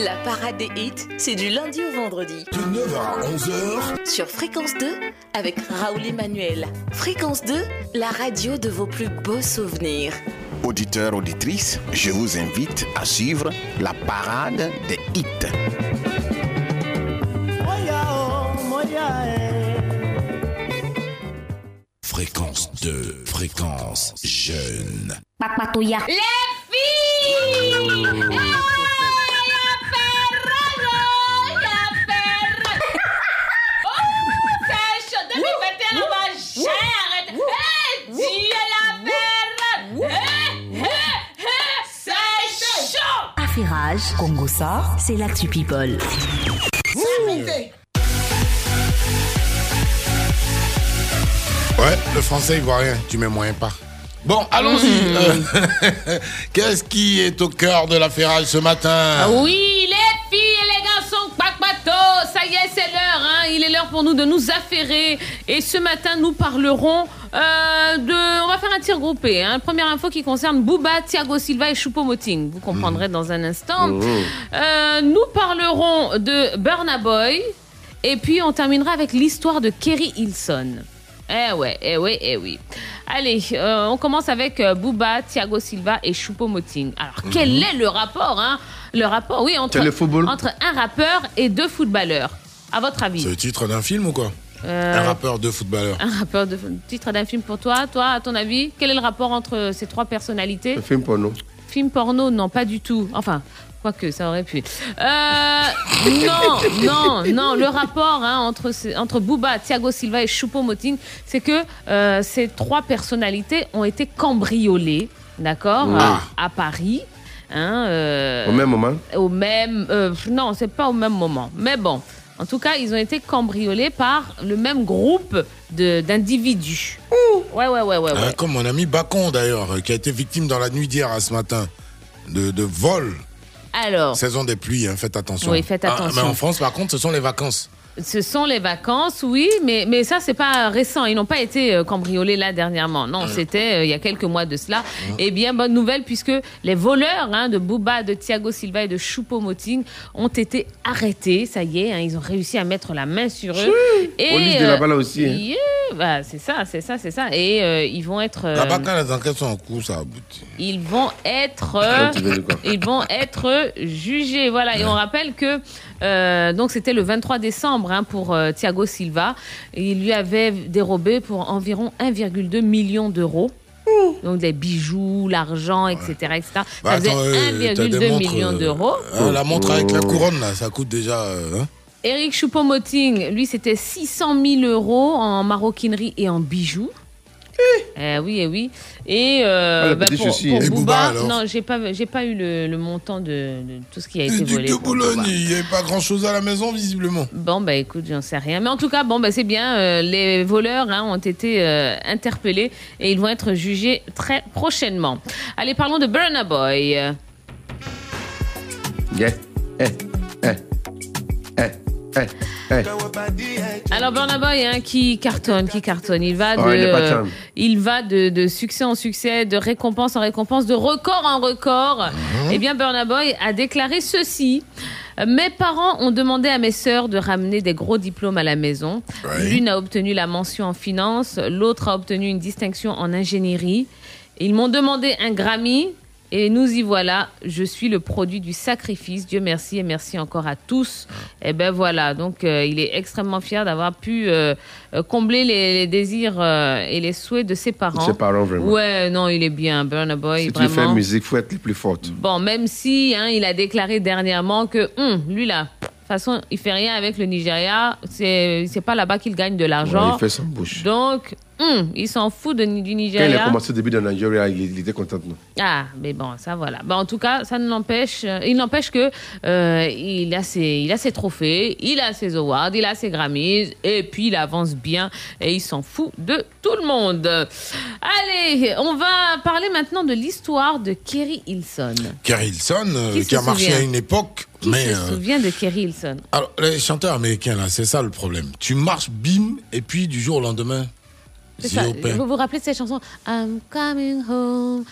La parade des hits, c'est du lundi au vendredi.
De 9h à 11h.
Sur Fréquence 2, avec Raoul Emmanuel. Fréquence 2, la radio de vos plus beaux souvenirs.
Auditeurs, auditrices, je vous invite à suivre la parade des hits.
Fréquence 2, fréquence jeune.
Les filles! Affairage, Congo sort, c'est l'actu people.
Ouais, le français ivoirien, tu mets moyen pas. Bon, allons-y. Qu'est-ce qui est au cœur de l'affairage ce matin?
Oui, les filles et les garçons, bateau, ça y est, c'est l'heure. Hein. Il est l'heure pour nous de nous affairer. Et ce matin, nous parlerons on va faire un tir groupé. Hein. Première info qui concerne Booba, Thiago Silva et Choupo-Moting. Vous comprendrez dans un instant. Nous parlerons de Burna Boy. Et puis, on terminera avec l'histoire de Kerry Hilson. Eh oui. Allez, on commence avec Booba, Thiago Silva et Choupo-Moting. Alors, quel est le rapport, hein? Le rapport, oui, entre un rappeur et 2 footballeurs. À votre avis?
C'est le titre d'un film ou quoi? Un rappeur, 2 footballeurs.
Un rappeur, titre d'un film pour toi. Toi, à ton avis, quel est le rapport entre ces 3 personnalités?
Un film porno.
Film porno, non, pas du tout. Enfin... Quoique, ça aurait pu. Non. Le rapport entre Booba, Thiago Silva et Choupo-Moting, c'est que ces 3 personnalités ont été cambriolées, d'accord, à Paris.
Au même moment?
Non, c'est pas au même moment. Mais bon, en tout cas, ils ont été cambriolés par le même groupe d'individus. Ouais.
Comme mon ami Bacon, d'ailleurs, qui a été victime dans la nuit d'hier à ce matin de vol.
Alors,
saison des pluies, hein, faites attention.
Oui, faites attention.
Mais en France, par contre, ce sont les vacances.
Ce sont les vacances, oui, mais ça, c'est pas récent. Ils n'ont pas été cambriolés là dernièrement. Non, c'était il y a quelques mois de cela. Eh bien, bonne nouvelle, puisque les voleurs de Booba, de Thiago Silva et de Choupo-Moting ont été arrêtés. Ça y est, ils ont réussi à mettre la main sur eux.
Et police de là-bas là aussi.
C'est ça. Et ils vont être...
Là-bas, quand les enquêtes sont en cours, ça aboutit.
Ils vont être jugés. Voilà, et on rappelle que donc c'était le 23 décembre pour Thiago Silva. Il lui avait dérobé pour environ 1,2 million d'euros. Donc des bijoux, l'argent, etc. Ça faisait 1,2 million d'euros.
La montre avec la couronne, là, ça coûte déjà...
Eric Choupo-Moting, lui, c'était 600 000 euros en maroquinerie et en bijoux. Oui. Et pour Booba, non, j'ai pas eu le montant de tout ce qui a été volé.
De Boulogne, il n'y avait pas grand-chose à la maison, visiblement.
Bon, écoute, j'en sais rien. Mais en tout cas, c'est bien. Les voleurs ont été interpellés et ils vont être jugés très prochainement. Allez, parlons de Burna Boy. Alors Burna Boy qui cartonne, il va de succès en succès, de récompense en récompense, de record en record. Eh bien Burna Boy a déclaré ceci: mes parents ont demandé à mes sœurs de ramener des gros diplômes à la maison. L'une a obtenu la mention en finance, l'autre a obtenu une distinction en ingénierie. Ils m'ont demandé un Grammy. Et nous y voilà, je suis le produit du sacrifice. Dieu merci et merci encore à tous. Et ben voilà, donc il est extrêmement fier d'avoir pu combler les désirs et les souhaits de ses parents.
Ses parents, vraiment.
Ouais, non, il est bien, Burna Boy.
Si
vraiment.
tu fais musique, il faut être le plus forte.
Bon, même si il a déclaré dernièrement que lui là, de toute façon, il fait rien avec le Nigeria. C'est pas là-bas qu'il gagne de l'argent.
Ouais, il fait son bouche.
Donc, il s'en fout du Nigeria.
Quand il a commencé au début de Nigeria, il était content. Non?
Ah, mais bon, ça voilà. En tout cas, ça ne l'empêche. Il n'empêche que il a ses trophées, il a ses awards, il a ses Grammys, et puis il avance bien et il s'en fout de tout le monde. Allez, on va parler maintenant de l'histoire de Kerry Hilson.
Kerry Hilson, qui a marché à une époque.
Qui se souvient de Kerry Hilson?
Alors, les chanteurs américains, là, c'est ça le problème. Tu marches, bim, et puis du jour au lendemain,
C'est ça. Vous vous rappelez de cette chanson? I'm coming home,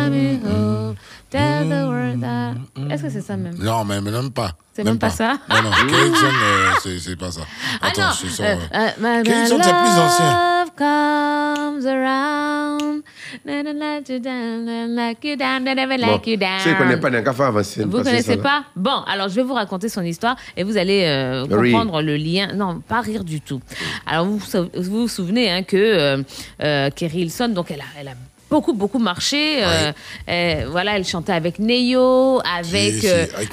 tell the world that... Est-ce que c'est ça même?
Non, mais même pas.
C'est même pas ça?
Non, Kellyson, c'est pas ça. Attends,
non.
je sors. Kellyson, c'est plus ancien.
Comes around, like you down, like you down, never like you down.
Je ne connais pas d'un café avancer.
Vous ne connaissez pas? Bon, alors je vais vous raconter son histoire et vous allez comprendre le lien. Non, pas rire du tout. Alors vous vous souvenez hein, que Keri Hilson, donc elle a beaucoup marché. Voilà, elle chantait avec Neo, avec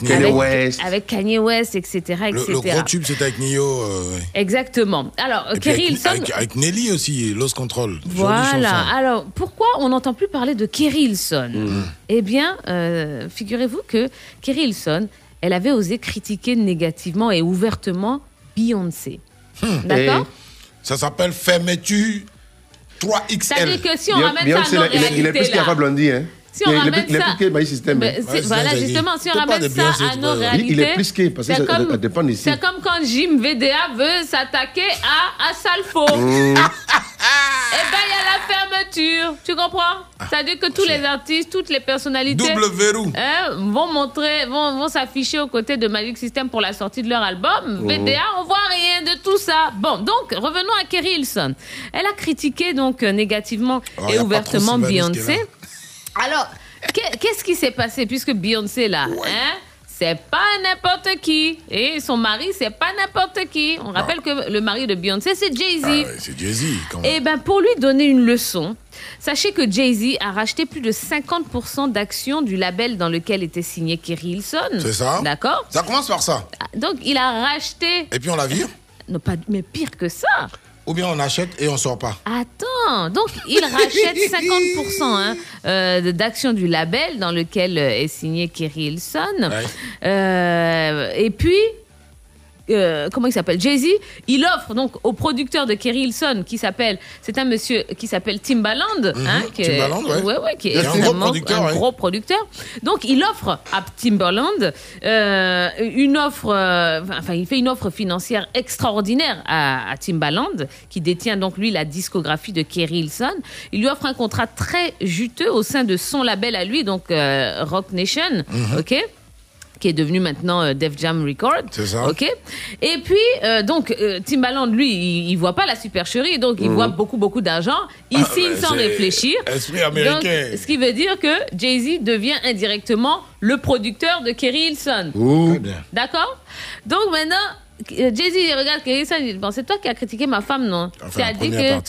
Kanye West, etc.
Le gros tube, c'était avec Neo.
Exactement. Alors, Keri Hilson...
Avec Nelly aussi, Lost Control.
Voilà. Alors, pourquoi on n'entend plus parler de Keri Hilson? Eh bien, figurez-vous que Keri Hilson, elle avait osé critiquer négativement et ouvertement Beyoncé. D'accord?
Ça s'appelle Fermetu 3XL.
C'est-à-dire que si on ramène ça à nos réalités,
il est plus qu'à Blondie, hein.
Si on ramène
il est plus que système.
Voilà, justement, si on ramène ça à nos réalités...
Il est plus que, parce que ça dépend ici.
C'est comme quand Jim VDA veut s'attaquer à Salfo. Eh bien, il y a la fermeture. Tu comprends? C'est-à-dire que tous les artistes, toutes les personnalités...
Double verrou.
Vont s'afficher aux côtés de Magic System pour la sortie de leur album. VDA, on voit rien de tout ça. Bon, donc, revenons à Keri Hilson. Elle a critiqué donc négativement et ouvertement Beyoncé. Alors, qu'est-ce qui s'est passé puisque Beyoncé là, c'est pas n'importe qui. Et son mari, c'est pas n'importe qui. On rappelle que le mari de Beyoncé, c'est Jay-Z.
C'est Jay-Z, quand même.
Et bien, pour lui donner une leçon, sachez que Jay-Z a racheté plus de 50% d'actions du label dans lequel était signé Keri Hilson.
C'est ça.
D'accord.
Ça commence par ça.
Donc, il a racheté...
Et puis on la vire.
Non, pas, mais pire que ça.
Ou bien on achète et on sort pas.
Attends, donc il rachète 50% d'actions du label dans lequel est signé Keri Hilson. Et puis, comment il s'appelle? Jay-Z, il offre donc au producteur de Keri Hilson, c'est un monsieur qui s'appelle Timbaland, qui est un gros producteur. Donc il offre à Timbaland une offre, il fait une offre financière extraordinaire à Timbaland, qui détient donc lui la discographie de Keri Hilson. Il lui offre un contrat très juteux au sein de son label à lui, donc Roc Nation, qui est devenu maintenant Def Jam Records.
C'est ça.
OK. Et puis, donc, Timbaland, lui, il voit pas la supercherie, donc il voit beaucoup d'argent. Il signe sans réfléchir.
Esprit américain.
Donc, ce qui veut dire que Jay-Z devient indirectement le producteur de Keri Hilson. D'accord? Donc, maintenant... Jay-Z, il regarde Keri Hilson, il dit, bon, c'est toi qui as critiqué ma femme, non?
Enfin, tu as dit que...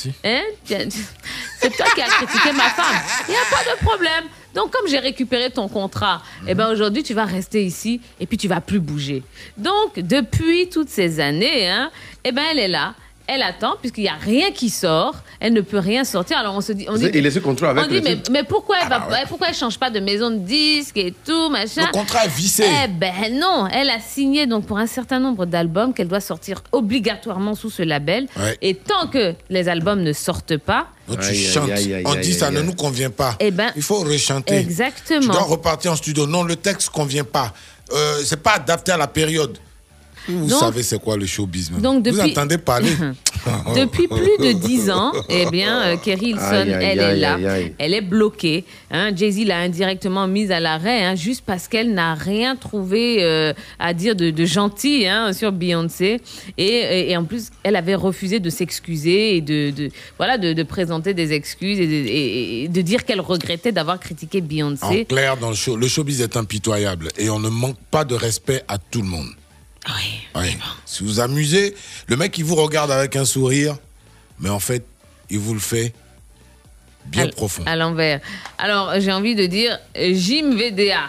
c'est toi qui as critiqué ma femme. Il n'y a pas de problème. Donc, comme j'ai récupéré ton contrat, eh ben aujourd'hui, tu vas rester ici et puis tu vas plus bouger. Donc, depuis toutes ces années, eh ben, elle est là. Elle attend, puisqu'il n'y a rien qui sort. Elle ne peut rien sortir. Alors, on se dit...
Il est sous contrôle avec
le titre. Mais pourquoi elle ne change pas de maison de disque et tout, machin?
Le contrat est vissé.
Eh ben non. Elle a signé donc pour un certain nombre d'albums qu'elle doit sortir obligatoirement sous ce label. Et tant que les albums ne sortent pas...
Donc tu chantes. On dit ça ne nous convient pas.
Eh ben,
il faut rechanter.
Exactement.
Tu dois repartir en studio. Non, le texte ne convient pas. C'est pas adapté à la période. Vous savez c'est quoi le showbiz,
donc
vous entendez parler.
Depuis plus de 10 ans, eh bien, Keri Hilson, elle est là. Elle est bloquée. Jay-Z l'a indirectement mise à l'arrêt, juste parce qu'elle n'a rien trouvé à dire de gentil sur Beyoncé. Et en plus, elle avait refusé de s'excuser et de présenter des excuses et de dire qu'elle regrettait d'avoir critiqué Beyoncé.
En clair, dans le showbiz est impitoyable et on ne manque pas de respect à tout le monde. Oui. Si vous amusez, le mec il vous regarde avec un sourire, mais en fait, il vous le fait bien profond.
À l'envers. Alors, j'ai envie de dire, Jim VDA,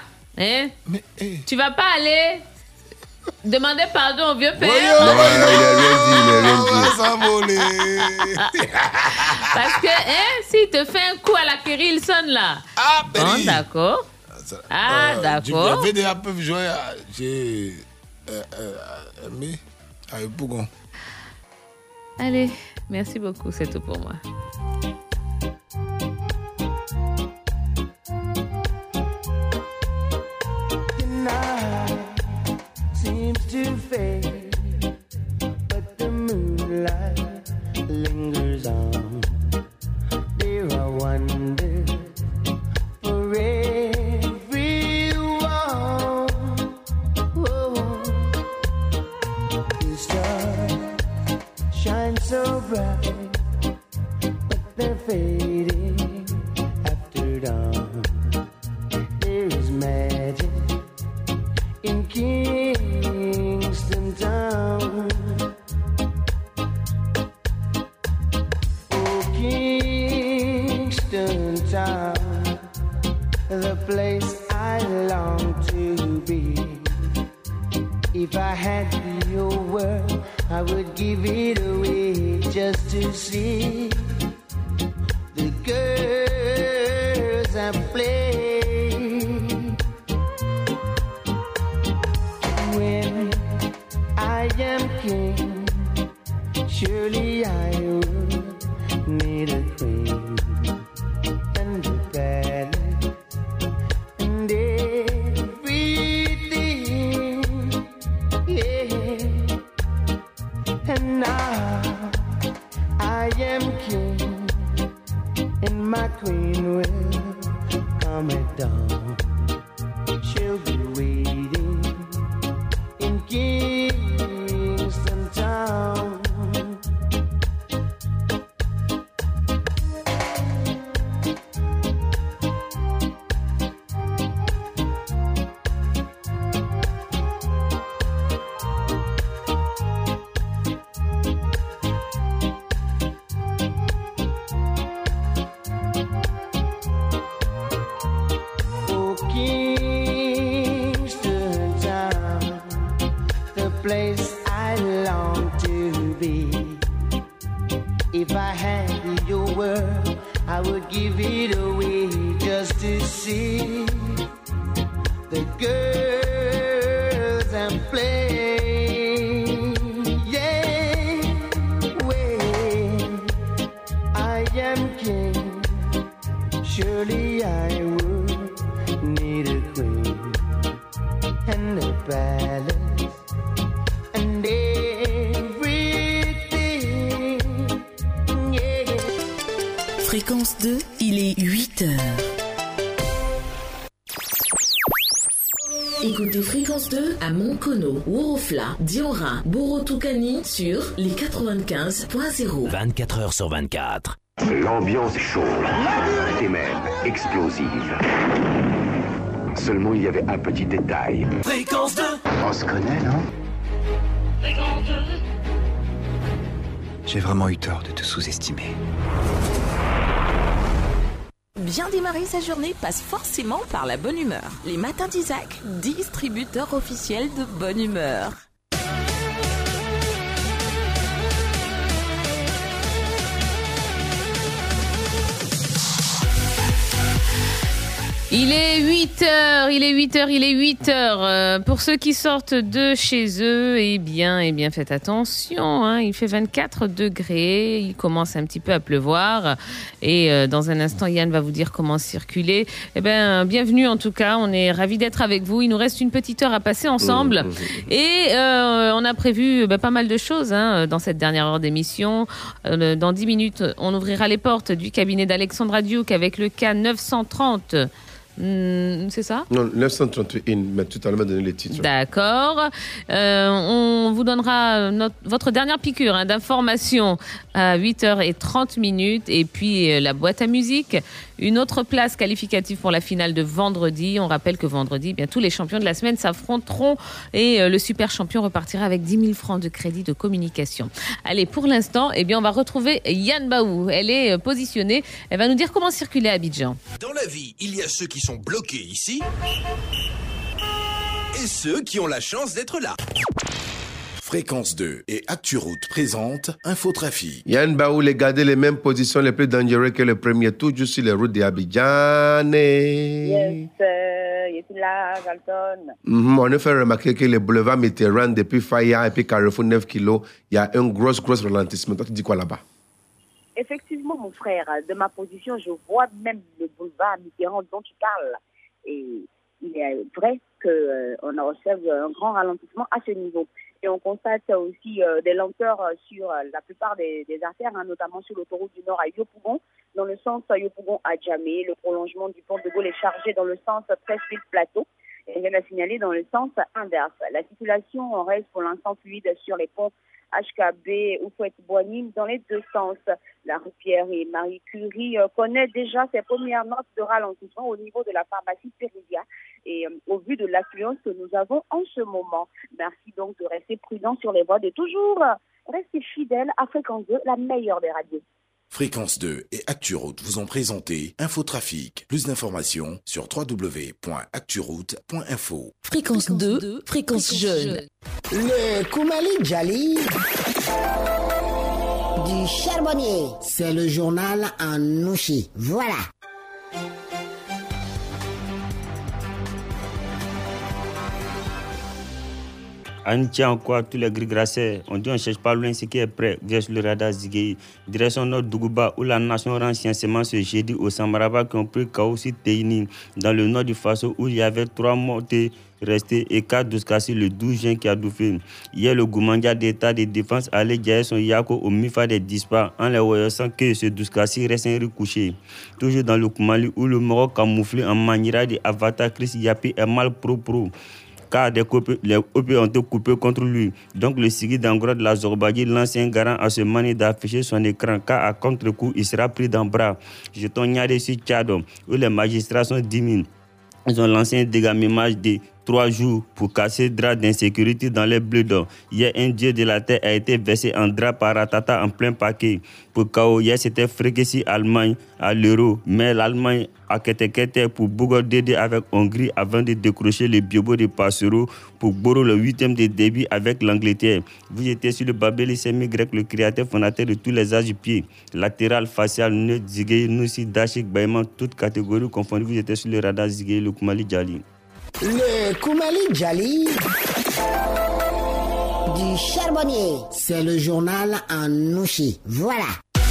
tu vas pas aller demander pardon au vieux père?
Non, il a rien dit.
Parce que, s'il te fait un coup à la Keri Hilson là. Bon, d'accord. D'accord.
Les VDA peuvent jouer à... mais avec Bougon.
Allez, merci beaucoup, c'est tout pour moi.
The night seems to fade, but the moonlight lingers on.
in Kingston Town. Oh, Kingston Town, the place I long to be. If I had your world, I would give it away just to see the girls I play. When I am king, surely I would need a queen and a palace and everything, yeah. And now I am king, and my queen will come at dawn. She'll be waiting in Kingston Town. Oh, Kingston Town, the place I long to be. If I had your world, I would give it away just to see the girls and play. Yeah, when I am king, surely I would need a queen and a palace and everything, yeah.
Fréquence 2, il est 8 heures. Écoutez Fréquence 2 à Monkono, Worofla, Diora, Borotoukani sur les 95.0.
24 heures sur 24. L'ambiance est chaude et même explosive. Seulement il y avait un petit détail.
Fréquence 2.
On se connaît, non?
Fréquence 2.
J'ai vraiment eu tort de te sous-estimer.
Bien démarrer sa journée passe forcément par la bonne humeur. Les matins d'Isaac, distributeur officiel de bonne humeur.
Il est 8h, il est 8h, il est 8h. Pour ceux qui sortent de chez eux, eh bien, faites attention. Hein, il fait 24 degrés, il commence un petit peu à pleuvoir. Et dans un instant, Yann va vous dire comment circuler. Eh bien, bienvenue en tout cas, on est ravis d'être avec vous. Il nous reste une petite heure à passer ensemble. Et on a prévu pas mal de choses dans cette dernière heure d'émission. Dans 10 minutes, on ouvrira les portes du cabinet d'Alexandra Duke avec le cas 930. C'est ça?
Non, 931, mais tout à l'heure, on m'a donné les titres.
D'accord. On vous donnera votre dernière piqûre d'information à 8h30. Et puis, la boîte à musique. Une autre place qualificative pour la finale de vendredi. On rappelle que vendredi, bien, tous les champions de la semaine s'affronteront et le super champion repartira avec 10 000 francs de crédit de communication. Allez, pour l'instant, eh bien, on va retrouver Yann Baou. Elle est positionnée. Elle va nous dire comment circuler à Abidjan.
Dans la vie, il y a ceux qui sont bloqués ici et ceux qui ont la chance d'être là.
Fréquence 2 et ActuRoute présente Infotrafic.
Yann Baou les garder les mêmes positions les plus dangereuses que le premier tour juste sur les routes d'Abidjan.
Yes, je suis là, Galton.
On a fait remarquer que les boulevards Mitterrand depuis Faya et puis Carrefour 9 kilos, il y a un gros ralentissement. Toi, tu dis quoi là-bas?
Effectivement, mon frère, de ma position, je vois même le boulevard Mitterrand dont tu parles. Et il est vrai qu'on observe un grand ralentissement à ce niveau. Et on constate aussi des lenteurs sur la plupart des artères, notamment sur l'autoroute du Nord à Yopougon, dans le sens Yopougon à Djamé. Le prolongement du pont de Gaulle est chargé dans le sens Presqu'île-Plateau. Et je viens de signaler dans le sens inverse. La circulation reste pour l'instant fluide sur les ponts HKB ou Fouette-Boigny dans les deux sens. La rue Pierre et Marie Curie connaît déjà ses premières notes de ralentissement au niveau de la pharmacie Pérugia et au vu de l'affluence que nous avons en ce moment. Merci donc de rester prudent sur les voies, de toujours rester fidèle à Fréquence 2, la meilleure des radios.
Fréquence 2 et ActuRoute vous ont présenté Infotrafic. Plus d'informations sur www.acturoute.info.
Fréquence 2, fréquence jeune.
Le Koumali Djali du charbonnier. C'est le journal en Nouchi. Voilà.
Antia encore tous les gris grassés. On dit on ne cherche pas loin ce qui est prêt. Via sur le radar Zigueï. Direction Nord Dougouba où la nation rend sciemment ce jeudi au Samaraba qui ont pris Kaoussi Teini dans le nord du Faso où il y avait 3 morts restés et 4 Douskassi le 12 juin qui a douffé. Hier, le Goumandia d'État de défense allait dire son Yako au Mifa des dispars en les voyant que ce Douskassi reste un recouché. Toujours dans le Koumali où le Maroc camouflé en manière de Avatar Chris Yapi est mal pro. Car les OP ont été coupés contre lui. Donc le Sigui d'Angora de la Zorbadi lance un garant à ce manier d'afficher son écran car à contre-coup, il sera pris dans le bras. Jetons Nyade sur Tchado où les magistrats sont 10 000. Ils ont lancé un dégamimage de 3 jours pour casser drap d'insécurité dans les bleus d'or. Hier, un dieu de la terre a été versé en drap par Ratata en plein paquet. Pour KO, hier, c'était Fréquessi Allemagne à l'euro. Mais l'Allemagne a quitté pour Bougor Dédé avec Hongrie avant de décrocher le Biobo de Passero pour Boro le 8e de début avec l'Angleterre. Vous étiez sur le Babeli Semi grec, le créateur fondateur de tous les âges du pied. Latéral, facial, neutre, Zigueï, Noussi, Dachik, Baïman, toutes catégories confondues. Vous étiez sur le radar Zigueï, le Koumali Djali.
Le Koumali Djali du charbonnier. C'est le journal en Nouchi. Voilà.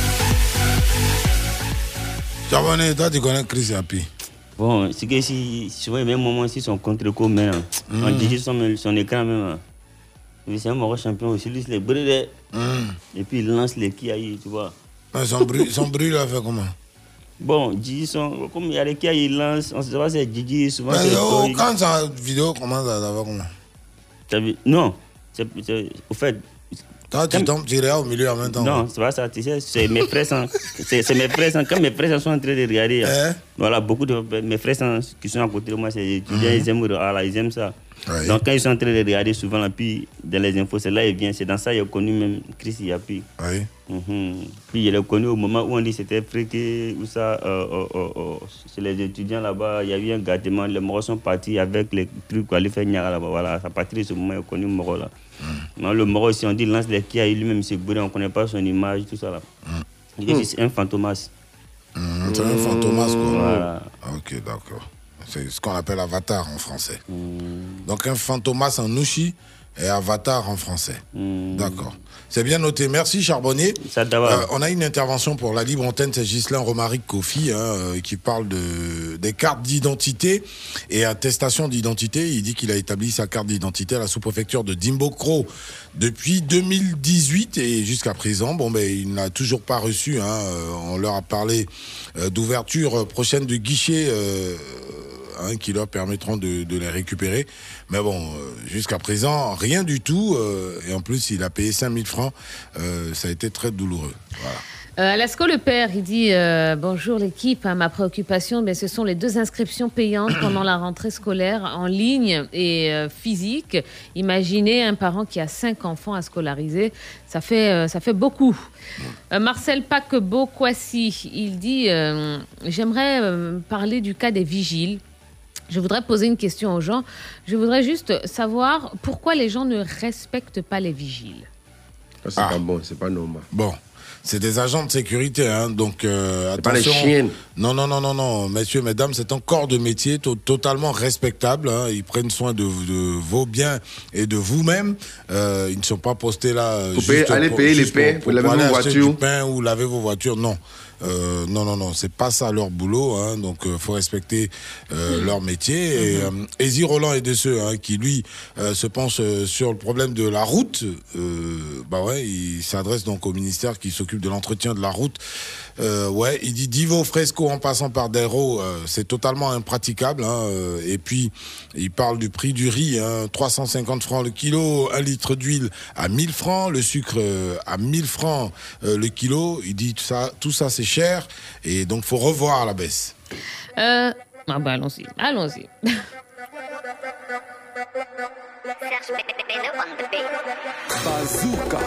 Charbonnier, toi tu connais Chris Yapi.
Bon, c'est que si souvent même moment si son contre-coup maintenant. On digite son écran même. C'est un Maroc champion aussi, lui les brûle. Et puis il lance les kiaïs, tu vois.
Son bruit là fait comment?
Bon, Gigi, comme il y a les kiaïs, il lance, on sait pas c'est Gigi, souvent
mais
c'est
quand sa vidéo commence à savoir comment?
Non, c'est au fait.
Quand tu tombes, tu regardes au milieu en même temps.
Non, c'est pas ça, tu sais, c'est mes frères, c'est mes frères, quand mes frères sont en train de regarder, voilà, beaucoup de mes frères qui sont à côté de moi, c'est étudiants, ils aiment ça. Oui. Donc quand ils sont en train de regarder souvent, là, puis dans les infos, c'est là il vient, c'est dans ça qu'il a connu même Chris Yapi. Oui. Puis il l'a connu au moment où on dit c'était fréqué, où ça, chez les étudiants là-bas, il y a eu un gâtement, les Marocs sont partis avec les trucs pour aller faire Niara là-bas, voilà, à partir de ce moment, il a connu le Maroc là. Non, le Maroc, si on dit lance les kiaïs, lui-même c'est bourré, on ne connaît pas son image, tout ça là. C'est un fantomas.
C'est un fantomas quoi.
Voilà.
Ok, d'accord. C'est ce qu'on appelle avatar en français. Donc un fantomas en Nouchi et avatar en français. D'accord. C'est bien noté. Merci Charbonnier. On a une intervention pour la libre antenne, c'est Ghislain Romaric Kofi qui parle des cartes d'identité et attestation d'identité. Il dit qu'il a établi sa carte d'identité à la sous-préfecture de Dimbokro depuis 2018 et jusqu'à présent. Bon, ben il n'a toujours pas reçu. On leur a parlé d'ouverture prochaine de guichet. Qui leur permettront de les récupérer. Mais bon, jusqu'à présent, rien du tout. Et en plus, il a payé 5 000 francs. Ça a été très douloureux. Voilà.
Lasco le père, il dit bonjour l'équipe, ma préoccupation, ce sont les 2 inscriptions payantes pendant la rentrée scolaire en ligne et physique. Imaginez un parent qui a 5 enfants à scolariser, ça fait beaucoup. Marcel Paquebo-Kwasi, il dit j'aimerais parler du cas des vigiles. Je voudrais poser une question aux gens. Je voudrais juste savoir pourquoi les gens ne respectent pas les vigiles.
C'est pas bon, c'est pas normal.
Bon. C'est des agents de sécurité, donc attention.
Pas des chiens.
Non, messieurs, mesdames, c'est un corps de métier totalement respectable. Ils prennent soin de vos biens et de vous-même. Ils ne sont pas postés là.
Allez payer les pains pour laver vos voitures.
Du pain ou laver vos voitures, non. Non, c'est pas ça leur boulot, donc faut respecter leur métier. Et Ezy Roland est de ceux qui lui se penche sur le problème de la route. Il s'adresse donc au ministère qui s'occupe de l'entretien de la route Ouais, il dit d'Ivo Fresco en passant par Delro, c'est totalement impraticable. Et puis, il parle du prix du riz, 350 francs le kilo, 1 litre d'huile à 1000 francs, le sucre à 1000 francs le kilo. Il dit tout ça c'est cher, et donc faut revoir à la baisse.
Allons-y.
Bazooka.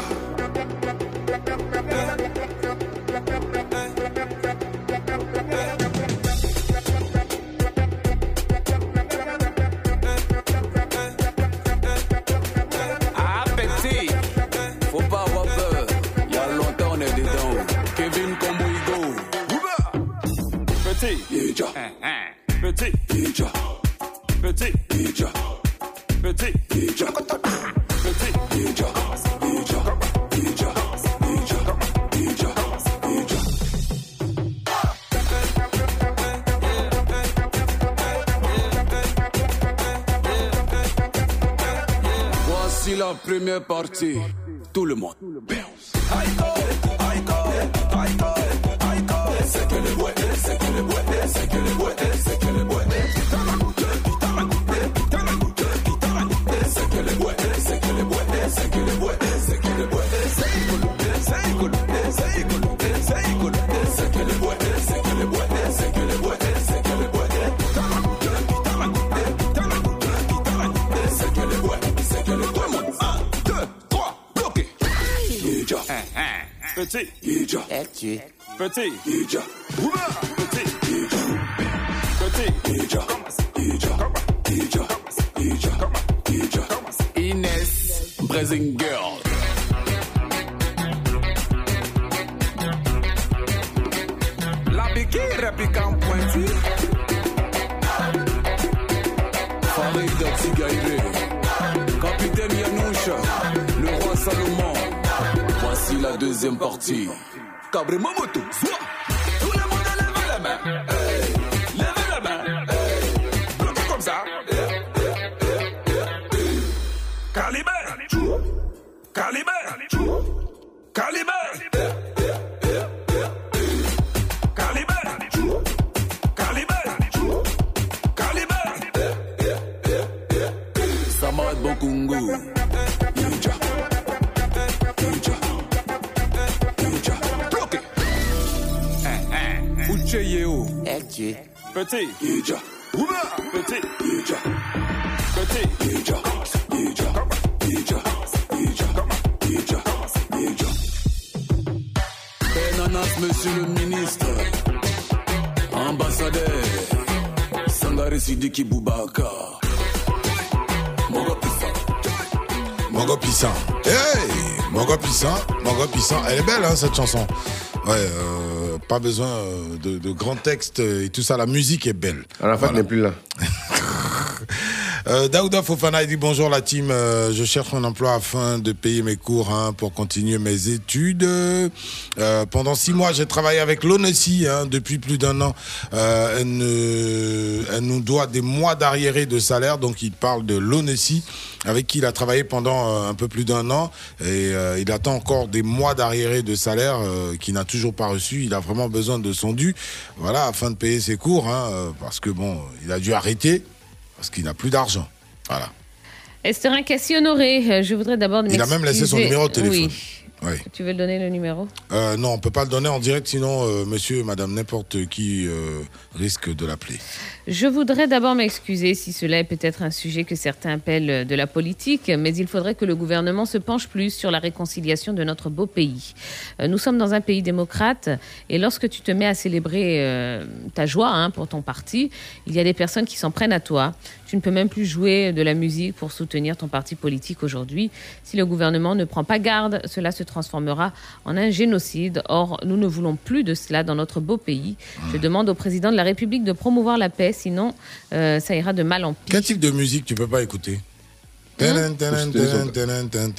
Appétit, faut pas avoir peur. Il y a longtemps on est dedans. Kevin Komboigo. Petit, petit, petit, petit, petit, voici la première partie. Tout le monde. C'est que les boîtes, c'est que les boîtes, c'est que les boîtes, c'est que les boîtes. C'est que les boîtes, c'est que les boîtes, c'est que les boîtes, c'est que les boîtes. C'est que les boîtes, c'est que les boîtes, c'est que les boîtes, c'est que les boîtes, c'est que les boîtes, c'est que les boîtes. C'est que les boîtes, c'est que les boîtes. 1, 2, 3, bloqué. Petit, petit, petit, Inès, Brazing Girl. La béquille réplique en pointu. Farid Tsigaïré, Capitaine Yanoucha, le roi Salomon. Voici la deuxième partie. Cabré Momoto, soit. Tout le monde lève la main. Hey. Lève la main. Hey. Bloquez comme ça. Calibre. Calibre. Calibre. Samad Bokungu. Ucheyeo. Petit. Petit. Petit. Benanas, monsieur le ministre. Ambassadeur. Sangare Sidiki Boubacar.
Mogo Pissant. Hey, Mogo Pissant. Elle est belle, cette chanson. Ouais, pas besoin de grands textes et tout ça. La musique est belle.
Arafat n'est plus là.
Daouda Fofana, il dit bonjour la team, je cherche un emploi afin de payer mes cours pour continuer mes études. Pendant 6 mois, j'ai travaillé avec l'ONESI depuis plus d'1 an. Elle nous doit des mois d'arriérés de salaire, donc il parle de l'ONESI avec qui il a travaillé pendant un peu plus d'1 an et il attend encore des mois d'arriérés de salaire qu'il n'a toujours pas reçu. Il a vraiment besoin de son dû, voilà, afin de payer ses cours, parce que bon, il a dû arrêter. Parce qu'il n'a plus d'argent. Voilà.
Estherin Cassi-Honoré, je voudrais d'abord
m'excuser. Il a même laissé son numéro de téléphone.
Oui. Tu veux le donner, le numéro ?
Non, on ne peut pas le donner en direct, sinon monsieur, madame, n'importe qui risque de l'appeler.
Je voudrais d'abord m'excuser si cela est peut-être un sujet que certains appellent de la politique, mais il faudrait que le gouvernement se penche plus sur la réconciliation de notre beau pays. Nous sommes dans un pays démocrate et lorsque tu te mets à célébrer ta joie pour ton parti, il y a des personnes qui s'en prennent à toi. Tu ne peux même plus jouer de la musique pour soutenir ton parti politique aujourd'hui. Si le gouvernement ne prend pas garde, cela se transformera en un génocide. Or, nous ne voulons plus de cela dans notre beau pays. Je demande au président de la République de promouvoir la paix, sinon ça ira de mal en pis.
Quel type de musique tu peux pas écouter ? Ah ouais ?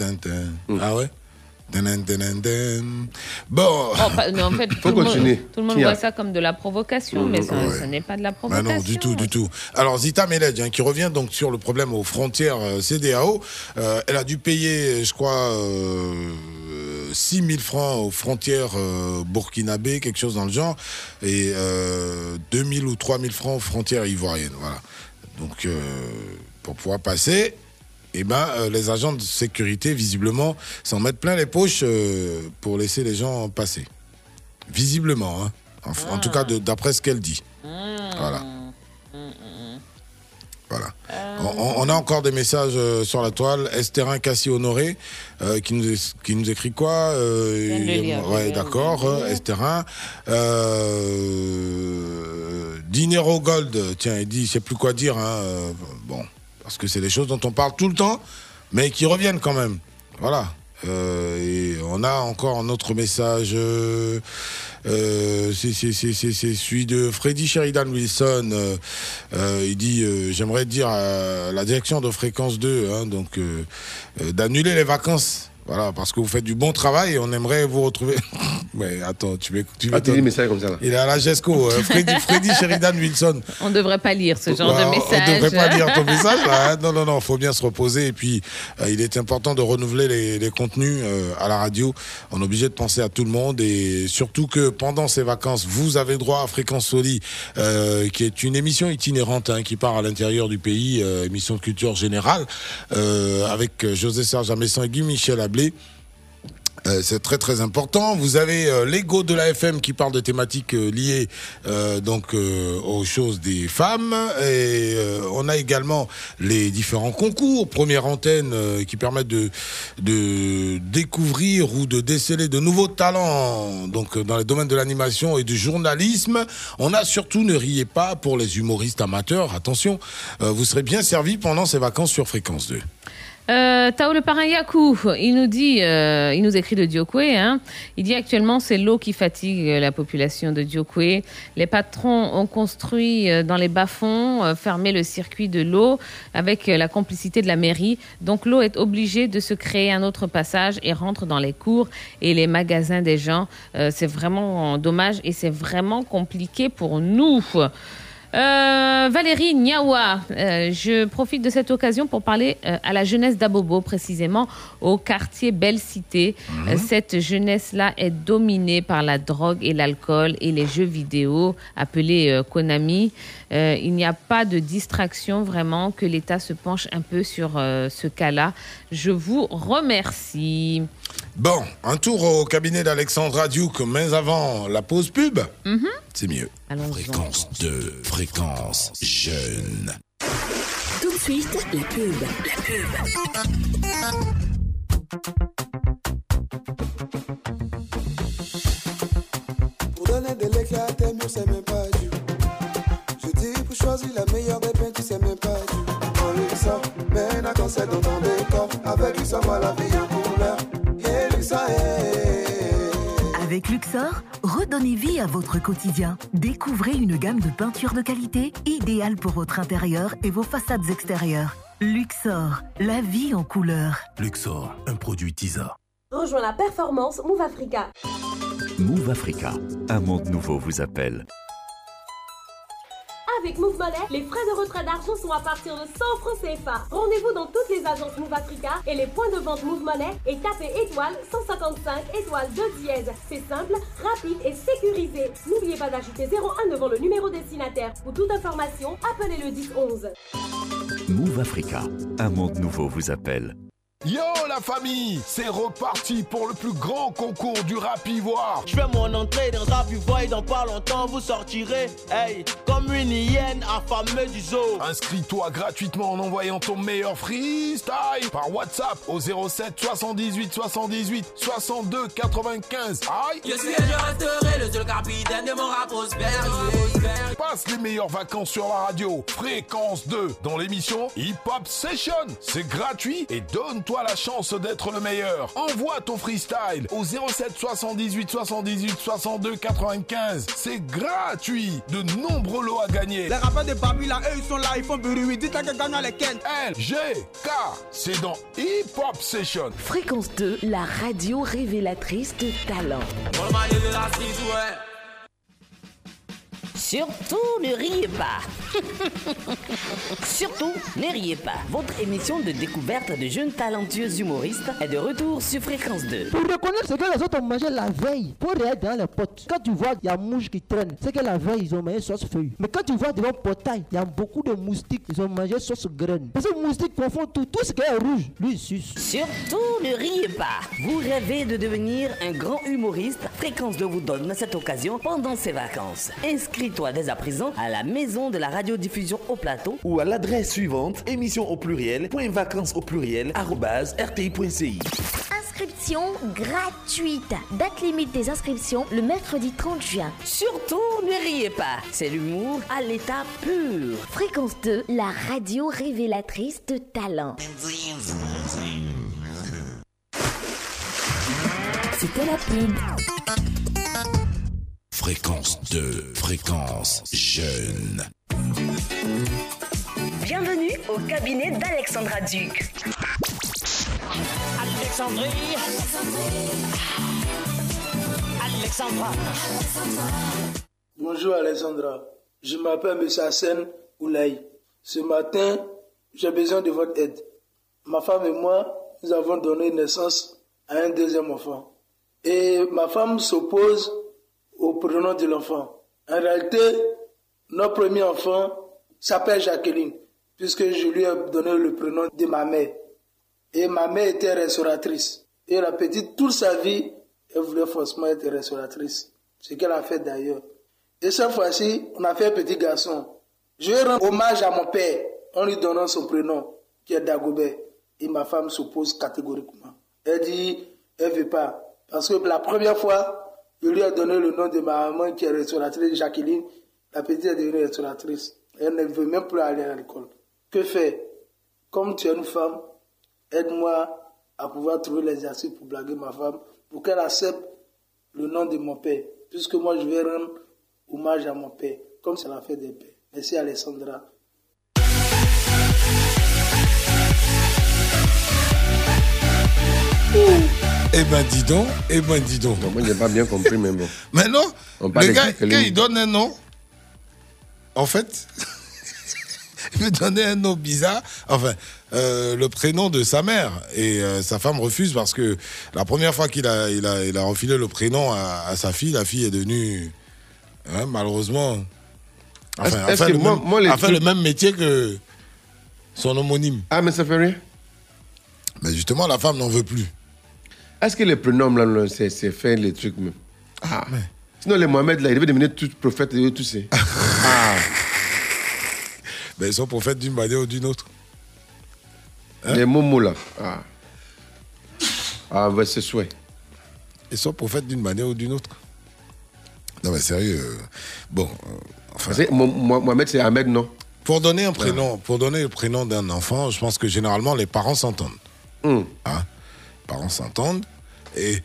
Bon.
Mais en fait, tout le monde voit ça comme de la provocation, mais ce n'est pas de la provocation.
Non, du tout. Alors, Zita Meledj, qui revient donc sur le problème aux frontières CEDEAO, elle a dû payer, je crois, 6 000 francs aux frontières burkinabé, quelque chose dans le genre, et 2 000 ou 3 000 francs aux frontières ivoiriennes. Voilà. Donc, pour pouvoir passer, les agents de sécurité, visiblement, s'en mettent plein les poches pour laisser les gens passer. Visiblement, hein. En tout cas, d'après ce qu'elle dit. Voilà. Voilà. On a encore des messages sur la toile. Estérin Cassie Honoré qui nous écrit quoi ouais, d'accord. Estérin. Dinero Gold, tiens, il dit, je sais plus quoi dire. Hein, bon, parce que c'est des choses dont on parle tout le temps, mais qui reviennent quand même. Voilà. Et on a encore un autre message. C'est celui de Freddy Sheridan Wilson. Il dit j'aimerais dire à la direction de Fréquence 2 d'annuler les vacances. Voilà, parce que vous faites du bon travail et on aimerait vous retrouver. Mais attends, tu dis des messages comme ça là. Il est à la GESCO, Freddy Sheridan Wilson.
On ne devrait pas lire ce genre de message.
On ne devrait pas lire ton message là. Non, faut bien se reposer. Et puis, il est important de renouveler les contenus à la radio. On est obligé de penser à tout le monde et surtout que pendant ces vacances, vous avez droit à Fréquence Soli, qui est une émission itinérante qui part à l'intérieur du pays, émission de culture générale, avec José Serge Amessan et Guy Michel Ablé. C'est très très important. Vous avez l'Ego de la FM qui parle de thématiques liées aux choses des femmes et on a également les différents concours première antenne qui permettent de découvrir ou de déceler de nouveaux talents donc dans les domaines de l'animation et du journalisme. On a surtout, ne riez pas, pour les humoristes amateurs, attention, vous serez bien servis pendant ces vacances sur Fréquence 2.
Tao le parrain Yakou, il nous écrit de Diokwe, il dit actuellement c'est l'eau qui fatigue la population de Diokwe. Les patrons ont construit dans les bas-fonds, fermé le circuit de l'eau avec la complicité de la mairie. Donc l'eau est obligée de se créer un autre passage et rentre dans les cours et les magasins des gens. C'est vraiment dommage et c'est vraiment compliqué pour nous. Valérie Niawa, je profite de cette occasion pour parler à la jeunesse d'Abobo, précisément au quartier Belle Cité. Cette jeunesse-là est dominée par la drogue et l'alcool et les jeux vidéo appelés Konami. Il n'y a pas de distraction vraiment, que l'État se penche un peu sur ce cas-là. Je vous remercie.
Bon, un tour au cabinet d'Alexandra Duke, mais avant la pause pub, c'est mieux.
Fréquence 2, fréquence jeune.
Tout de suite, la pub.
Pour donner de l'éclat à tes murs, c'est même pas du. Je dis pour choisir la meilleure des peintures, c'est même pas du. En Luxor, mène à concert dans ton décor. Avec Luxor, moi la vie en couleur. Et Luxor
Avec Luxor, redonnez vie à votre quotidien. Découvrez une gamme de peintures de qualité idéale pour votre intérieur et vos façades extérieures. Luxor, la vie en couleur.
Luxor, un produit TISA.
Rejoins la performance Move Africa.
Move Africa, un monde nouveau vous appelle.
Avec Move Money, les frais de retrait d'argent sont à partir de 100 francs CFA. Rendez-vous dans toutes les agences Move Africa et les points de vente Move Money et tapez étoile 155 étoile 2 dièse. C'est simple, rapide et sécurisé. N'oubliez pas d'ajouter 01 devant le numéro destinataire. Pour toute information, appelez le 1011.
Move Africa, un monde nouveau vous appelle.
Yo la famille, c'est reparti pour le plus grand concours du rap ivoire.
Je fais mon entrée dans rap ivoire et dans pas longtemps vous sortirez, hey, comme une hyène affamée du zoo.
Inscris-toi gratuitement en envoyant ton meilleur freestyle par WhatsApp au 07 78 78 62 95. Aïe.
Je suis et je resterai le seul capitaine de mon rap prospère.
Passe les meilleures vacances sur la radio. Fréquence 2 dans l'émission Hip Hop Session. C'est gratuit et donne-toi la chance d'être le meilleur. Envoie ton freestyle au 07 78 78 62 95. C'est gratuit. De nombreux lots à gagner.
Les rappeurs de Babi là, eux ils sont là, ils font bruit. Dites-la que gagnent lesquels.
LGK, c'est dans Hip Hop Session.
Fréquence 2, la radio révélatrice de talent.
Surtout ne riez pas. Surtout ne riez pas. Votre émission de découverte de jeunes talentueux humoristes est de retour sur Fréquence 2.
Pour reconnaître ce que les autres ont mangé la veille, pour regarder dans les potes. Quand tu vois il y a mouche qui traîne, c'est que la veille ils ont mangé sauce feuille. Mais quand tu vois devant le portail, il y a beaucoup de moustiques, ils ont mangé sauce graine. Parce que les moustiques font tout ce qui est rouge, lui il suce.
Surtout ne riez pas. Vous rêvez de devenir un grand humoriste? Fréquence 2 vous donne cette occasion pendant ses vacances. Inscris-toi dès à présent à la maison de la radiodiffusion au plateau
ou à l'adresse suivante, émission au pluriel, .vacances au pluriel, @rti.ci.
Inscription gratuite. Date limite des inscriptions le mercredi 30 juin.
Surtout ne riez pas. C'est l'humour à l'état pur.
Fréquence 2, la radio révélatrice de talent. C'était la pub.
Fréquence 2, fréquence jeune.
Bienvenue au cabinet d'Alexandra Duc.
Alexandra. Bonjour Alexandra. Je m'appelle M. Hassan Oulaï. Ce matin, j'ai besoin de votre aide. Ma femme et moi, nous avons donné naissance à un deuxième enfant. Et ma femme s'oppose au prénom de l'enfant. En réalité, notre premier enfant s'appelle Jacqueline, puisque je lui ai donné le prénom de ma mère. Et ma mère était restauratrice. Et la petite, toute sa vie, elle voulait forcément être restauratrice. Ce qu'elle a fait d'ailleurs. Et cette fois-ci, on a fait un petit garçon. Je vais rendre hommage à mon père en lui donnant son prénom, qui est Dagobert. Et ma femme s'oppose catégoriquement. Elle dit, elle ne veut pas. Parce que la première fois, je lui ai donné le nom de ma maman qui est restauratrice, Jacqueline. La petite est devenue restauratrice. Elle ne veut même plus aller à l'école. Que faire? Comme tu es une femme, aide-moi à pouvoir trouver les astuces pour blaguer ma femme, pour qu'elle accepte le nom de mon père. Puisque moi, je vais rendre hommage à mon père, comme c'est la fête des pères. Merci Alessandra.
Eh ben dis donc.
Non, moi j'ai pas bien compris, mais bon.
Mais non, le gars, quand il donne un nom, en fait, il veut donner un nom bizarre, enfin, le prénom de sa mère. Et sa femme refuse parce que la première fois qu'il a refilé le prénom à sa fille, la fille est devenue, malheureusement, a fait le même métier que son homonyme.
Ah, mais ça fait rien?
Mais justement, la femme n'en veut plus.
Est-ce que les prénoms, là, c'est fait les trucs même? Ah. Mais... Sinon, les Mohamed, là, ils devaient devenir tous prophètes et tout ça. Ah.
Ben, ils sont prophètes d'une manière ou d'une autre.
Hein? Les momos, là. Ah. Ah, ben, c'est souhait.
Ils sont prophètes d'une manière ou d'une autre. Non, mais sérieux. Bon.
Enfin. Mohamed, c'est Ahmed, non?
Pour donner un prénom, pour donner le prénom d'un enfant, je pense que généralement, les parents s'entendent. Hein? Les parents s'entendent. Et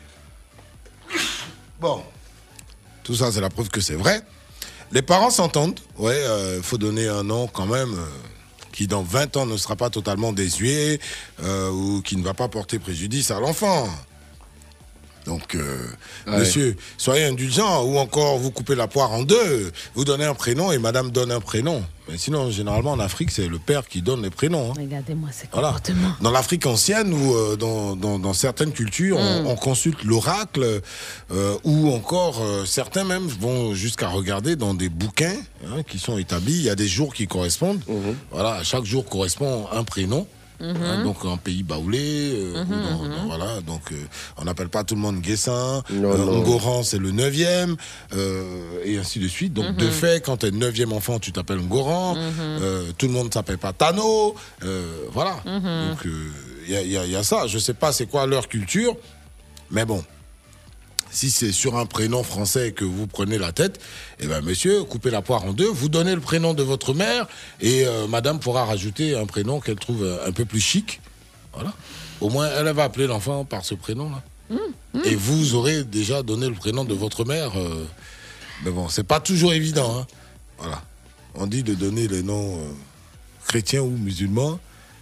bon, tout ça, c'est la preuve que c'est vrai. Les parents s'entendent. Ouais, faut donner un nom quand même qui, dans 20 ans, ne sera pas totalement désuet ou qui ne va pas porter préjudice à l'enfant. Donc, monsieur, soyez indulgent, ou encore vous coupez la poire en deux, vous donnez un prénom et madame donne un prénom. Mais sinon, généralement, en Afrique, c'est le père qui donne les prénoms. Hein.
Regardez-moi ces comportements.
Voilà. Dans l'Afrique ancienne, ou dans certaines cultures, on consulte l'oracle, ou encore, certains même vont jusqu'à regarder dans des bouquins qui sont établis. Il y a des jours qui correspondent. Voilà, à chaque jour correspond un prénom. Donc en pays baoulé, voilà, donc on n'appelle pas tout le monde Guessin, Ngoran c'est le 9e, et ainsi de suite. Donc de fait, quand t'es 9e enfant, tu t'appelles Ngoran, tout le monde s'appelle pas Tano, voilà. Donc il y a ça, je sais pas c'est quoi leur culture, mais bon. Si c'est sur un prénom français que vous prenez la tête, eh ben monsieur, coupez la poire en deux, vous donnez le prénom de votre mère et madame pourra rajouter un prénom qu'elle trouve un peu plus chic. Voilà. Au moins, elle va appeler l'enfant par ce prénom-là. Et vous aurez déjà donné le prénom de votre mère. Mais bon, c'est pas toujours évident. Hein. Voilà. On dit de donner les noms chrétiens ou musulmans.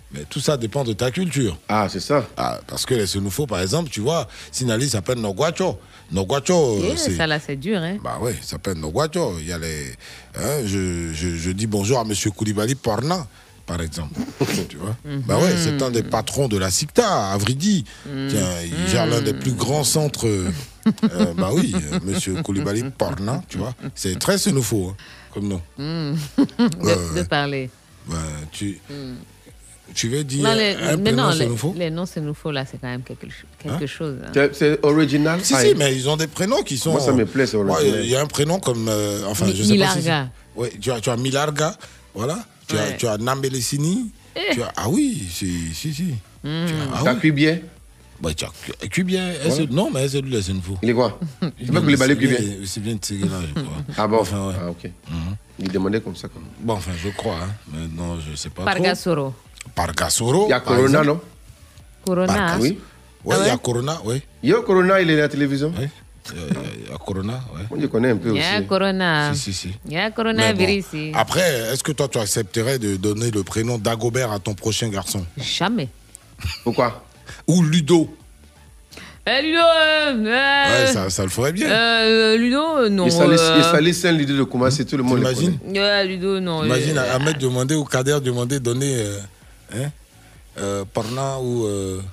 Mais tout ça dépend de ta culture.
Ah, c'est ça.
Ah, parce que les Sénoufos, par exemple, tu vois, Sinali s'appelle Noguacho. Noguacho,
ça là, c'est dur, hein.
Bah oui, ça s'appelle Noguacho. Il y a les... Hein, je dis bonjour à M. Koulibaly Porna, par exemple. Tu vois. Bah ouais, c'est un des patrons de la SICTA, à Vridi. Tiens, il gère l'un des plus grands centres... bah oui, M. Koulibaly Porna, tu vois. C'est très Sénoufo, hein, comme nous.
De parler.
Bah, tu veux dire
les noms Sénoufos, là, c'est quand même quelque chose. Hein.
C'est original.
Si, mais ils ont des prénoms qui sont...
Moi, ça me plaît, c'est original.
Il y a un prénom comme... enfin, je sais
Milarga.
pas si... Oui, tu as Milarga, voilà. Tu as Nambelesini. Ah oui, si.
Tu as Cubier.
Bah, tu as Cubier. Non, mais c'est lui, la Sénoufo.
Il est quoi? C'est pas Koulibaly Cubier.
C'est bien de ces gars-là, je crois.
Ah bon?
Enfin, ouais.
Ah, ok. Il demandait comme ça.
Bon, enfin, je crois. Hein. Mais non, je sais pas
Pargasoro.
Pargasoro.
Il y a Corona, non?
Corona.
Oui.
Oui, il y a Corona, oui.
Il y a Corona, il est à la télévision.
Oui. Il y a Corona, oui.
Moi, je connais un peu aussi.
Il y a Corona.
Si.
Il y a coronavirus. Bon.
Après, est-ce que toi, tu accepterais de donner le prénom d'Agobert à ton prochain garçon?
Jamais.
Pourquoi?
Ou Ludo?
Ludo,
ouais, ça le ferait bien.
Ludo, non.
Il salisse un Ludo de comment c'est tout le monde.
Imagine.
Ludo, non.
Imagine Ahmed demander ou Kader demander donner Parna ou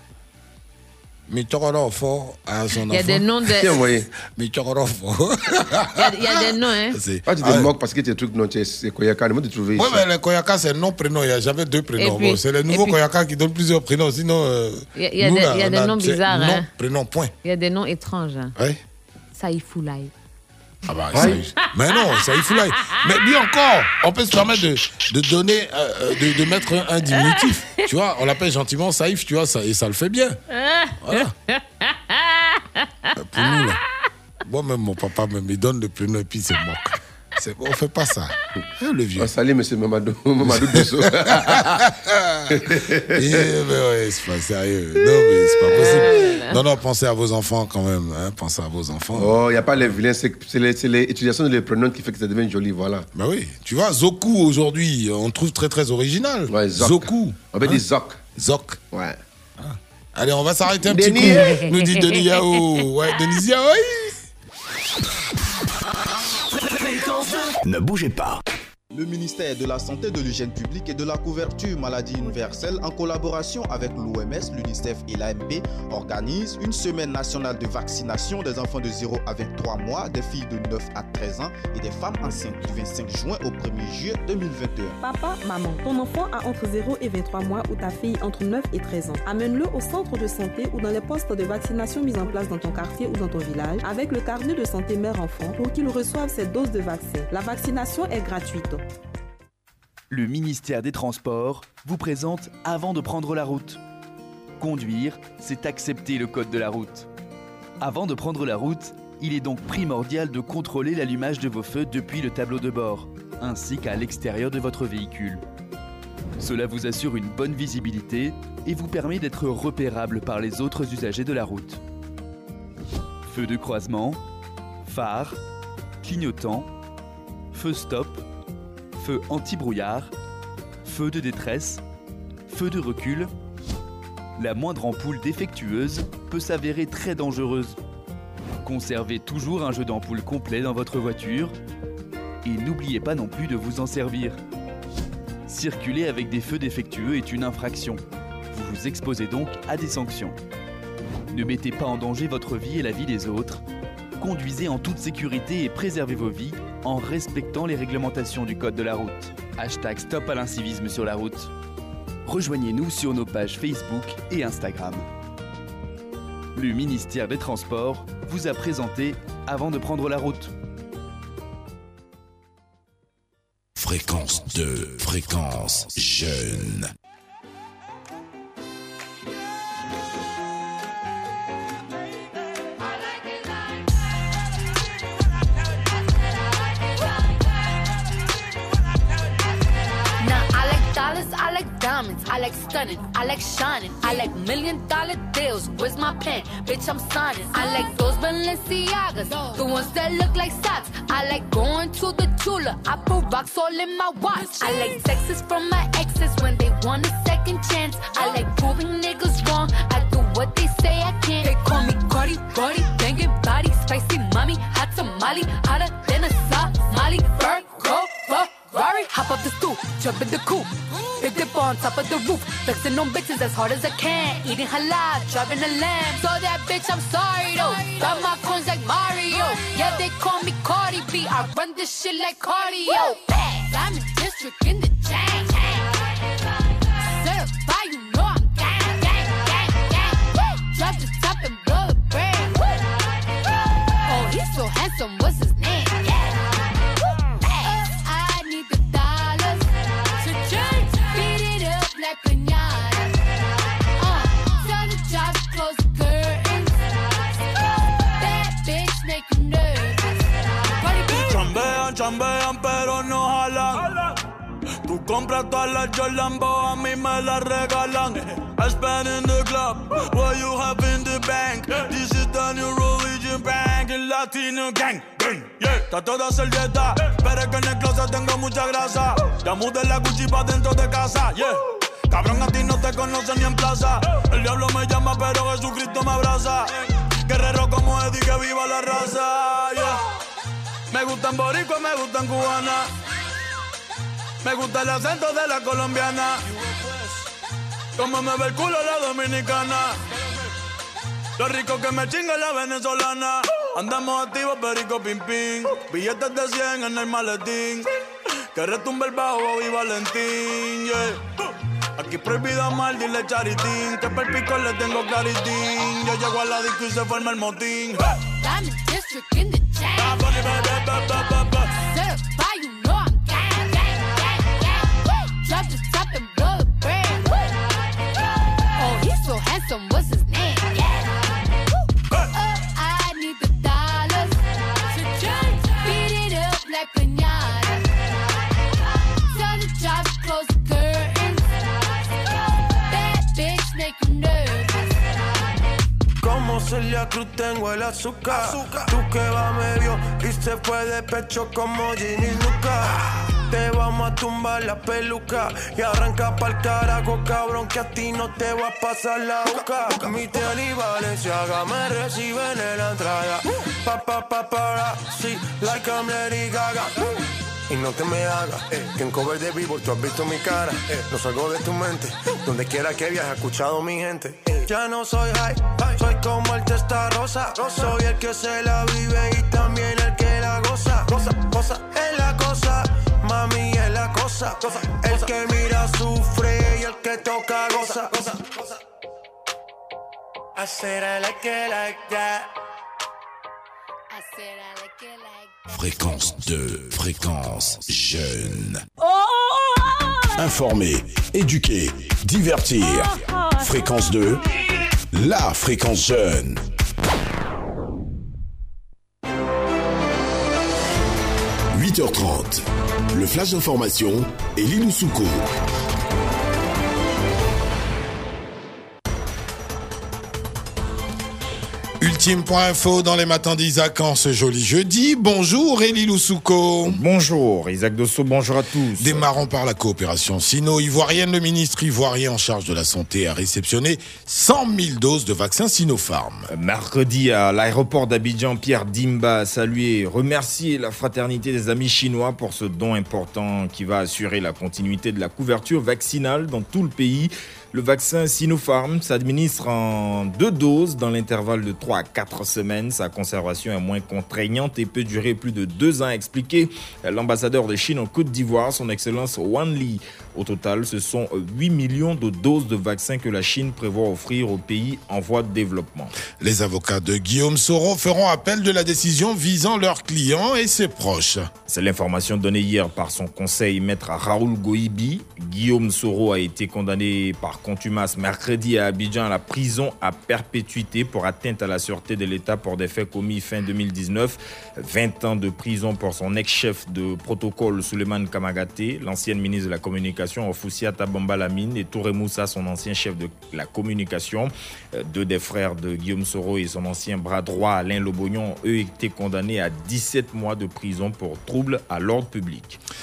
Mitororofo à son enfant.
Il y a des noms de.
Mitororofo.
Il y a des noms, hein.
Ah, tu te moques parce que tes trucs, non, c'est Koyaka. Moi, tu trouves ici.
Oui, mais le Koyaka, c'est un nom, prénom. Il n'y a jamais deux prénoms. Bon, c'est les nouveaux Koyaka qui donnent plusieurs prénoms. Sinon.
Il y a des noms bizarres.
Nom,
hein.
prénom, point.
Il y a des noms étranges. Hein.
Oui.
Saïfoulaï.
Ah bah, mais non, Saïfoulaï. Mais lui encore, on peut se permettre de donner, de mettre un diminutif. Tu vois, on l'appelle gentiment Saïf, tu vois, et ça le fait bien. Voilà. Pour nous, là. Moi-même, mon papa me donne le prénom et puis c'est moque. On fait pas ça. Le vieux.
Salut, monsieur Mamadou Dosso.
Mais ouais, c'est pas sérieux. Non, mais c'est pas possible. Non, pensez à vos enfants quand même. Hein, pensez à vos enfants.
Oh, il n'y a pas les vilains. C'est l'utilisation des prénoms qui fait que ça devient joli, voilà.
Bah oui. Tu vois, Zoku aujourd'hui, on trouve très très original.
Ouais,
Zoku.
On va dire Zok.
Zok.
Ouais.
Ah. Allez, on va s'arrêter un petit coup. Nous dit Denis Yao. Ouais, Denis Yao.
Ne bougez pas.
Le ministère de la Santé, de l'Hygiène publique et de la couverture maladie universelle, en collaboration avec l'OMS, l'UNICEF et l'AMP, organise une semaine nationale de vaccination des enfants de 0 à 23 mois, des filles de 9 à 13 ans et des femmes enceintes du 25 juin au 1er juillet 2021.
Papa, maman, ton enfant a entre 0 et 23 mois ou ta fille entre 9 et 13 ans. Amène-le au centre de santé ou dans les postes de vaccination mis en place dans ton quartier ou dans ton village avec le carnet de santé mère-enfant pour qu'il reçoive ses doses de vaccin. La vaccination est gratuite.
Le ministère des Transports vous présente Avant de prendre la route. Conduire, c'est accepter le code de la route. Avant de prendre la route, il est donc primordial de contrôler l'allumage de vos feux depuis le tableau de bord, ainsi qu'à l'extérieur de votre véhicule. Cela vous assure une bonne visibilité et vous permet d'être repérable par les autres usagers de la route. Feu de croisement, phare, clignotant, feu stop, feu anti-brouillard, feu de détresse, feu de recul. La moindre ampoule défectueuse peut s'avérer très dangereuse. Conservez toujours un jeu d'ampoule complet dans votre voiture et n'oubliez pas non plus de vous en servir. Circuler avec des feux défectueux est une infraction. Vous vous exposez donc à des sanctions. Ne mettez pas en danger votre vie et la vie des autres. Conduisez en toute sécurité et préservez vos vies en respectant les réglementations du code de la route. Hashtag Stop à l'incivisme sur la route. Rejoignez-nous sur nos pages Facebook et Instagram. Le ministère des Transports vous a présenté Avant de prendre la route.
Fréquence 2, fréquence jeune.
I like diamonds, I like stunning, I like shining, I like $1 million deals. Where's my pen? Bitch, I'm signing. I like those Balenciagas, the ones that look like socks. I like going to the Tula, I put rocks all in my watch. I like texts from my exes when they want a second chance. jump in the coop. Big dip on top of the roof, flexing on bitches as hard as I can. Eating halal, driving a lamb. So that bitch, I'm sorry though. Got my coins like Mario. Yeah, they call me Cardi B. I run this shit like cardio. Diamond District in the chain. Certified, you know I'm gang, gang, gang, gang. Drop the top and blow the brand. Oh, he's so handsome, what's his name? I need the dollars to change. Beat it up like piñata. Tell the job to close the curtains. Bad bitch make you nervous.
Chambean, chambean, pero no jalan. Tú compras todas las Jolambo, a mí me las regalan. I spend in the club, what you have in the bank. This is the new religion bank, el Latino gang. Yeah, está toda servieta, pero es que en el closet tengo mucha grasa. Ya mudé la Gucci pa' dentro de casa, yeah. Cabrón, a ti no te conocen ni en plaza. El diablo me llama, pero Jesucristo me abraza. Guerrero como Eddie, que viva la raza, yeah. Me gustan boricua, me gustan cubana. Me gusta el acento de la colombiana. Como me ve el culo la dominicana. Lo rico que me chinga la venezolana. Andamos activos, perico, pim, pim. Billetes de 100 en el maletín. Que retumbe el bajo y Valentín, yeah. Aquí prohibido mal, dile charitín. Que per pico le tengo claritín. Yo llego a la disco y se forma el motín.
Diamond District in the chain. Certified, you know I'm gang, gang, gang, gang. Drop the top and blow the brand. Oh, he's so handsome, what's his name? I need the dollars to change. Beat it up like piñata. Tell the job to close the curtains. Bad bitch make you nervous.
Como Celia Cruz tengo el azúcar. Tú que va medio y se fue de pecho como Ginny Luca. Te vamos a tumbar la peluca y arranca pa'l carajo, cabrón, que a ti no te va a pasar la boca. Mi tele y Valenciaga me reciben en la entrada. Para, sí, like I'm Lady Gaga. Y no te me hagas, que en cover de Billboard tú has visto mi cara. No salgo de tu mente, donde quiera que viajes, he escuchado mi gente. Ya no soy high, soy como el testa rosa. Soy el que se la vive y también el que la goza. Cosa, es la cosa, mami es la cosa. El que mira sufre y el que toca goza. I said I like it like that.
I said I like it like that.
Fréquence 2, fréquence jeune.
Informer, éduquer, divertir. Fréquence 2, la fréquence jeune. « 8h30, le flash d'information et Lilou Souko.
Ultime.info dans les matins d'Isaac en ce joli jeudi. Bonjour Elilou Souko.
Bonjour Isaac Dosso, bonjour à tous.
Démarrons par la coopération sino-ivoirienne. Le ministre ivoirien en charge de la santé a réceptionné 100 000 doses de vaccins Sinopharm.
Mercredi à l'aéroport d'Abidjan, Pierre Dimba a salué et remercié la fraternité des amis chinois pour ce don important qui va assurer la continuité de la couverture vaccinale dans tout le pays. Le vaccin Sinopharm s'administre en 2 doses dans l'intervalle de 3 à 4 semaines. Sa conservation est moins contraignante et peut durer plus de 2 ans, a expliqué l'ambassadeur de Chine en Côte d'Ivoire, son excellence Wan Li. Au total, ce sont 8 millions de doses de vaccins que la Chine prévoit offrir aux pays en voie de développement.
Les avocats de Guillaume Soro feront appel de la décision visant leurs clients et ses proches.
C'est l'information donnée hier par son conseil maître Raoul Goibi. Guillaume Soro a été condamné par contumace mercredi à Abidjan à la prison à perpétuité pour atteinte à la sûreté de l'État pour des faits commis fin 2019. 20 ans de prison pour son ex-chef de protocole Souleymane Kamagaté, l'ancienne ministre de la Communication Oufoussiata Bambalamine et Touré Moussa, son ancien chef de la communication. 2 des frères de Guillaume Soro et son ancien bras droit Alain Lobognon, eux, étaient condamnés à 17 mois de prison pour trouble à l'ordre public.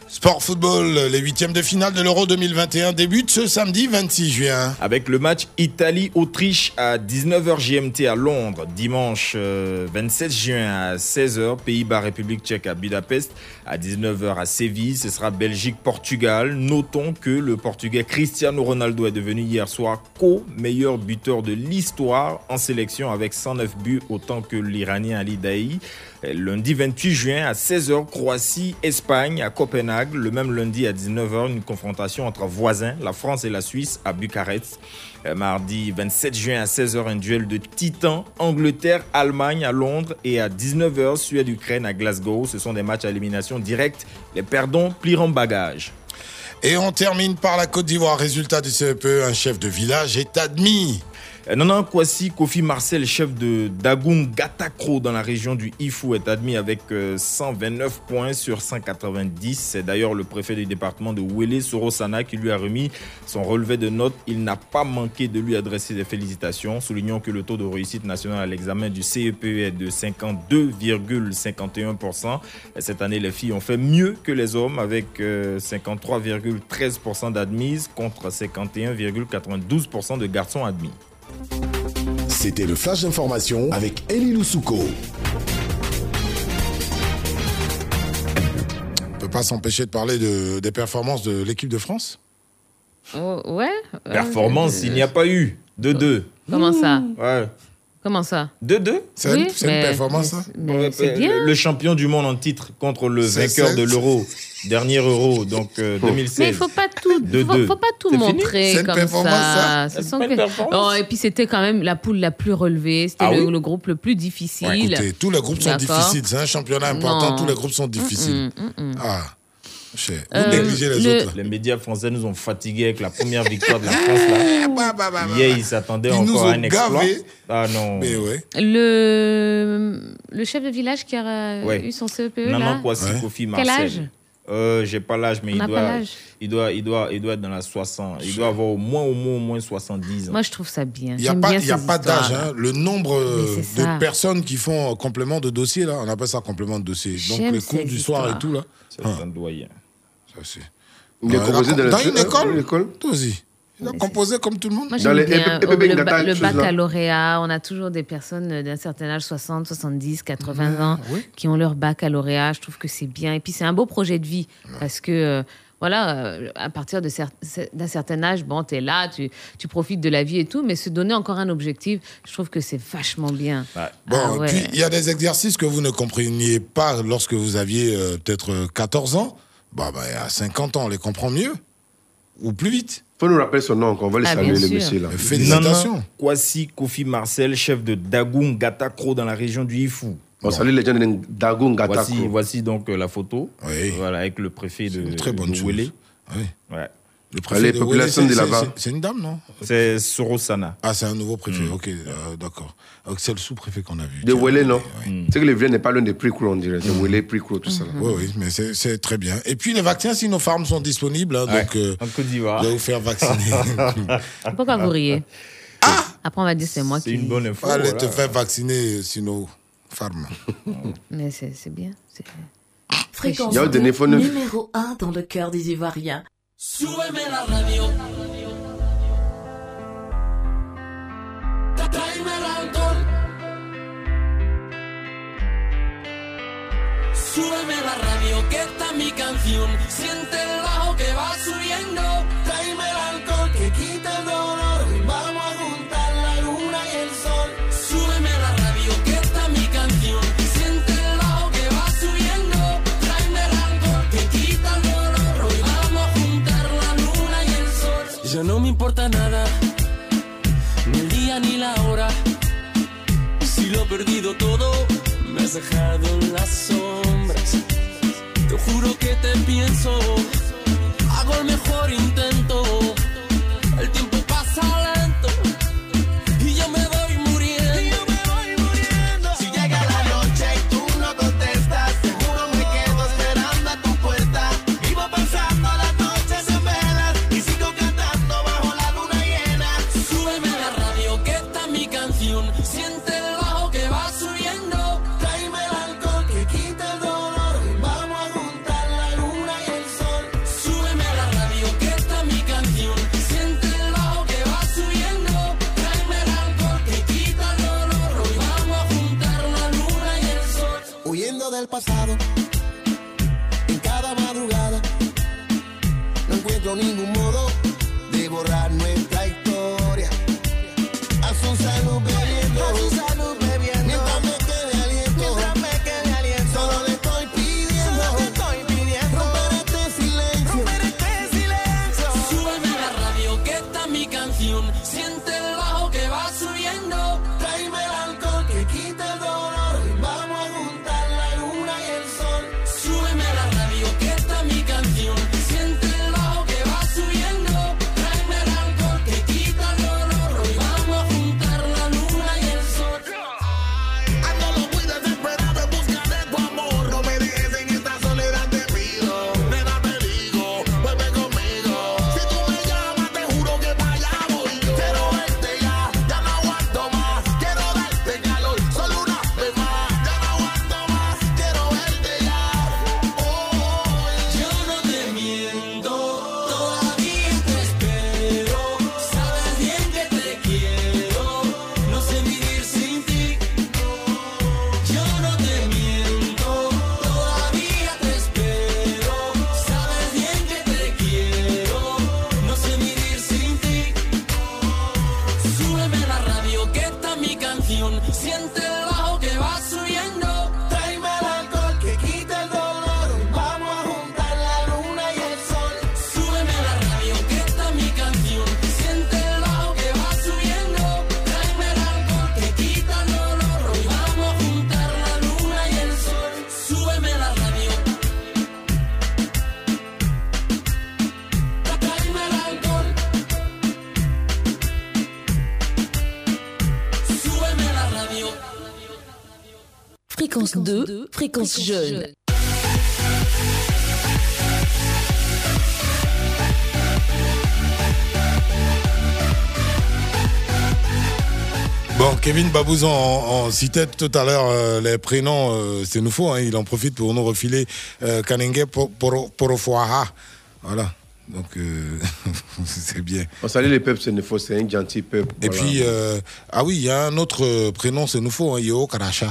Sport football, les huitièmes de finale de l'Euro 2021 débutent ce samedi 26 juin.
Avec le match Italie-Autriche à 19h GMT à Londres. Dimanche 27 juin à 16h, Pays-Bas-République tchèque à Budapest. À 19h à Séville, ce sera Belgique-Portugal. Notons que le Portugais Cristiano Ronaldo est devenu hier soir co-meilleur buteur de l'histoire en sélection avec 109 buts, autant que l'Iranien Ali Daei. Lundi 28 juin à 16h, Croatie-Espagne à Copenhague. Le même lundi à 19h, une confrontation entre voisins, la France et la Suisse à Bucarest. Mardi 27 juin à 16h, un duel de titans, Angleterre-Allemagne à Londres. Et à 19h, Suède-Ukraine à Glasgow. Ce sont des matchs à élimination directe. Les perdants plieront bagage.
Et on termine par la Côte d'Ivoire. Résultat du CEPE, un chef de village est admis.
Nana Kwasi Kofi Marcel, chef de Dagoum Gatakro dans la région du Ifou, est admis avec 129 points sur 190. C'est d'ailleurs le préfet du département de Wele, Sorosana, qui lui a remis son relevé de notes. Il n'a pas manqué de lui adresser des félicitations. Soulignons que le taux de réussite national à l'examen du CEPE est de 52,51%. Cette année, les filles ont fait mieux que les hommes avec 53,13% d'admises contre 51,92% de garçons admis.
C'était le flash d'information avec Elie Loussouko.
On ne peut pas s'empêcher de parler des performances de l'équipe de France.
Oh, ouais.
Performance, il n'y a pas eu. 2-2.
Comment ça?
Ouais.
Comment ça?
2-2.
C'est une performance, ça?
C'est bien.
Le champion du monde en titre contre le vainqueur de l'Euro. Dernier Euro, donc 2016.
Mais il ne faut pas tout montrer comme ça. Et puis c'était quand même la poule la plus relevée. C'était le groupe le plus difficile.
Ouais, écoutez, tous les groupes sont difficiles. C'est un championnat important. Tous les groupes sont difficiles. Vous négligez les autres.
Les médias français nous ont fatigués avec la première victoire de la France. Hier, ils s'attendaient encore à un exploit. Ah non.
Mais ouais.
Le chef de village qui a eu son CEPE là.
Non, Kwasi Kofi Marcel.
Quel âge?
J'ai pas l'âge, mais il doit être dans la 60. Il doit avoir au moins 70 ans.
Moi, je trouve ça bien.
Il n'y a pas d'âge. Hein. Le nombre de personnes qui font complément de dossier, là, on appelle ça complément de dossier. Donc, les cours du soir et tout, là.
C'est un doyen.
Ça, c'est...
Il est composé
dans une école. Toi aussi. Il a composé comme tout le monde.
Moi, j'aime bien le baccalauréat. On a toujours des personnes d'un certain âge, 60, 70, 80 ans, qui ont leur baccalauréat. Je trouve que c'est bien. Et puis, c'est un beau projet de vie parce que... à partir d'un certain âge, tu es là, tu profites de la vie et tout, mais se donner encore un objectif, je trouve que c'est vachement bien.
Puis il y a des exercices que vous ne compreniez pas lorsque vous aviez peut-être 14 ans. À 50 ans, on les comprend mieux ou plus vite.
Il faut nous rappeler son nom, qu'on va le saluer, le monsieur là.
Félicitations.
Kwasi Kofi Marcel, chef de Dagoum Gatakro dans la région du Ifou.
On salue les gens de Dagoum Gatakro.
Voici donc la photo.
Oui.
Voilà, avec le préfet de
très bonne
Wele.
Oui.
Ouais.
Le préfet de Wele, c'est une dame, non?
C'est Sorosana.
Ah, c'est un nouveau préfet. Ok, d'accord. C'est le sous-préfet qu'on a vu.
De Wele, non? C'est que le vieux n'est pas l'un des Pricro, on dirait. C'est Wele, Pricro, tout ça.
Oui, mais c'est très bien. Et puis les vaccins Sinopharm sont disponibles, hein, donc
en Côte d'Ivoire.
Vous allez vous faire vacciner.
Pourquoi vous riez? Après, on va dire c'est moi qui...
C'est une bonne info.
Allez te faire vacciner Sinopharm.
Mais c'est bien.
Fréquence 2, numéro 1 dans le cœur des Ivoiriens.
Súbeme la radio. Tráeme el alcohol. Súbeme la radio, que esta es mi canción. Siente el bajo que va subiendo. Tráeme el alcohol que quita el dolor. Vamos a juntar la luna y el sol. Súbeme la radio, que esta es mi canción. Siente el bajo que va subiendo. Tráeme el alcohol que quita el dolor. Hoy vamos a juntar la luna y el sol. Ya no me importa nada, ni el día ni la hora. Si lo he perdido todo, me has dejado en las sombras. Te juro que te pienso, hago el mejor intento. El tiempo pasa lento y yo me voy muriendo. Si llega la noche y tú no contestas, seguro me quedo esperando a tu puerta. Vivo pensando las noches en velas y sigo cantando bajo la luna llena. Súbeme la radio, que esta es mi canción. Siente el bajo que va subiendo. Tráeme el alcohol que quita el dolor. Vamos a juntar la luna y el sol.
Fréquence 2, fréquence jeune.
Bon, Kevin Babouzon, on citait tout à l'heure les prénoms sénoufos. Hein, il en profite pour nous refiler Kanenge Porofoaha. Voilà. Donc, c'est bien.
On salue les peuples sénoufos, c'est un gentil peuple.
Et voilà. Puis, il y a un autre prénom sénoufo, hein, Yeo Karacha.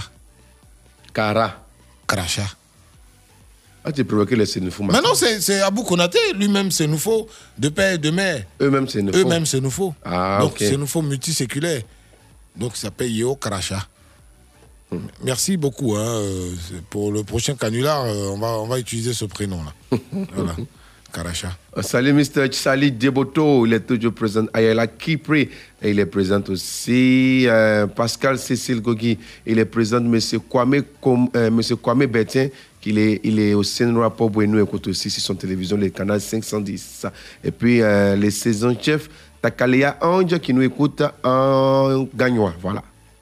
Karacha.
Ah, tu as provoqué les sénoufos.
Mais non, c'est Abou Konaté, lui-même sénoufo, de père et de mère.
Eux-mêmes
sénoufos.
Ah,
donc,
okay.
Sénoufo multiséculaire. Donc, ça s'appelle Yeo Karacha. Merci beaucoup. Hein, pour le prochain canular, on va utiliser ce prénom-là. Voilà. Karacha.
Salut Mr. Tsali Deboto, il est toujours présent. Ayala Kipri, et il est présent aussi. Pascal Cécile Gogi, il est présent. Monsieur Kwame Bertin, il est au Senra Pop et nous écoute aussi sur son télévision, le canal 510. Et puis les saisons chefs, Takalea Ange qui nous écoute en gagnois. Voilà.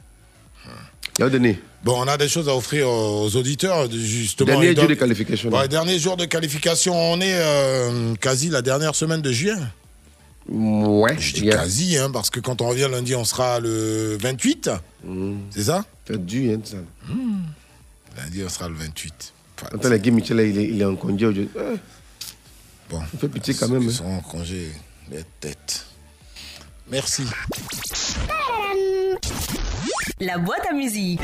Bon, on a des choses à offrir aux auditeurs, justement.
Dernier jour de qualification.
Ouais, dernier jour de qualification. On est quasi la dernière semaine de juin.
Ouais.
Je dis quasi, hein, parce que quand on revient lundi, on sera le 28. C'est ça?
Fête du, hein, ça.
Lundi, on sera le 28.
Attends, le Guy Michel, il est en congé aujourd'hui.
Bon.
Ça fait pitié quand même.
Ils sont en congé, les têtes. Merci.
La boîte à musique.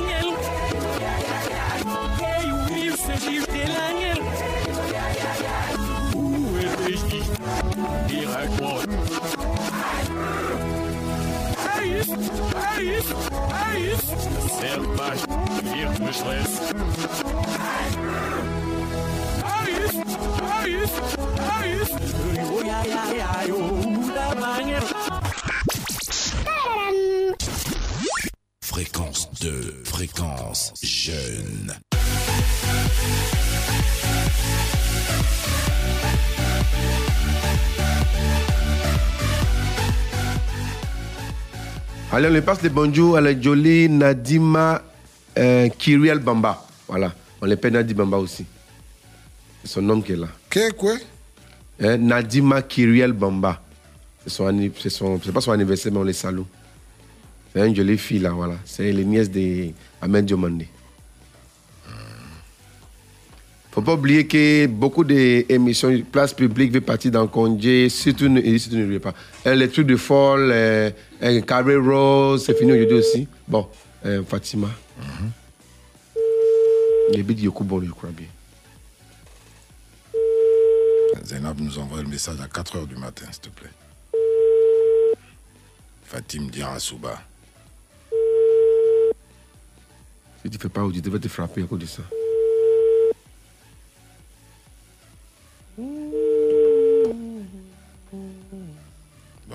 Fréquence 2, fréquence jeune.
Allez, on lui passe les bonjours à la jolie Nadima Kiriel Bamba. Voilà, on l'appelle Nadi Bamba aussi. C'est son nom qui est là.
Quoi?
Nadima Kiriel Bamba. C'est pas son anniversaire, mais on les salue. C'est une jolie fille là, voilà. C'est les nièces d'Ahmed Diomandé. Faut pas oublier que beaucoup d'émissions, place publique, veut partir dans le congé, surtout ne pas. Les trucs de folle, Carré Rose, c'est fini aujourd'hui aussi. Bon, Fatima. Les bits Yoko, bon, je crois bien.
Zainab nous envoie le message à 4h du matin, s'il te plaît. Fatim dira à Souba.
Si tu ne fais pas audio, tu vas te frapper à cause de ça.
Bon.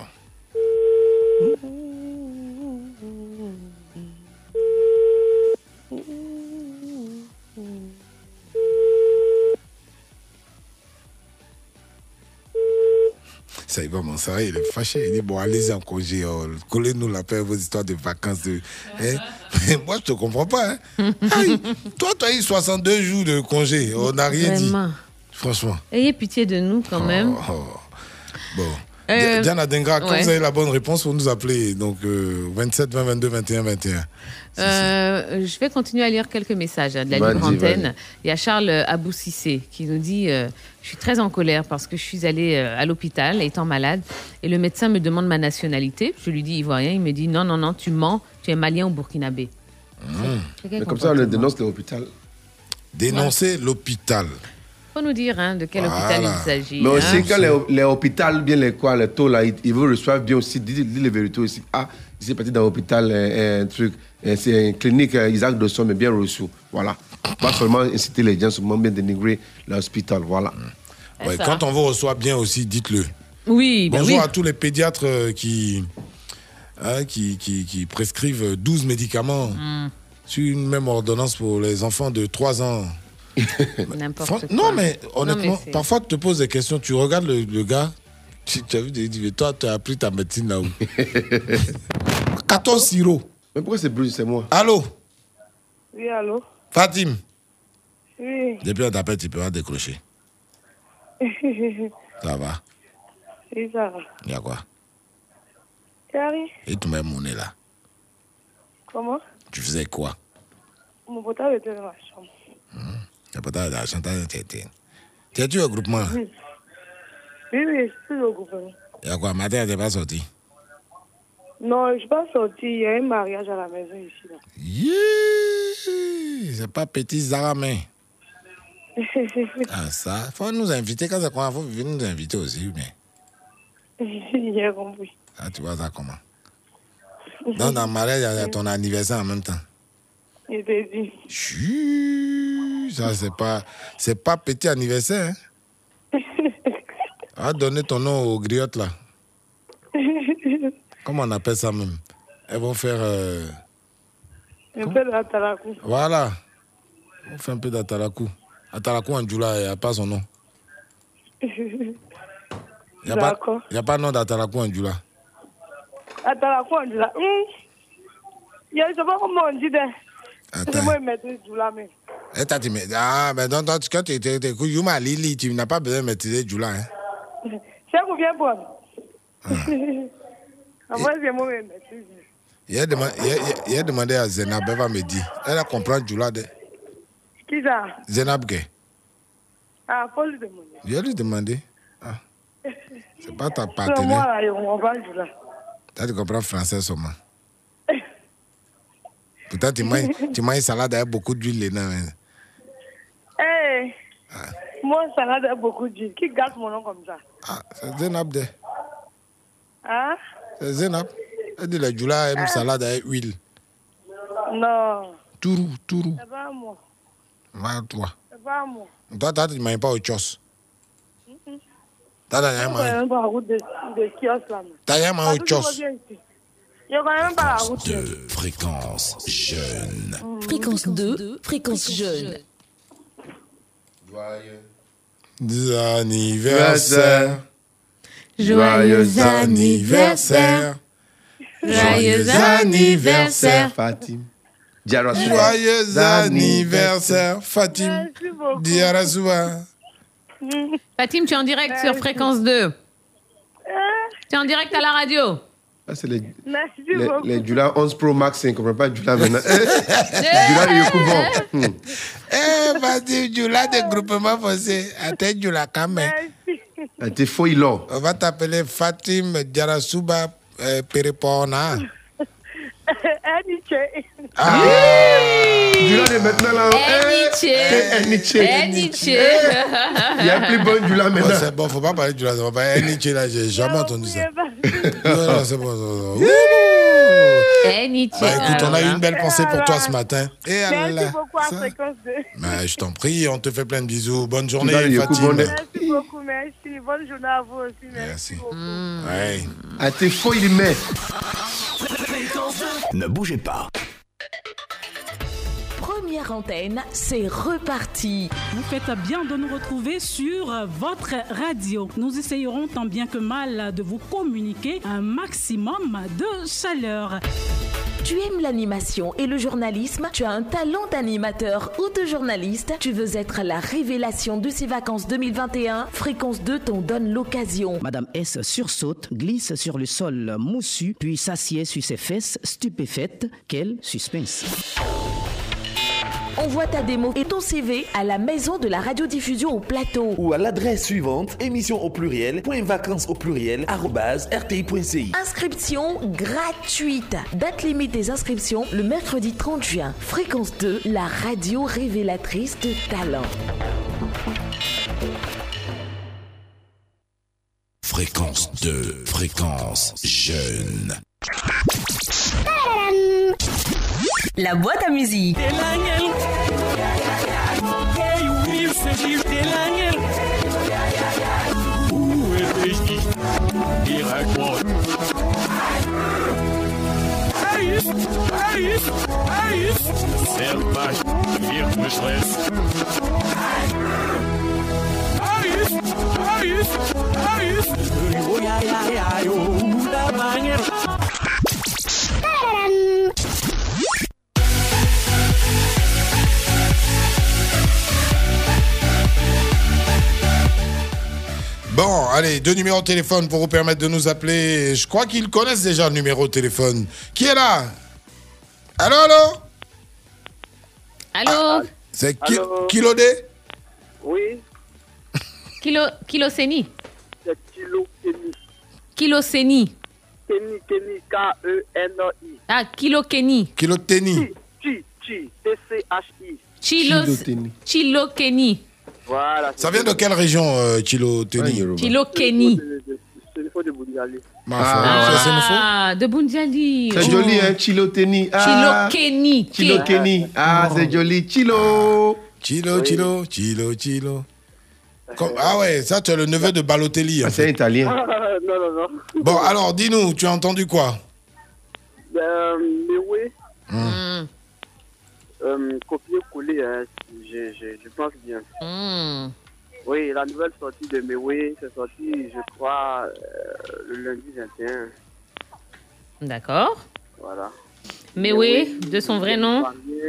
Ça y va, mon ça, il est fâché. Il dit, bon, allez-y en congé. Collez-nous la paix, vos histoires de vacances. Hein? Mais moi, je ne te comprends pas. Hein? Aïe, toi, tu as eu 62 jours de congé. On n'a rien dit. Franchement.
Ayez pitié de nous quand même.
Bon. Diana Dengra, quand vous avez la bonne réponse, vous nous appelez. Donc, 27 20 22 21 21.
Je vais continuer à lire quelques messages de la libre antenne. Il y a Charles Abou Sissé qui nous dit je suis très en colère parce que je suis allé à l'hôpital étant malade et le médecin me demande ma nationalité. Je lui dis ivoirien. Il me dit non, tu mens, tu es malien ou burkinabé.
Mais comme ça, on le dénonce l'hôpital.
Dénoncer l'hôpital.
Il faut nous dire de quel hôpital il s'agit.
Mais aussi, quand les hôpitaux, bien les taux, là, ils vous reçoivent bien aussi, dites les vérités aussi. Ah, il s'est parti dans l'hôpital, un truc, c'est une clinique Isaac Dosson, mais bien reçu. Voilà. Pas seulement inciter les gens, seulement bien dénigrer l'hôpital. Voilà.
Ouais, quand on vous reçoit bien aussi, dites-le.
Oui,
bonjour à tous les pédiatres qui prescrivent 12 médicaments sur une même ordonnance pour les enfants de 3 ans.
N'importe quoi.
Non, mais honnêtement, parfois tu te poses des questions, tu regardes le gars, tu as vu, tu dis, toi, tu as appris ta médecine là où 14 sirops.
Mais pourquoi c'est Bruce, c'est moi?
Allô?
Oui, allô?
Fatim.
Oui.
Depuis on t'appelle, tu peux pas décrocher. Ça va?
Oui, ça va.
Il y a quoi?
Il n'y a rien.
Et tu m'as mon nez là.
Comment?
Tu faisais quoi?
Mon portable était dans ma chambre.
Le portable dans la chambre, tu es-tu au groupement là?
Oui, je suis au groupement.
Il y a quoi? Matin, tu n'es pas sorti?
Non, je ne suis pas sortie. Il y a un mariage à la maison ici. Là.
Yeah! C'est pas petit Zaramé. Ah, ça. Il faut nous inviter. Quand c'est quoi, il faut venir nous inviter aussi. Mais...
J'ai compris.
Ah, tu vois ça comment? Dans le mariage, il y a ton anniversaire en même temps.
Je t'ai dit.
Chut! Ça, c'est pas petit anniversaire. Hein? Va donner ton nom aux griottes là. Comment on appelle ça même? Elles vont faire...
Un peu d'atalakou.
Voilà. On fait un peu d'atalakou. Atalakou en djoula, il n'y a pas son nom. Il n'y a pas de nom d'atalakou en djoula.
Atalakou en djoula. Je ne sais pas comment on dit. C'est moi qui maîtrise djoula même.
Ah, mais donc, quand tu écoutes Yuma Lili, tu n'as pas besoin de maîtriser djoula. Hein?
C'est combien pour moi, c'est moi qui maîtrise.
Il a demandé à Zenab, elle va me dire. Elle a compris djoula.
Qui ça?
Zenab,
ah, faut lui demander.
Je vais lui demander. Ah. C'est pas ta
C'est
partenaire.
moi, là, on va djoula.
Tu comprends français seulement. Pourtant, tu manges une salade avec beaucoup d'huile dedans.
Hey, moi, salade avec beaucoup d'huile. Qui gâte mon nom comme ça?
Ah, c'est Zenab de.
Hein?
C'est Zenab. Elle dit la djoula aime salade avec huile.
Non.
Tourou.
C'est pas moi.
Va toi.
C'est pas moi.
Toi, tu ne manges pas au chos. T'as rien mangé.
Je connais même pas la route de kiosque là.
T'as rien mangé au chos.
Je connais même pas la route.
De fréquence jeune.
Fréquence 2, fréquence jeune.
Joyeux anniversaire.
Joyeux
anniversaire.
Joyeux anniversaire.
Fatim.
Joyeux anniversaire, Fatim. Diarasouba.
Fatim, tu es en direct sur Fréquence 2. Tu es en direct à la radio.
Ah, c'est les
Djoula
11 Pro Max, on ne comprend pas Djoula maintenant. Djoula de Yokouban.
Vas-y, Djoula de groupement fossé. Attends, Djoula quand même.
T'es faux, il a.
On va t'appeler Fatim Diarasouba Perepona.
Djoula de maintenant là.
Eniche.
Il y a plus bon Djoula maintenant.
C'est bon, faut pas parler de Djoula. On va pas Eniche là, j'ai jamais entendu ça. Non, c'est bon.
Eniche.
Écoute, on a eu une belle pensée pour toi ce matin. Et
merci beaucoup à Fréquence 2.
Je t'en prie, on te fait plein de bisous. Bonne journée,
Fatim.
Merci
beaucoup, merci. Bonne journée à vous aussi. Merci beaucoup.
Ouais.
Ah, t'es faux, il met.
Ne bougez pas.
Première antenne, c'est reparti.
Vous faites bien de nous retrouver sur votre radio. Nous essayerons tant bien que mal de vous communiquer un maximum de chaleur.
Tu aimes l'animation et le journalisme? Tu as un talent d'animateur ou de journaliste? Tu veux être la révélation de ces vacances 2021? Fréquence 2 t'en donne l'occasion.
Madame S sursaute, glisse sur le sol moussu, puis s'assied sur ses fesses, stupéfaite. Quel suspense!
Envoie ta démo et ton CV à la maison de la radiodiffusion au plateau.
Ou à l'adresse suivante, émission au pluriel, .vacances au pluriel, @rti.ci.
Inscription gratuite. Date limite des inscriptions, le mercredi 30 juin. Fréquence 2, la radio révélatrice de talent.
Fréquence 2, fréquence jeune.
La boîte à musique.
Allez, 2 numéros de téléphone pour vous permettre de nous appeler. Je crois qu'ils connaissent déjà le numéro de téléphone. Qui est là? Allô?
Allô?
C'est Kilodé?
Oui.
Kiloseni.
C'est Kilokeni.
Kiloseni.
Kenny, K-E-N-I.
Ah, Kilokeni.
Kiloteni.
T-C-H-I.
Chilokeni.
Voilà.
Ça vient de quelle région, Kiloteni?
Chilokeni.
C'est le fond de Boundiali.
De Boundiali.
C'est joli, hein, Chiloteni.
Chilokeni.
Chilokeni. Ah, c'est joli. Chilo.
Ah ouais, ça, tu es le neveu de Balotelli.
C'est italien.
Non.
Bon, alors, dis-nous, tu as entendu quoi?
Mais oui. Copier-coller, hein, je pense bien. Oui, la nouvelle sortie de Mewe, c'est sorti, je crois, le lundi 21.
D'accord.
Voilà.
Mewe, de son vrai nom?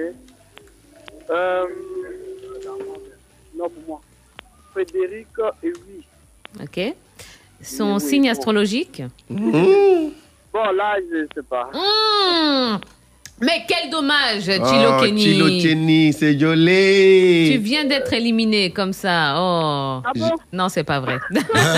Non, pour moi. Frédéric Ewi.
Ok. Son signe astrologique?
Bon, là, je ne sais pas.
Mais quel dommage, Chilokeni.
Chilokeni, c'est joli.
Tu viens d'être éliminé comme ça. Oh.
Ah bon?
Non, c'est pas vrai.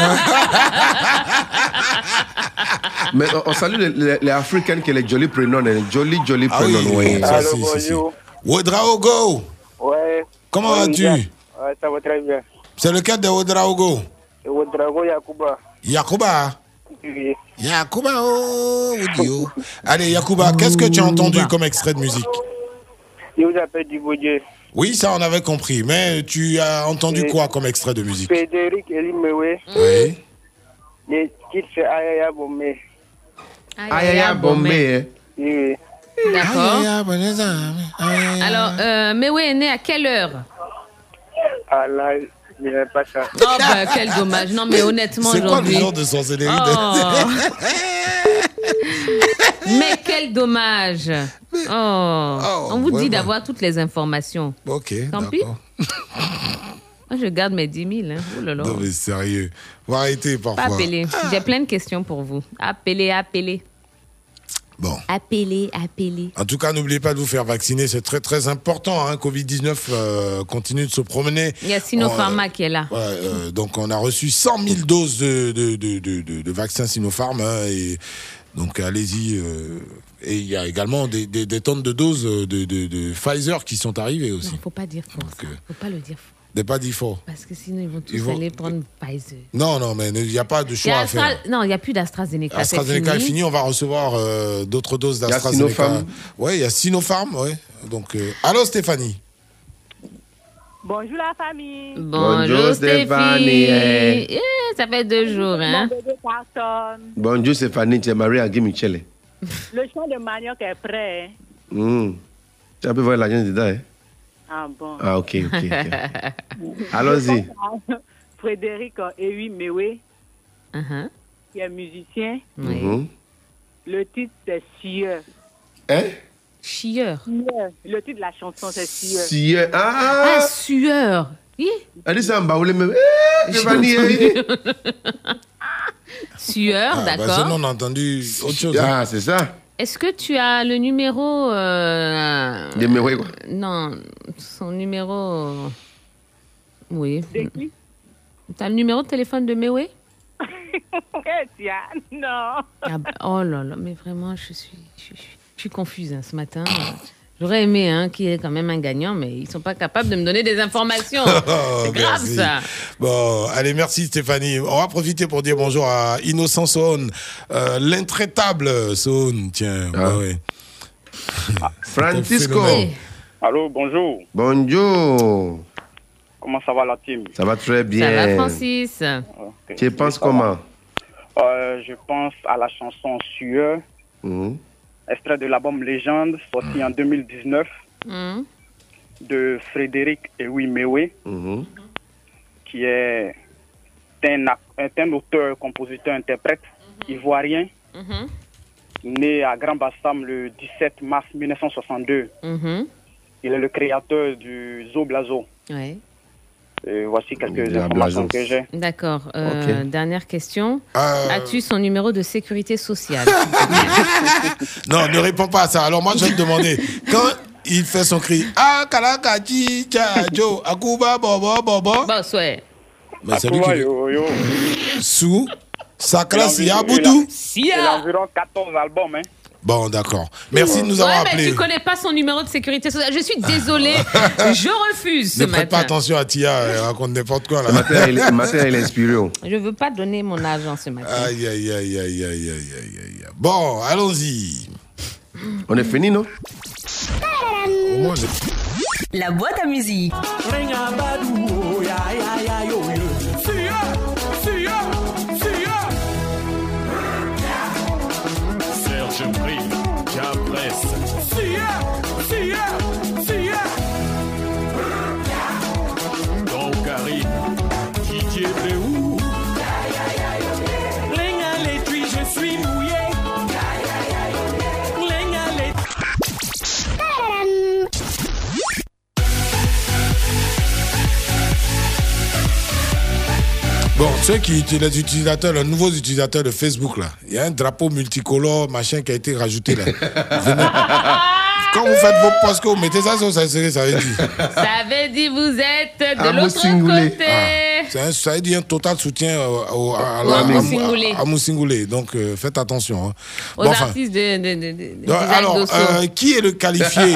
Mais on salue les Africains qui ont les jolis prénoms. Les jolis prénoms.
Oui. Allô, bonjour.
Ouedraogo.
Ouais.
Comment vas-tu?
Ouais, ça va très bien.
C'est lequel de Ouedraogo?
Ouedraogo Yakuba.
Yakuba?
Oui.
Yakuba, oh, Dieu. Allez, Yakuba, qu'est-ce que tu as entendu comme extrait de musique?
Je vous appelle Diboudier.
Oui, ça, on avait compris. Mais tu as entendu quoi comme extrait de musique?
Frédéric Elimewe.
Oui.
Le titre, c'est Ayaya Bomé.
Ayaya Bomé.
Oui.
D'accord. Alors, Mewe est né à quelle heure?
Ah là, je n'ai pas ça.
Oh, bah, quel dommage. Non, mais honnêtement,
c'est
aujourd'hui...
quoi le genre de sorcellerie
Mais quel dommage. On vous dit d'avoir toutes les informations.
Ok,
tant pis. Moi, je garde mes 10 000. Hein. Oh là là.
Non, mais sérieux. Faut arrêter parfois.
Pas appeler. J'ai plein de questions pour vous. Appelez.
Bon.
Appelez.
En tout cas, n'oubliez pas de vous faire vacciner. C'est très, très important. Hein. Covid-19 continue de se promener.
Il y a Sinopharma qui est là.
Donc, on a reçu 100 000 doses de vaccins Sinopharm. Hein, et donc, allez-y. Et il y a également des tonnes de doses de Pfizer qui sont arrivées aussi.
Il ne faut pas dire fort. Il ne faut pas le dire fort.
Ne pas dire fort.
Parce que sinon, ils vont tous aller prendre Pfizer.
Non, mais il n'y a pas de choix à faire.
Non, il n'y a plus d'AstraZeneca.
AstraZeneca est fini. On va recevoir d'autres doses d'AstraZeneca. Oui, il y a Sinopharm. Ouais. Donc, allô, Stéphanie.
Bonjour la famille.
Bonjour Stéphanie. Ça fait 2 jours, hein.
Bonjour Stéphanie, tu es mariée à Guy Michele.
Le champ de manioc est prêt.
Tu as pu voir l'agent dedans, hein?
Ah bon.
Ah, ok. Allons-y.
Frédéric Ewi Mewe, qui est musicien. Le titre, c'est Chieur.
Hein?
Chieur.
Le titre de la chanson, c'est Chieur.
Chieur.
Ah, Sueur.
Elle dit ça en baoulé même.
Sueur, d'accord.
Sinon, on a entendu autre chose.
Ah, c'est ça.
Est-ce que tu as le numéro...
De Mewe, quoi.
Non, son numéro... Oui.
De qui?
Tu as le numéro de téléphone de Mewe?
Non.
Oh là là, mais vraiment, je suis confuse ce matin. J'aurais aimé qu'il y ait quand même un gagnant, mais ils ne sont pas capables de me donner des informations. C'est grave, ça.
Bon, allez, merci Stéphanie. On va profiter pour dire bonjour à Innocent Son, l'intraitable Son. Tiens, ouais.
Francisco.
Allô, bonjour.
Bonjour.
Comment ça va la team?
Ça va très bien.
Ça va, Francis?
Okay.
Tu penses comment?
Je pense à la chanson Sueur. Extrait de l'album Légende, sorti en 2019, de Frédéric Ewi Mewe, qui est un auteur, compositeur, interprète ivoirien, né à Grand Bassam le 17 mars 1962. Il est le créateur du Zo Blazo.
Ouais.
Voici quelques informations que j'ai.
D'accord.
Ok.
Dernière question. As-tu son numéro de sécurité sociale?
Non, ne réponds pas à ça. Alors moi, je vais te demander, quand il fait son cri, ah, kalakachi, tchajo, akuba, bobo, bobo.
Boss, ouais.
Mais c'est lui qui... Sous, Sakra, Sia, Boudou.
Il a environ 14 albums, hein.
Bon, d'accord. Merci de nous avoir appelés.
Mais tu connais pas son numéro de sécurité sociale. Je suis désolée. Je refuse ce
Ne
matin.
prête pas attention à Tia, elle raconte n'importe quoi là.
Le matin, il est inspiré.
Je veux pas donner mon argent ce matin.
Aïe, aïe, aïe, aïe, aïe, aïe, aïe. Bon, allons-y.
On est fini, non?
Au moins,
La boîte à musique.
Serge Prime, Capresse. Don Karim, Didier Béou. Lenga les tuiles, je suis mouillé. Lenga les...
Bon, ceux qui utilisent les utilisateurs, les nouveaux utilisateurs de Facebook là, il y a un drapeau multicolore, machin qui a été rajouté là. Quand vous faites vos posts, que vous mettez ça sur ça veut dire.
Ça veut dire vous êtes de l'autre côté.
Ça veut dire un total soutien à Moussingoulé. Donc faites attention. Hein.
Aux artistes de
alors, qui est le qualifié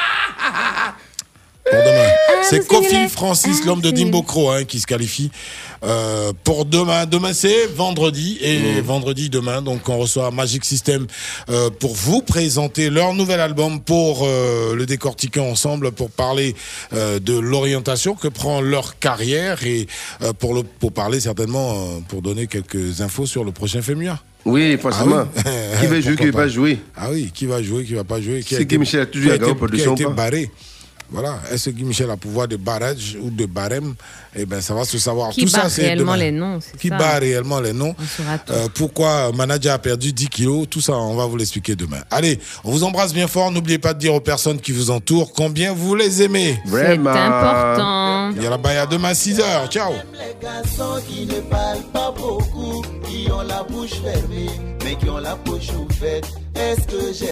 pour demain? C'est Kofi Francis, l'homme de Dimbokro, hein, qui se qualifie pour demain. Demain, c'est vendredi. Et vendredi, demain, donc on reçoit Magic System pour vous présenter leur nouvel album, pour le décortiquer ensemble, pour parler de l'orientation que prend leur carrière et pour parler certainement, pour donner quelques infos sur le prochain FEMUA.
Oui, forcément.
Ah oui.
Qui va jouer, qui va pas jouer?
Ah oui, qui va jouer, qui va pas jouer?
C'est Guy Michel a toujours une production.
Qui a été barré. Voilà. Est-ce que Guy Michel a pouvoir de barrage ou de barème? Eh bien, ça va se savoir.
Qui
tout
barre
ça, c'est
réellement
demain.
les noms, c'est
Qui
ça.
barre réellement les noms? Pourquoi Manager a perdu 10 kilos? Tout ça, on va vous l'expliquer demain. Allez, on vous embrasse bien fort. N'oubliez pas de dire aux personnes qui vous entourent combien vous les aimez.
Vraiment.
C'est important.
Il y a la baille à demain à 6h. Ciao.
Les garçons qui ne parlent pas beaucoup, qui ont la bouche fermée, mais qui ont la bouche ouverte. Est-ce que j'ai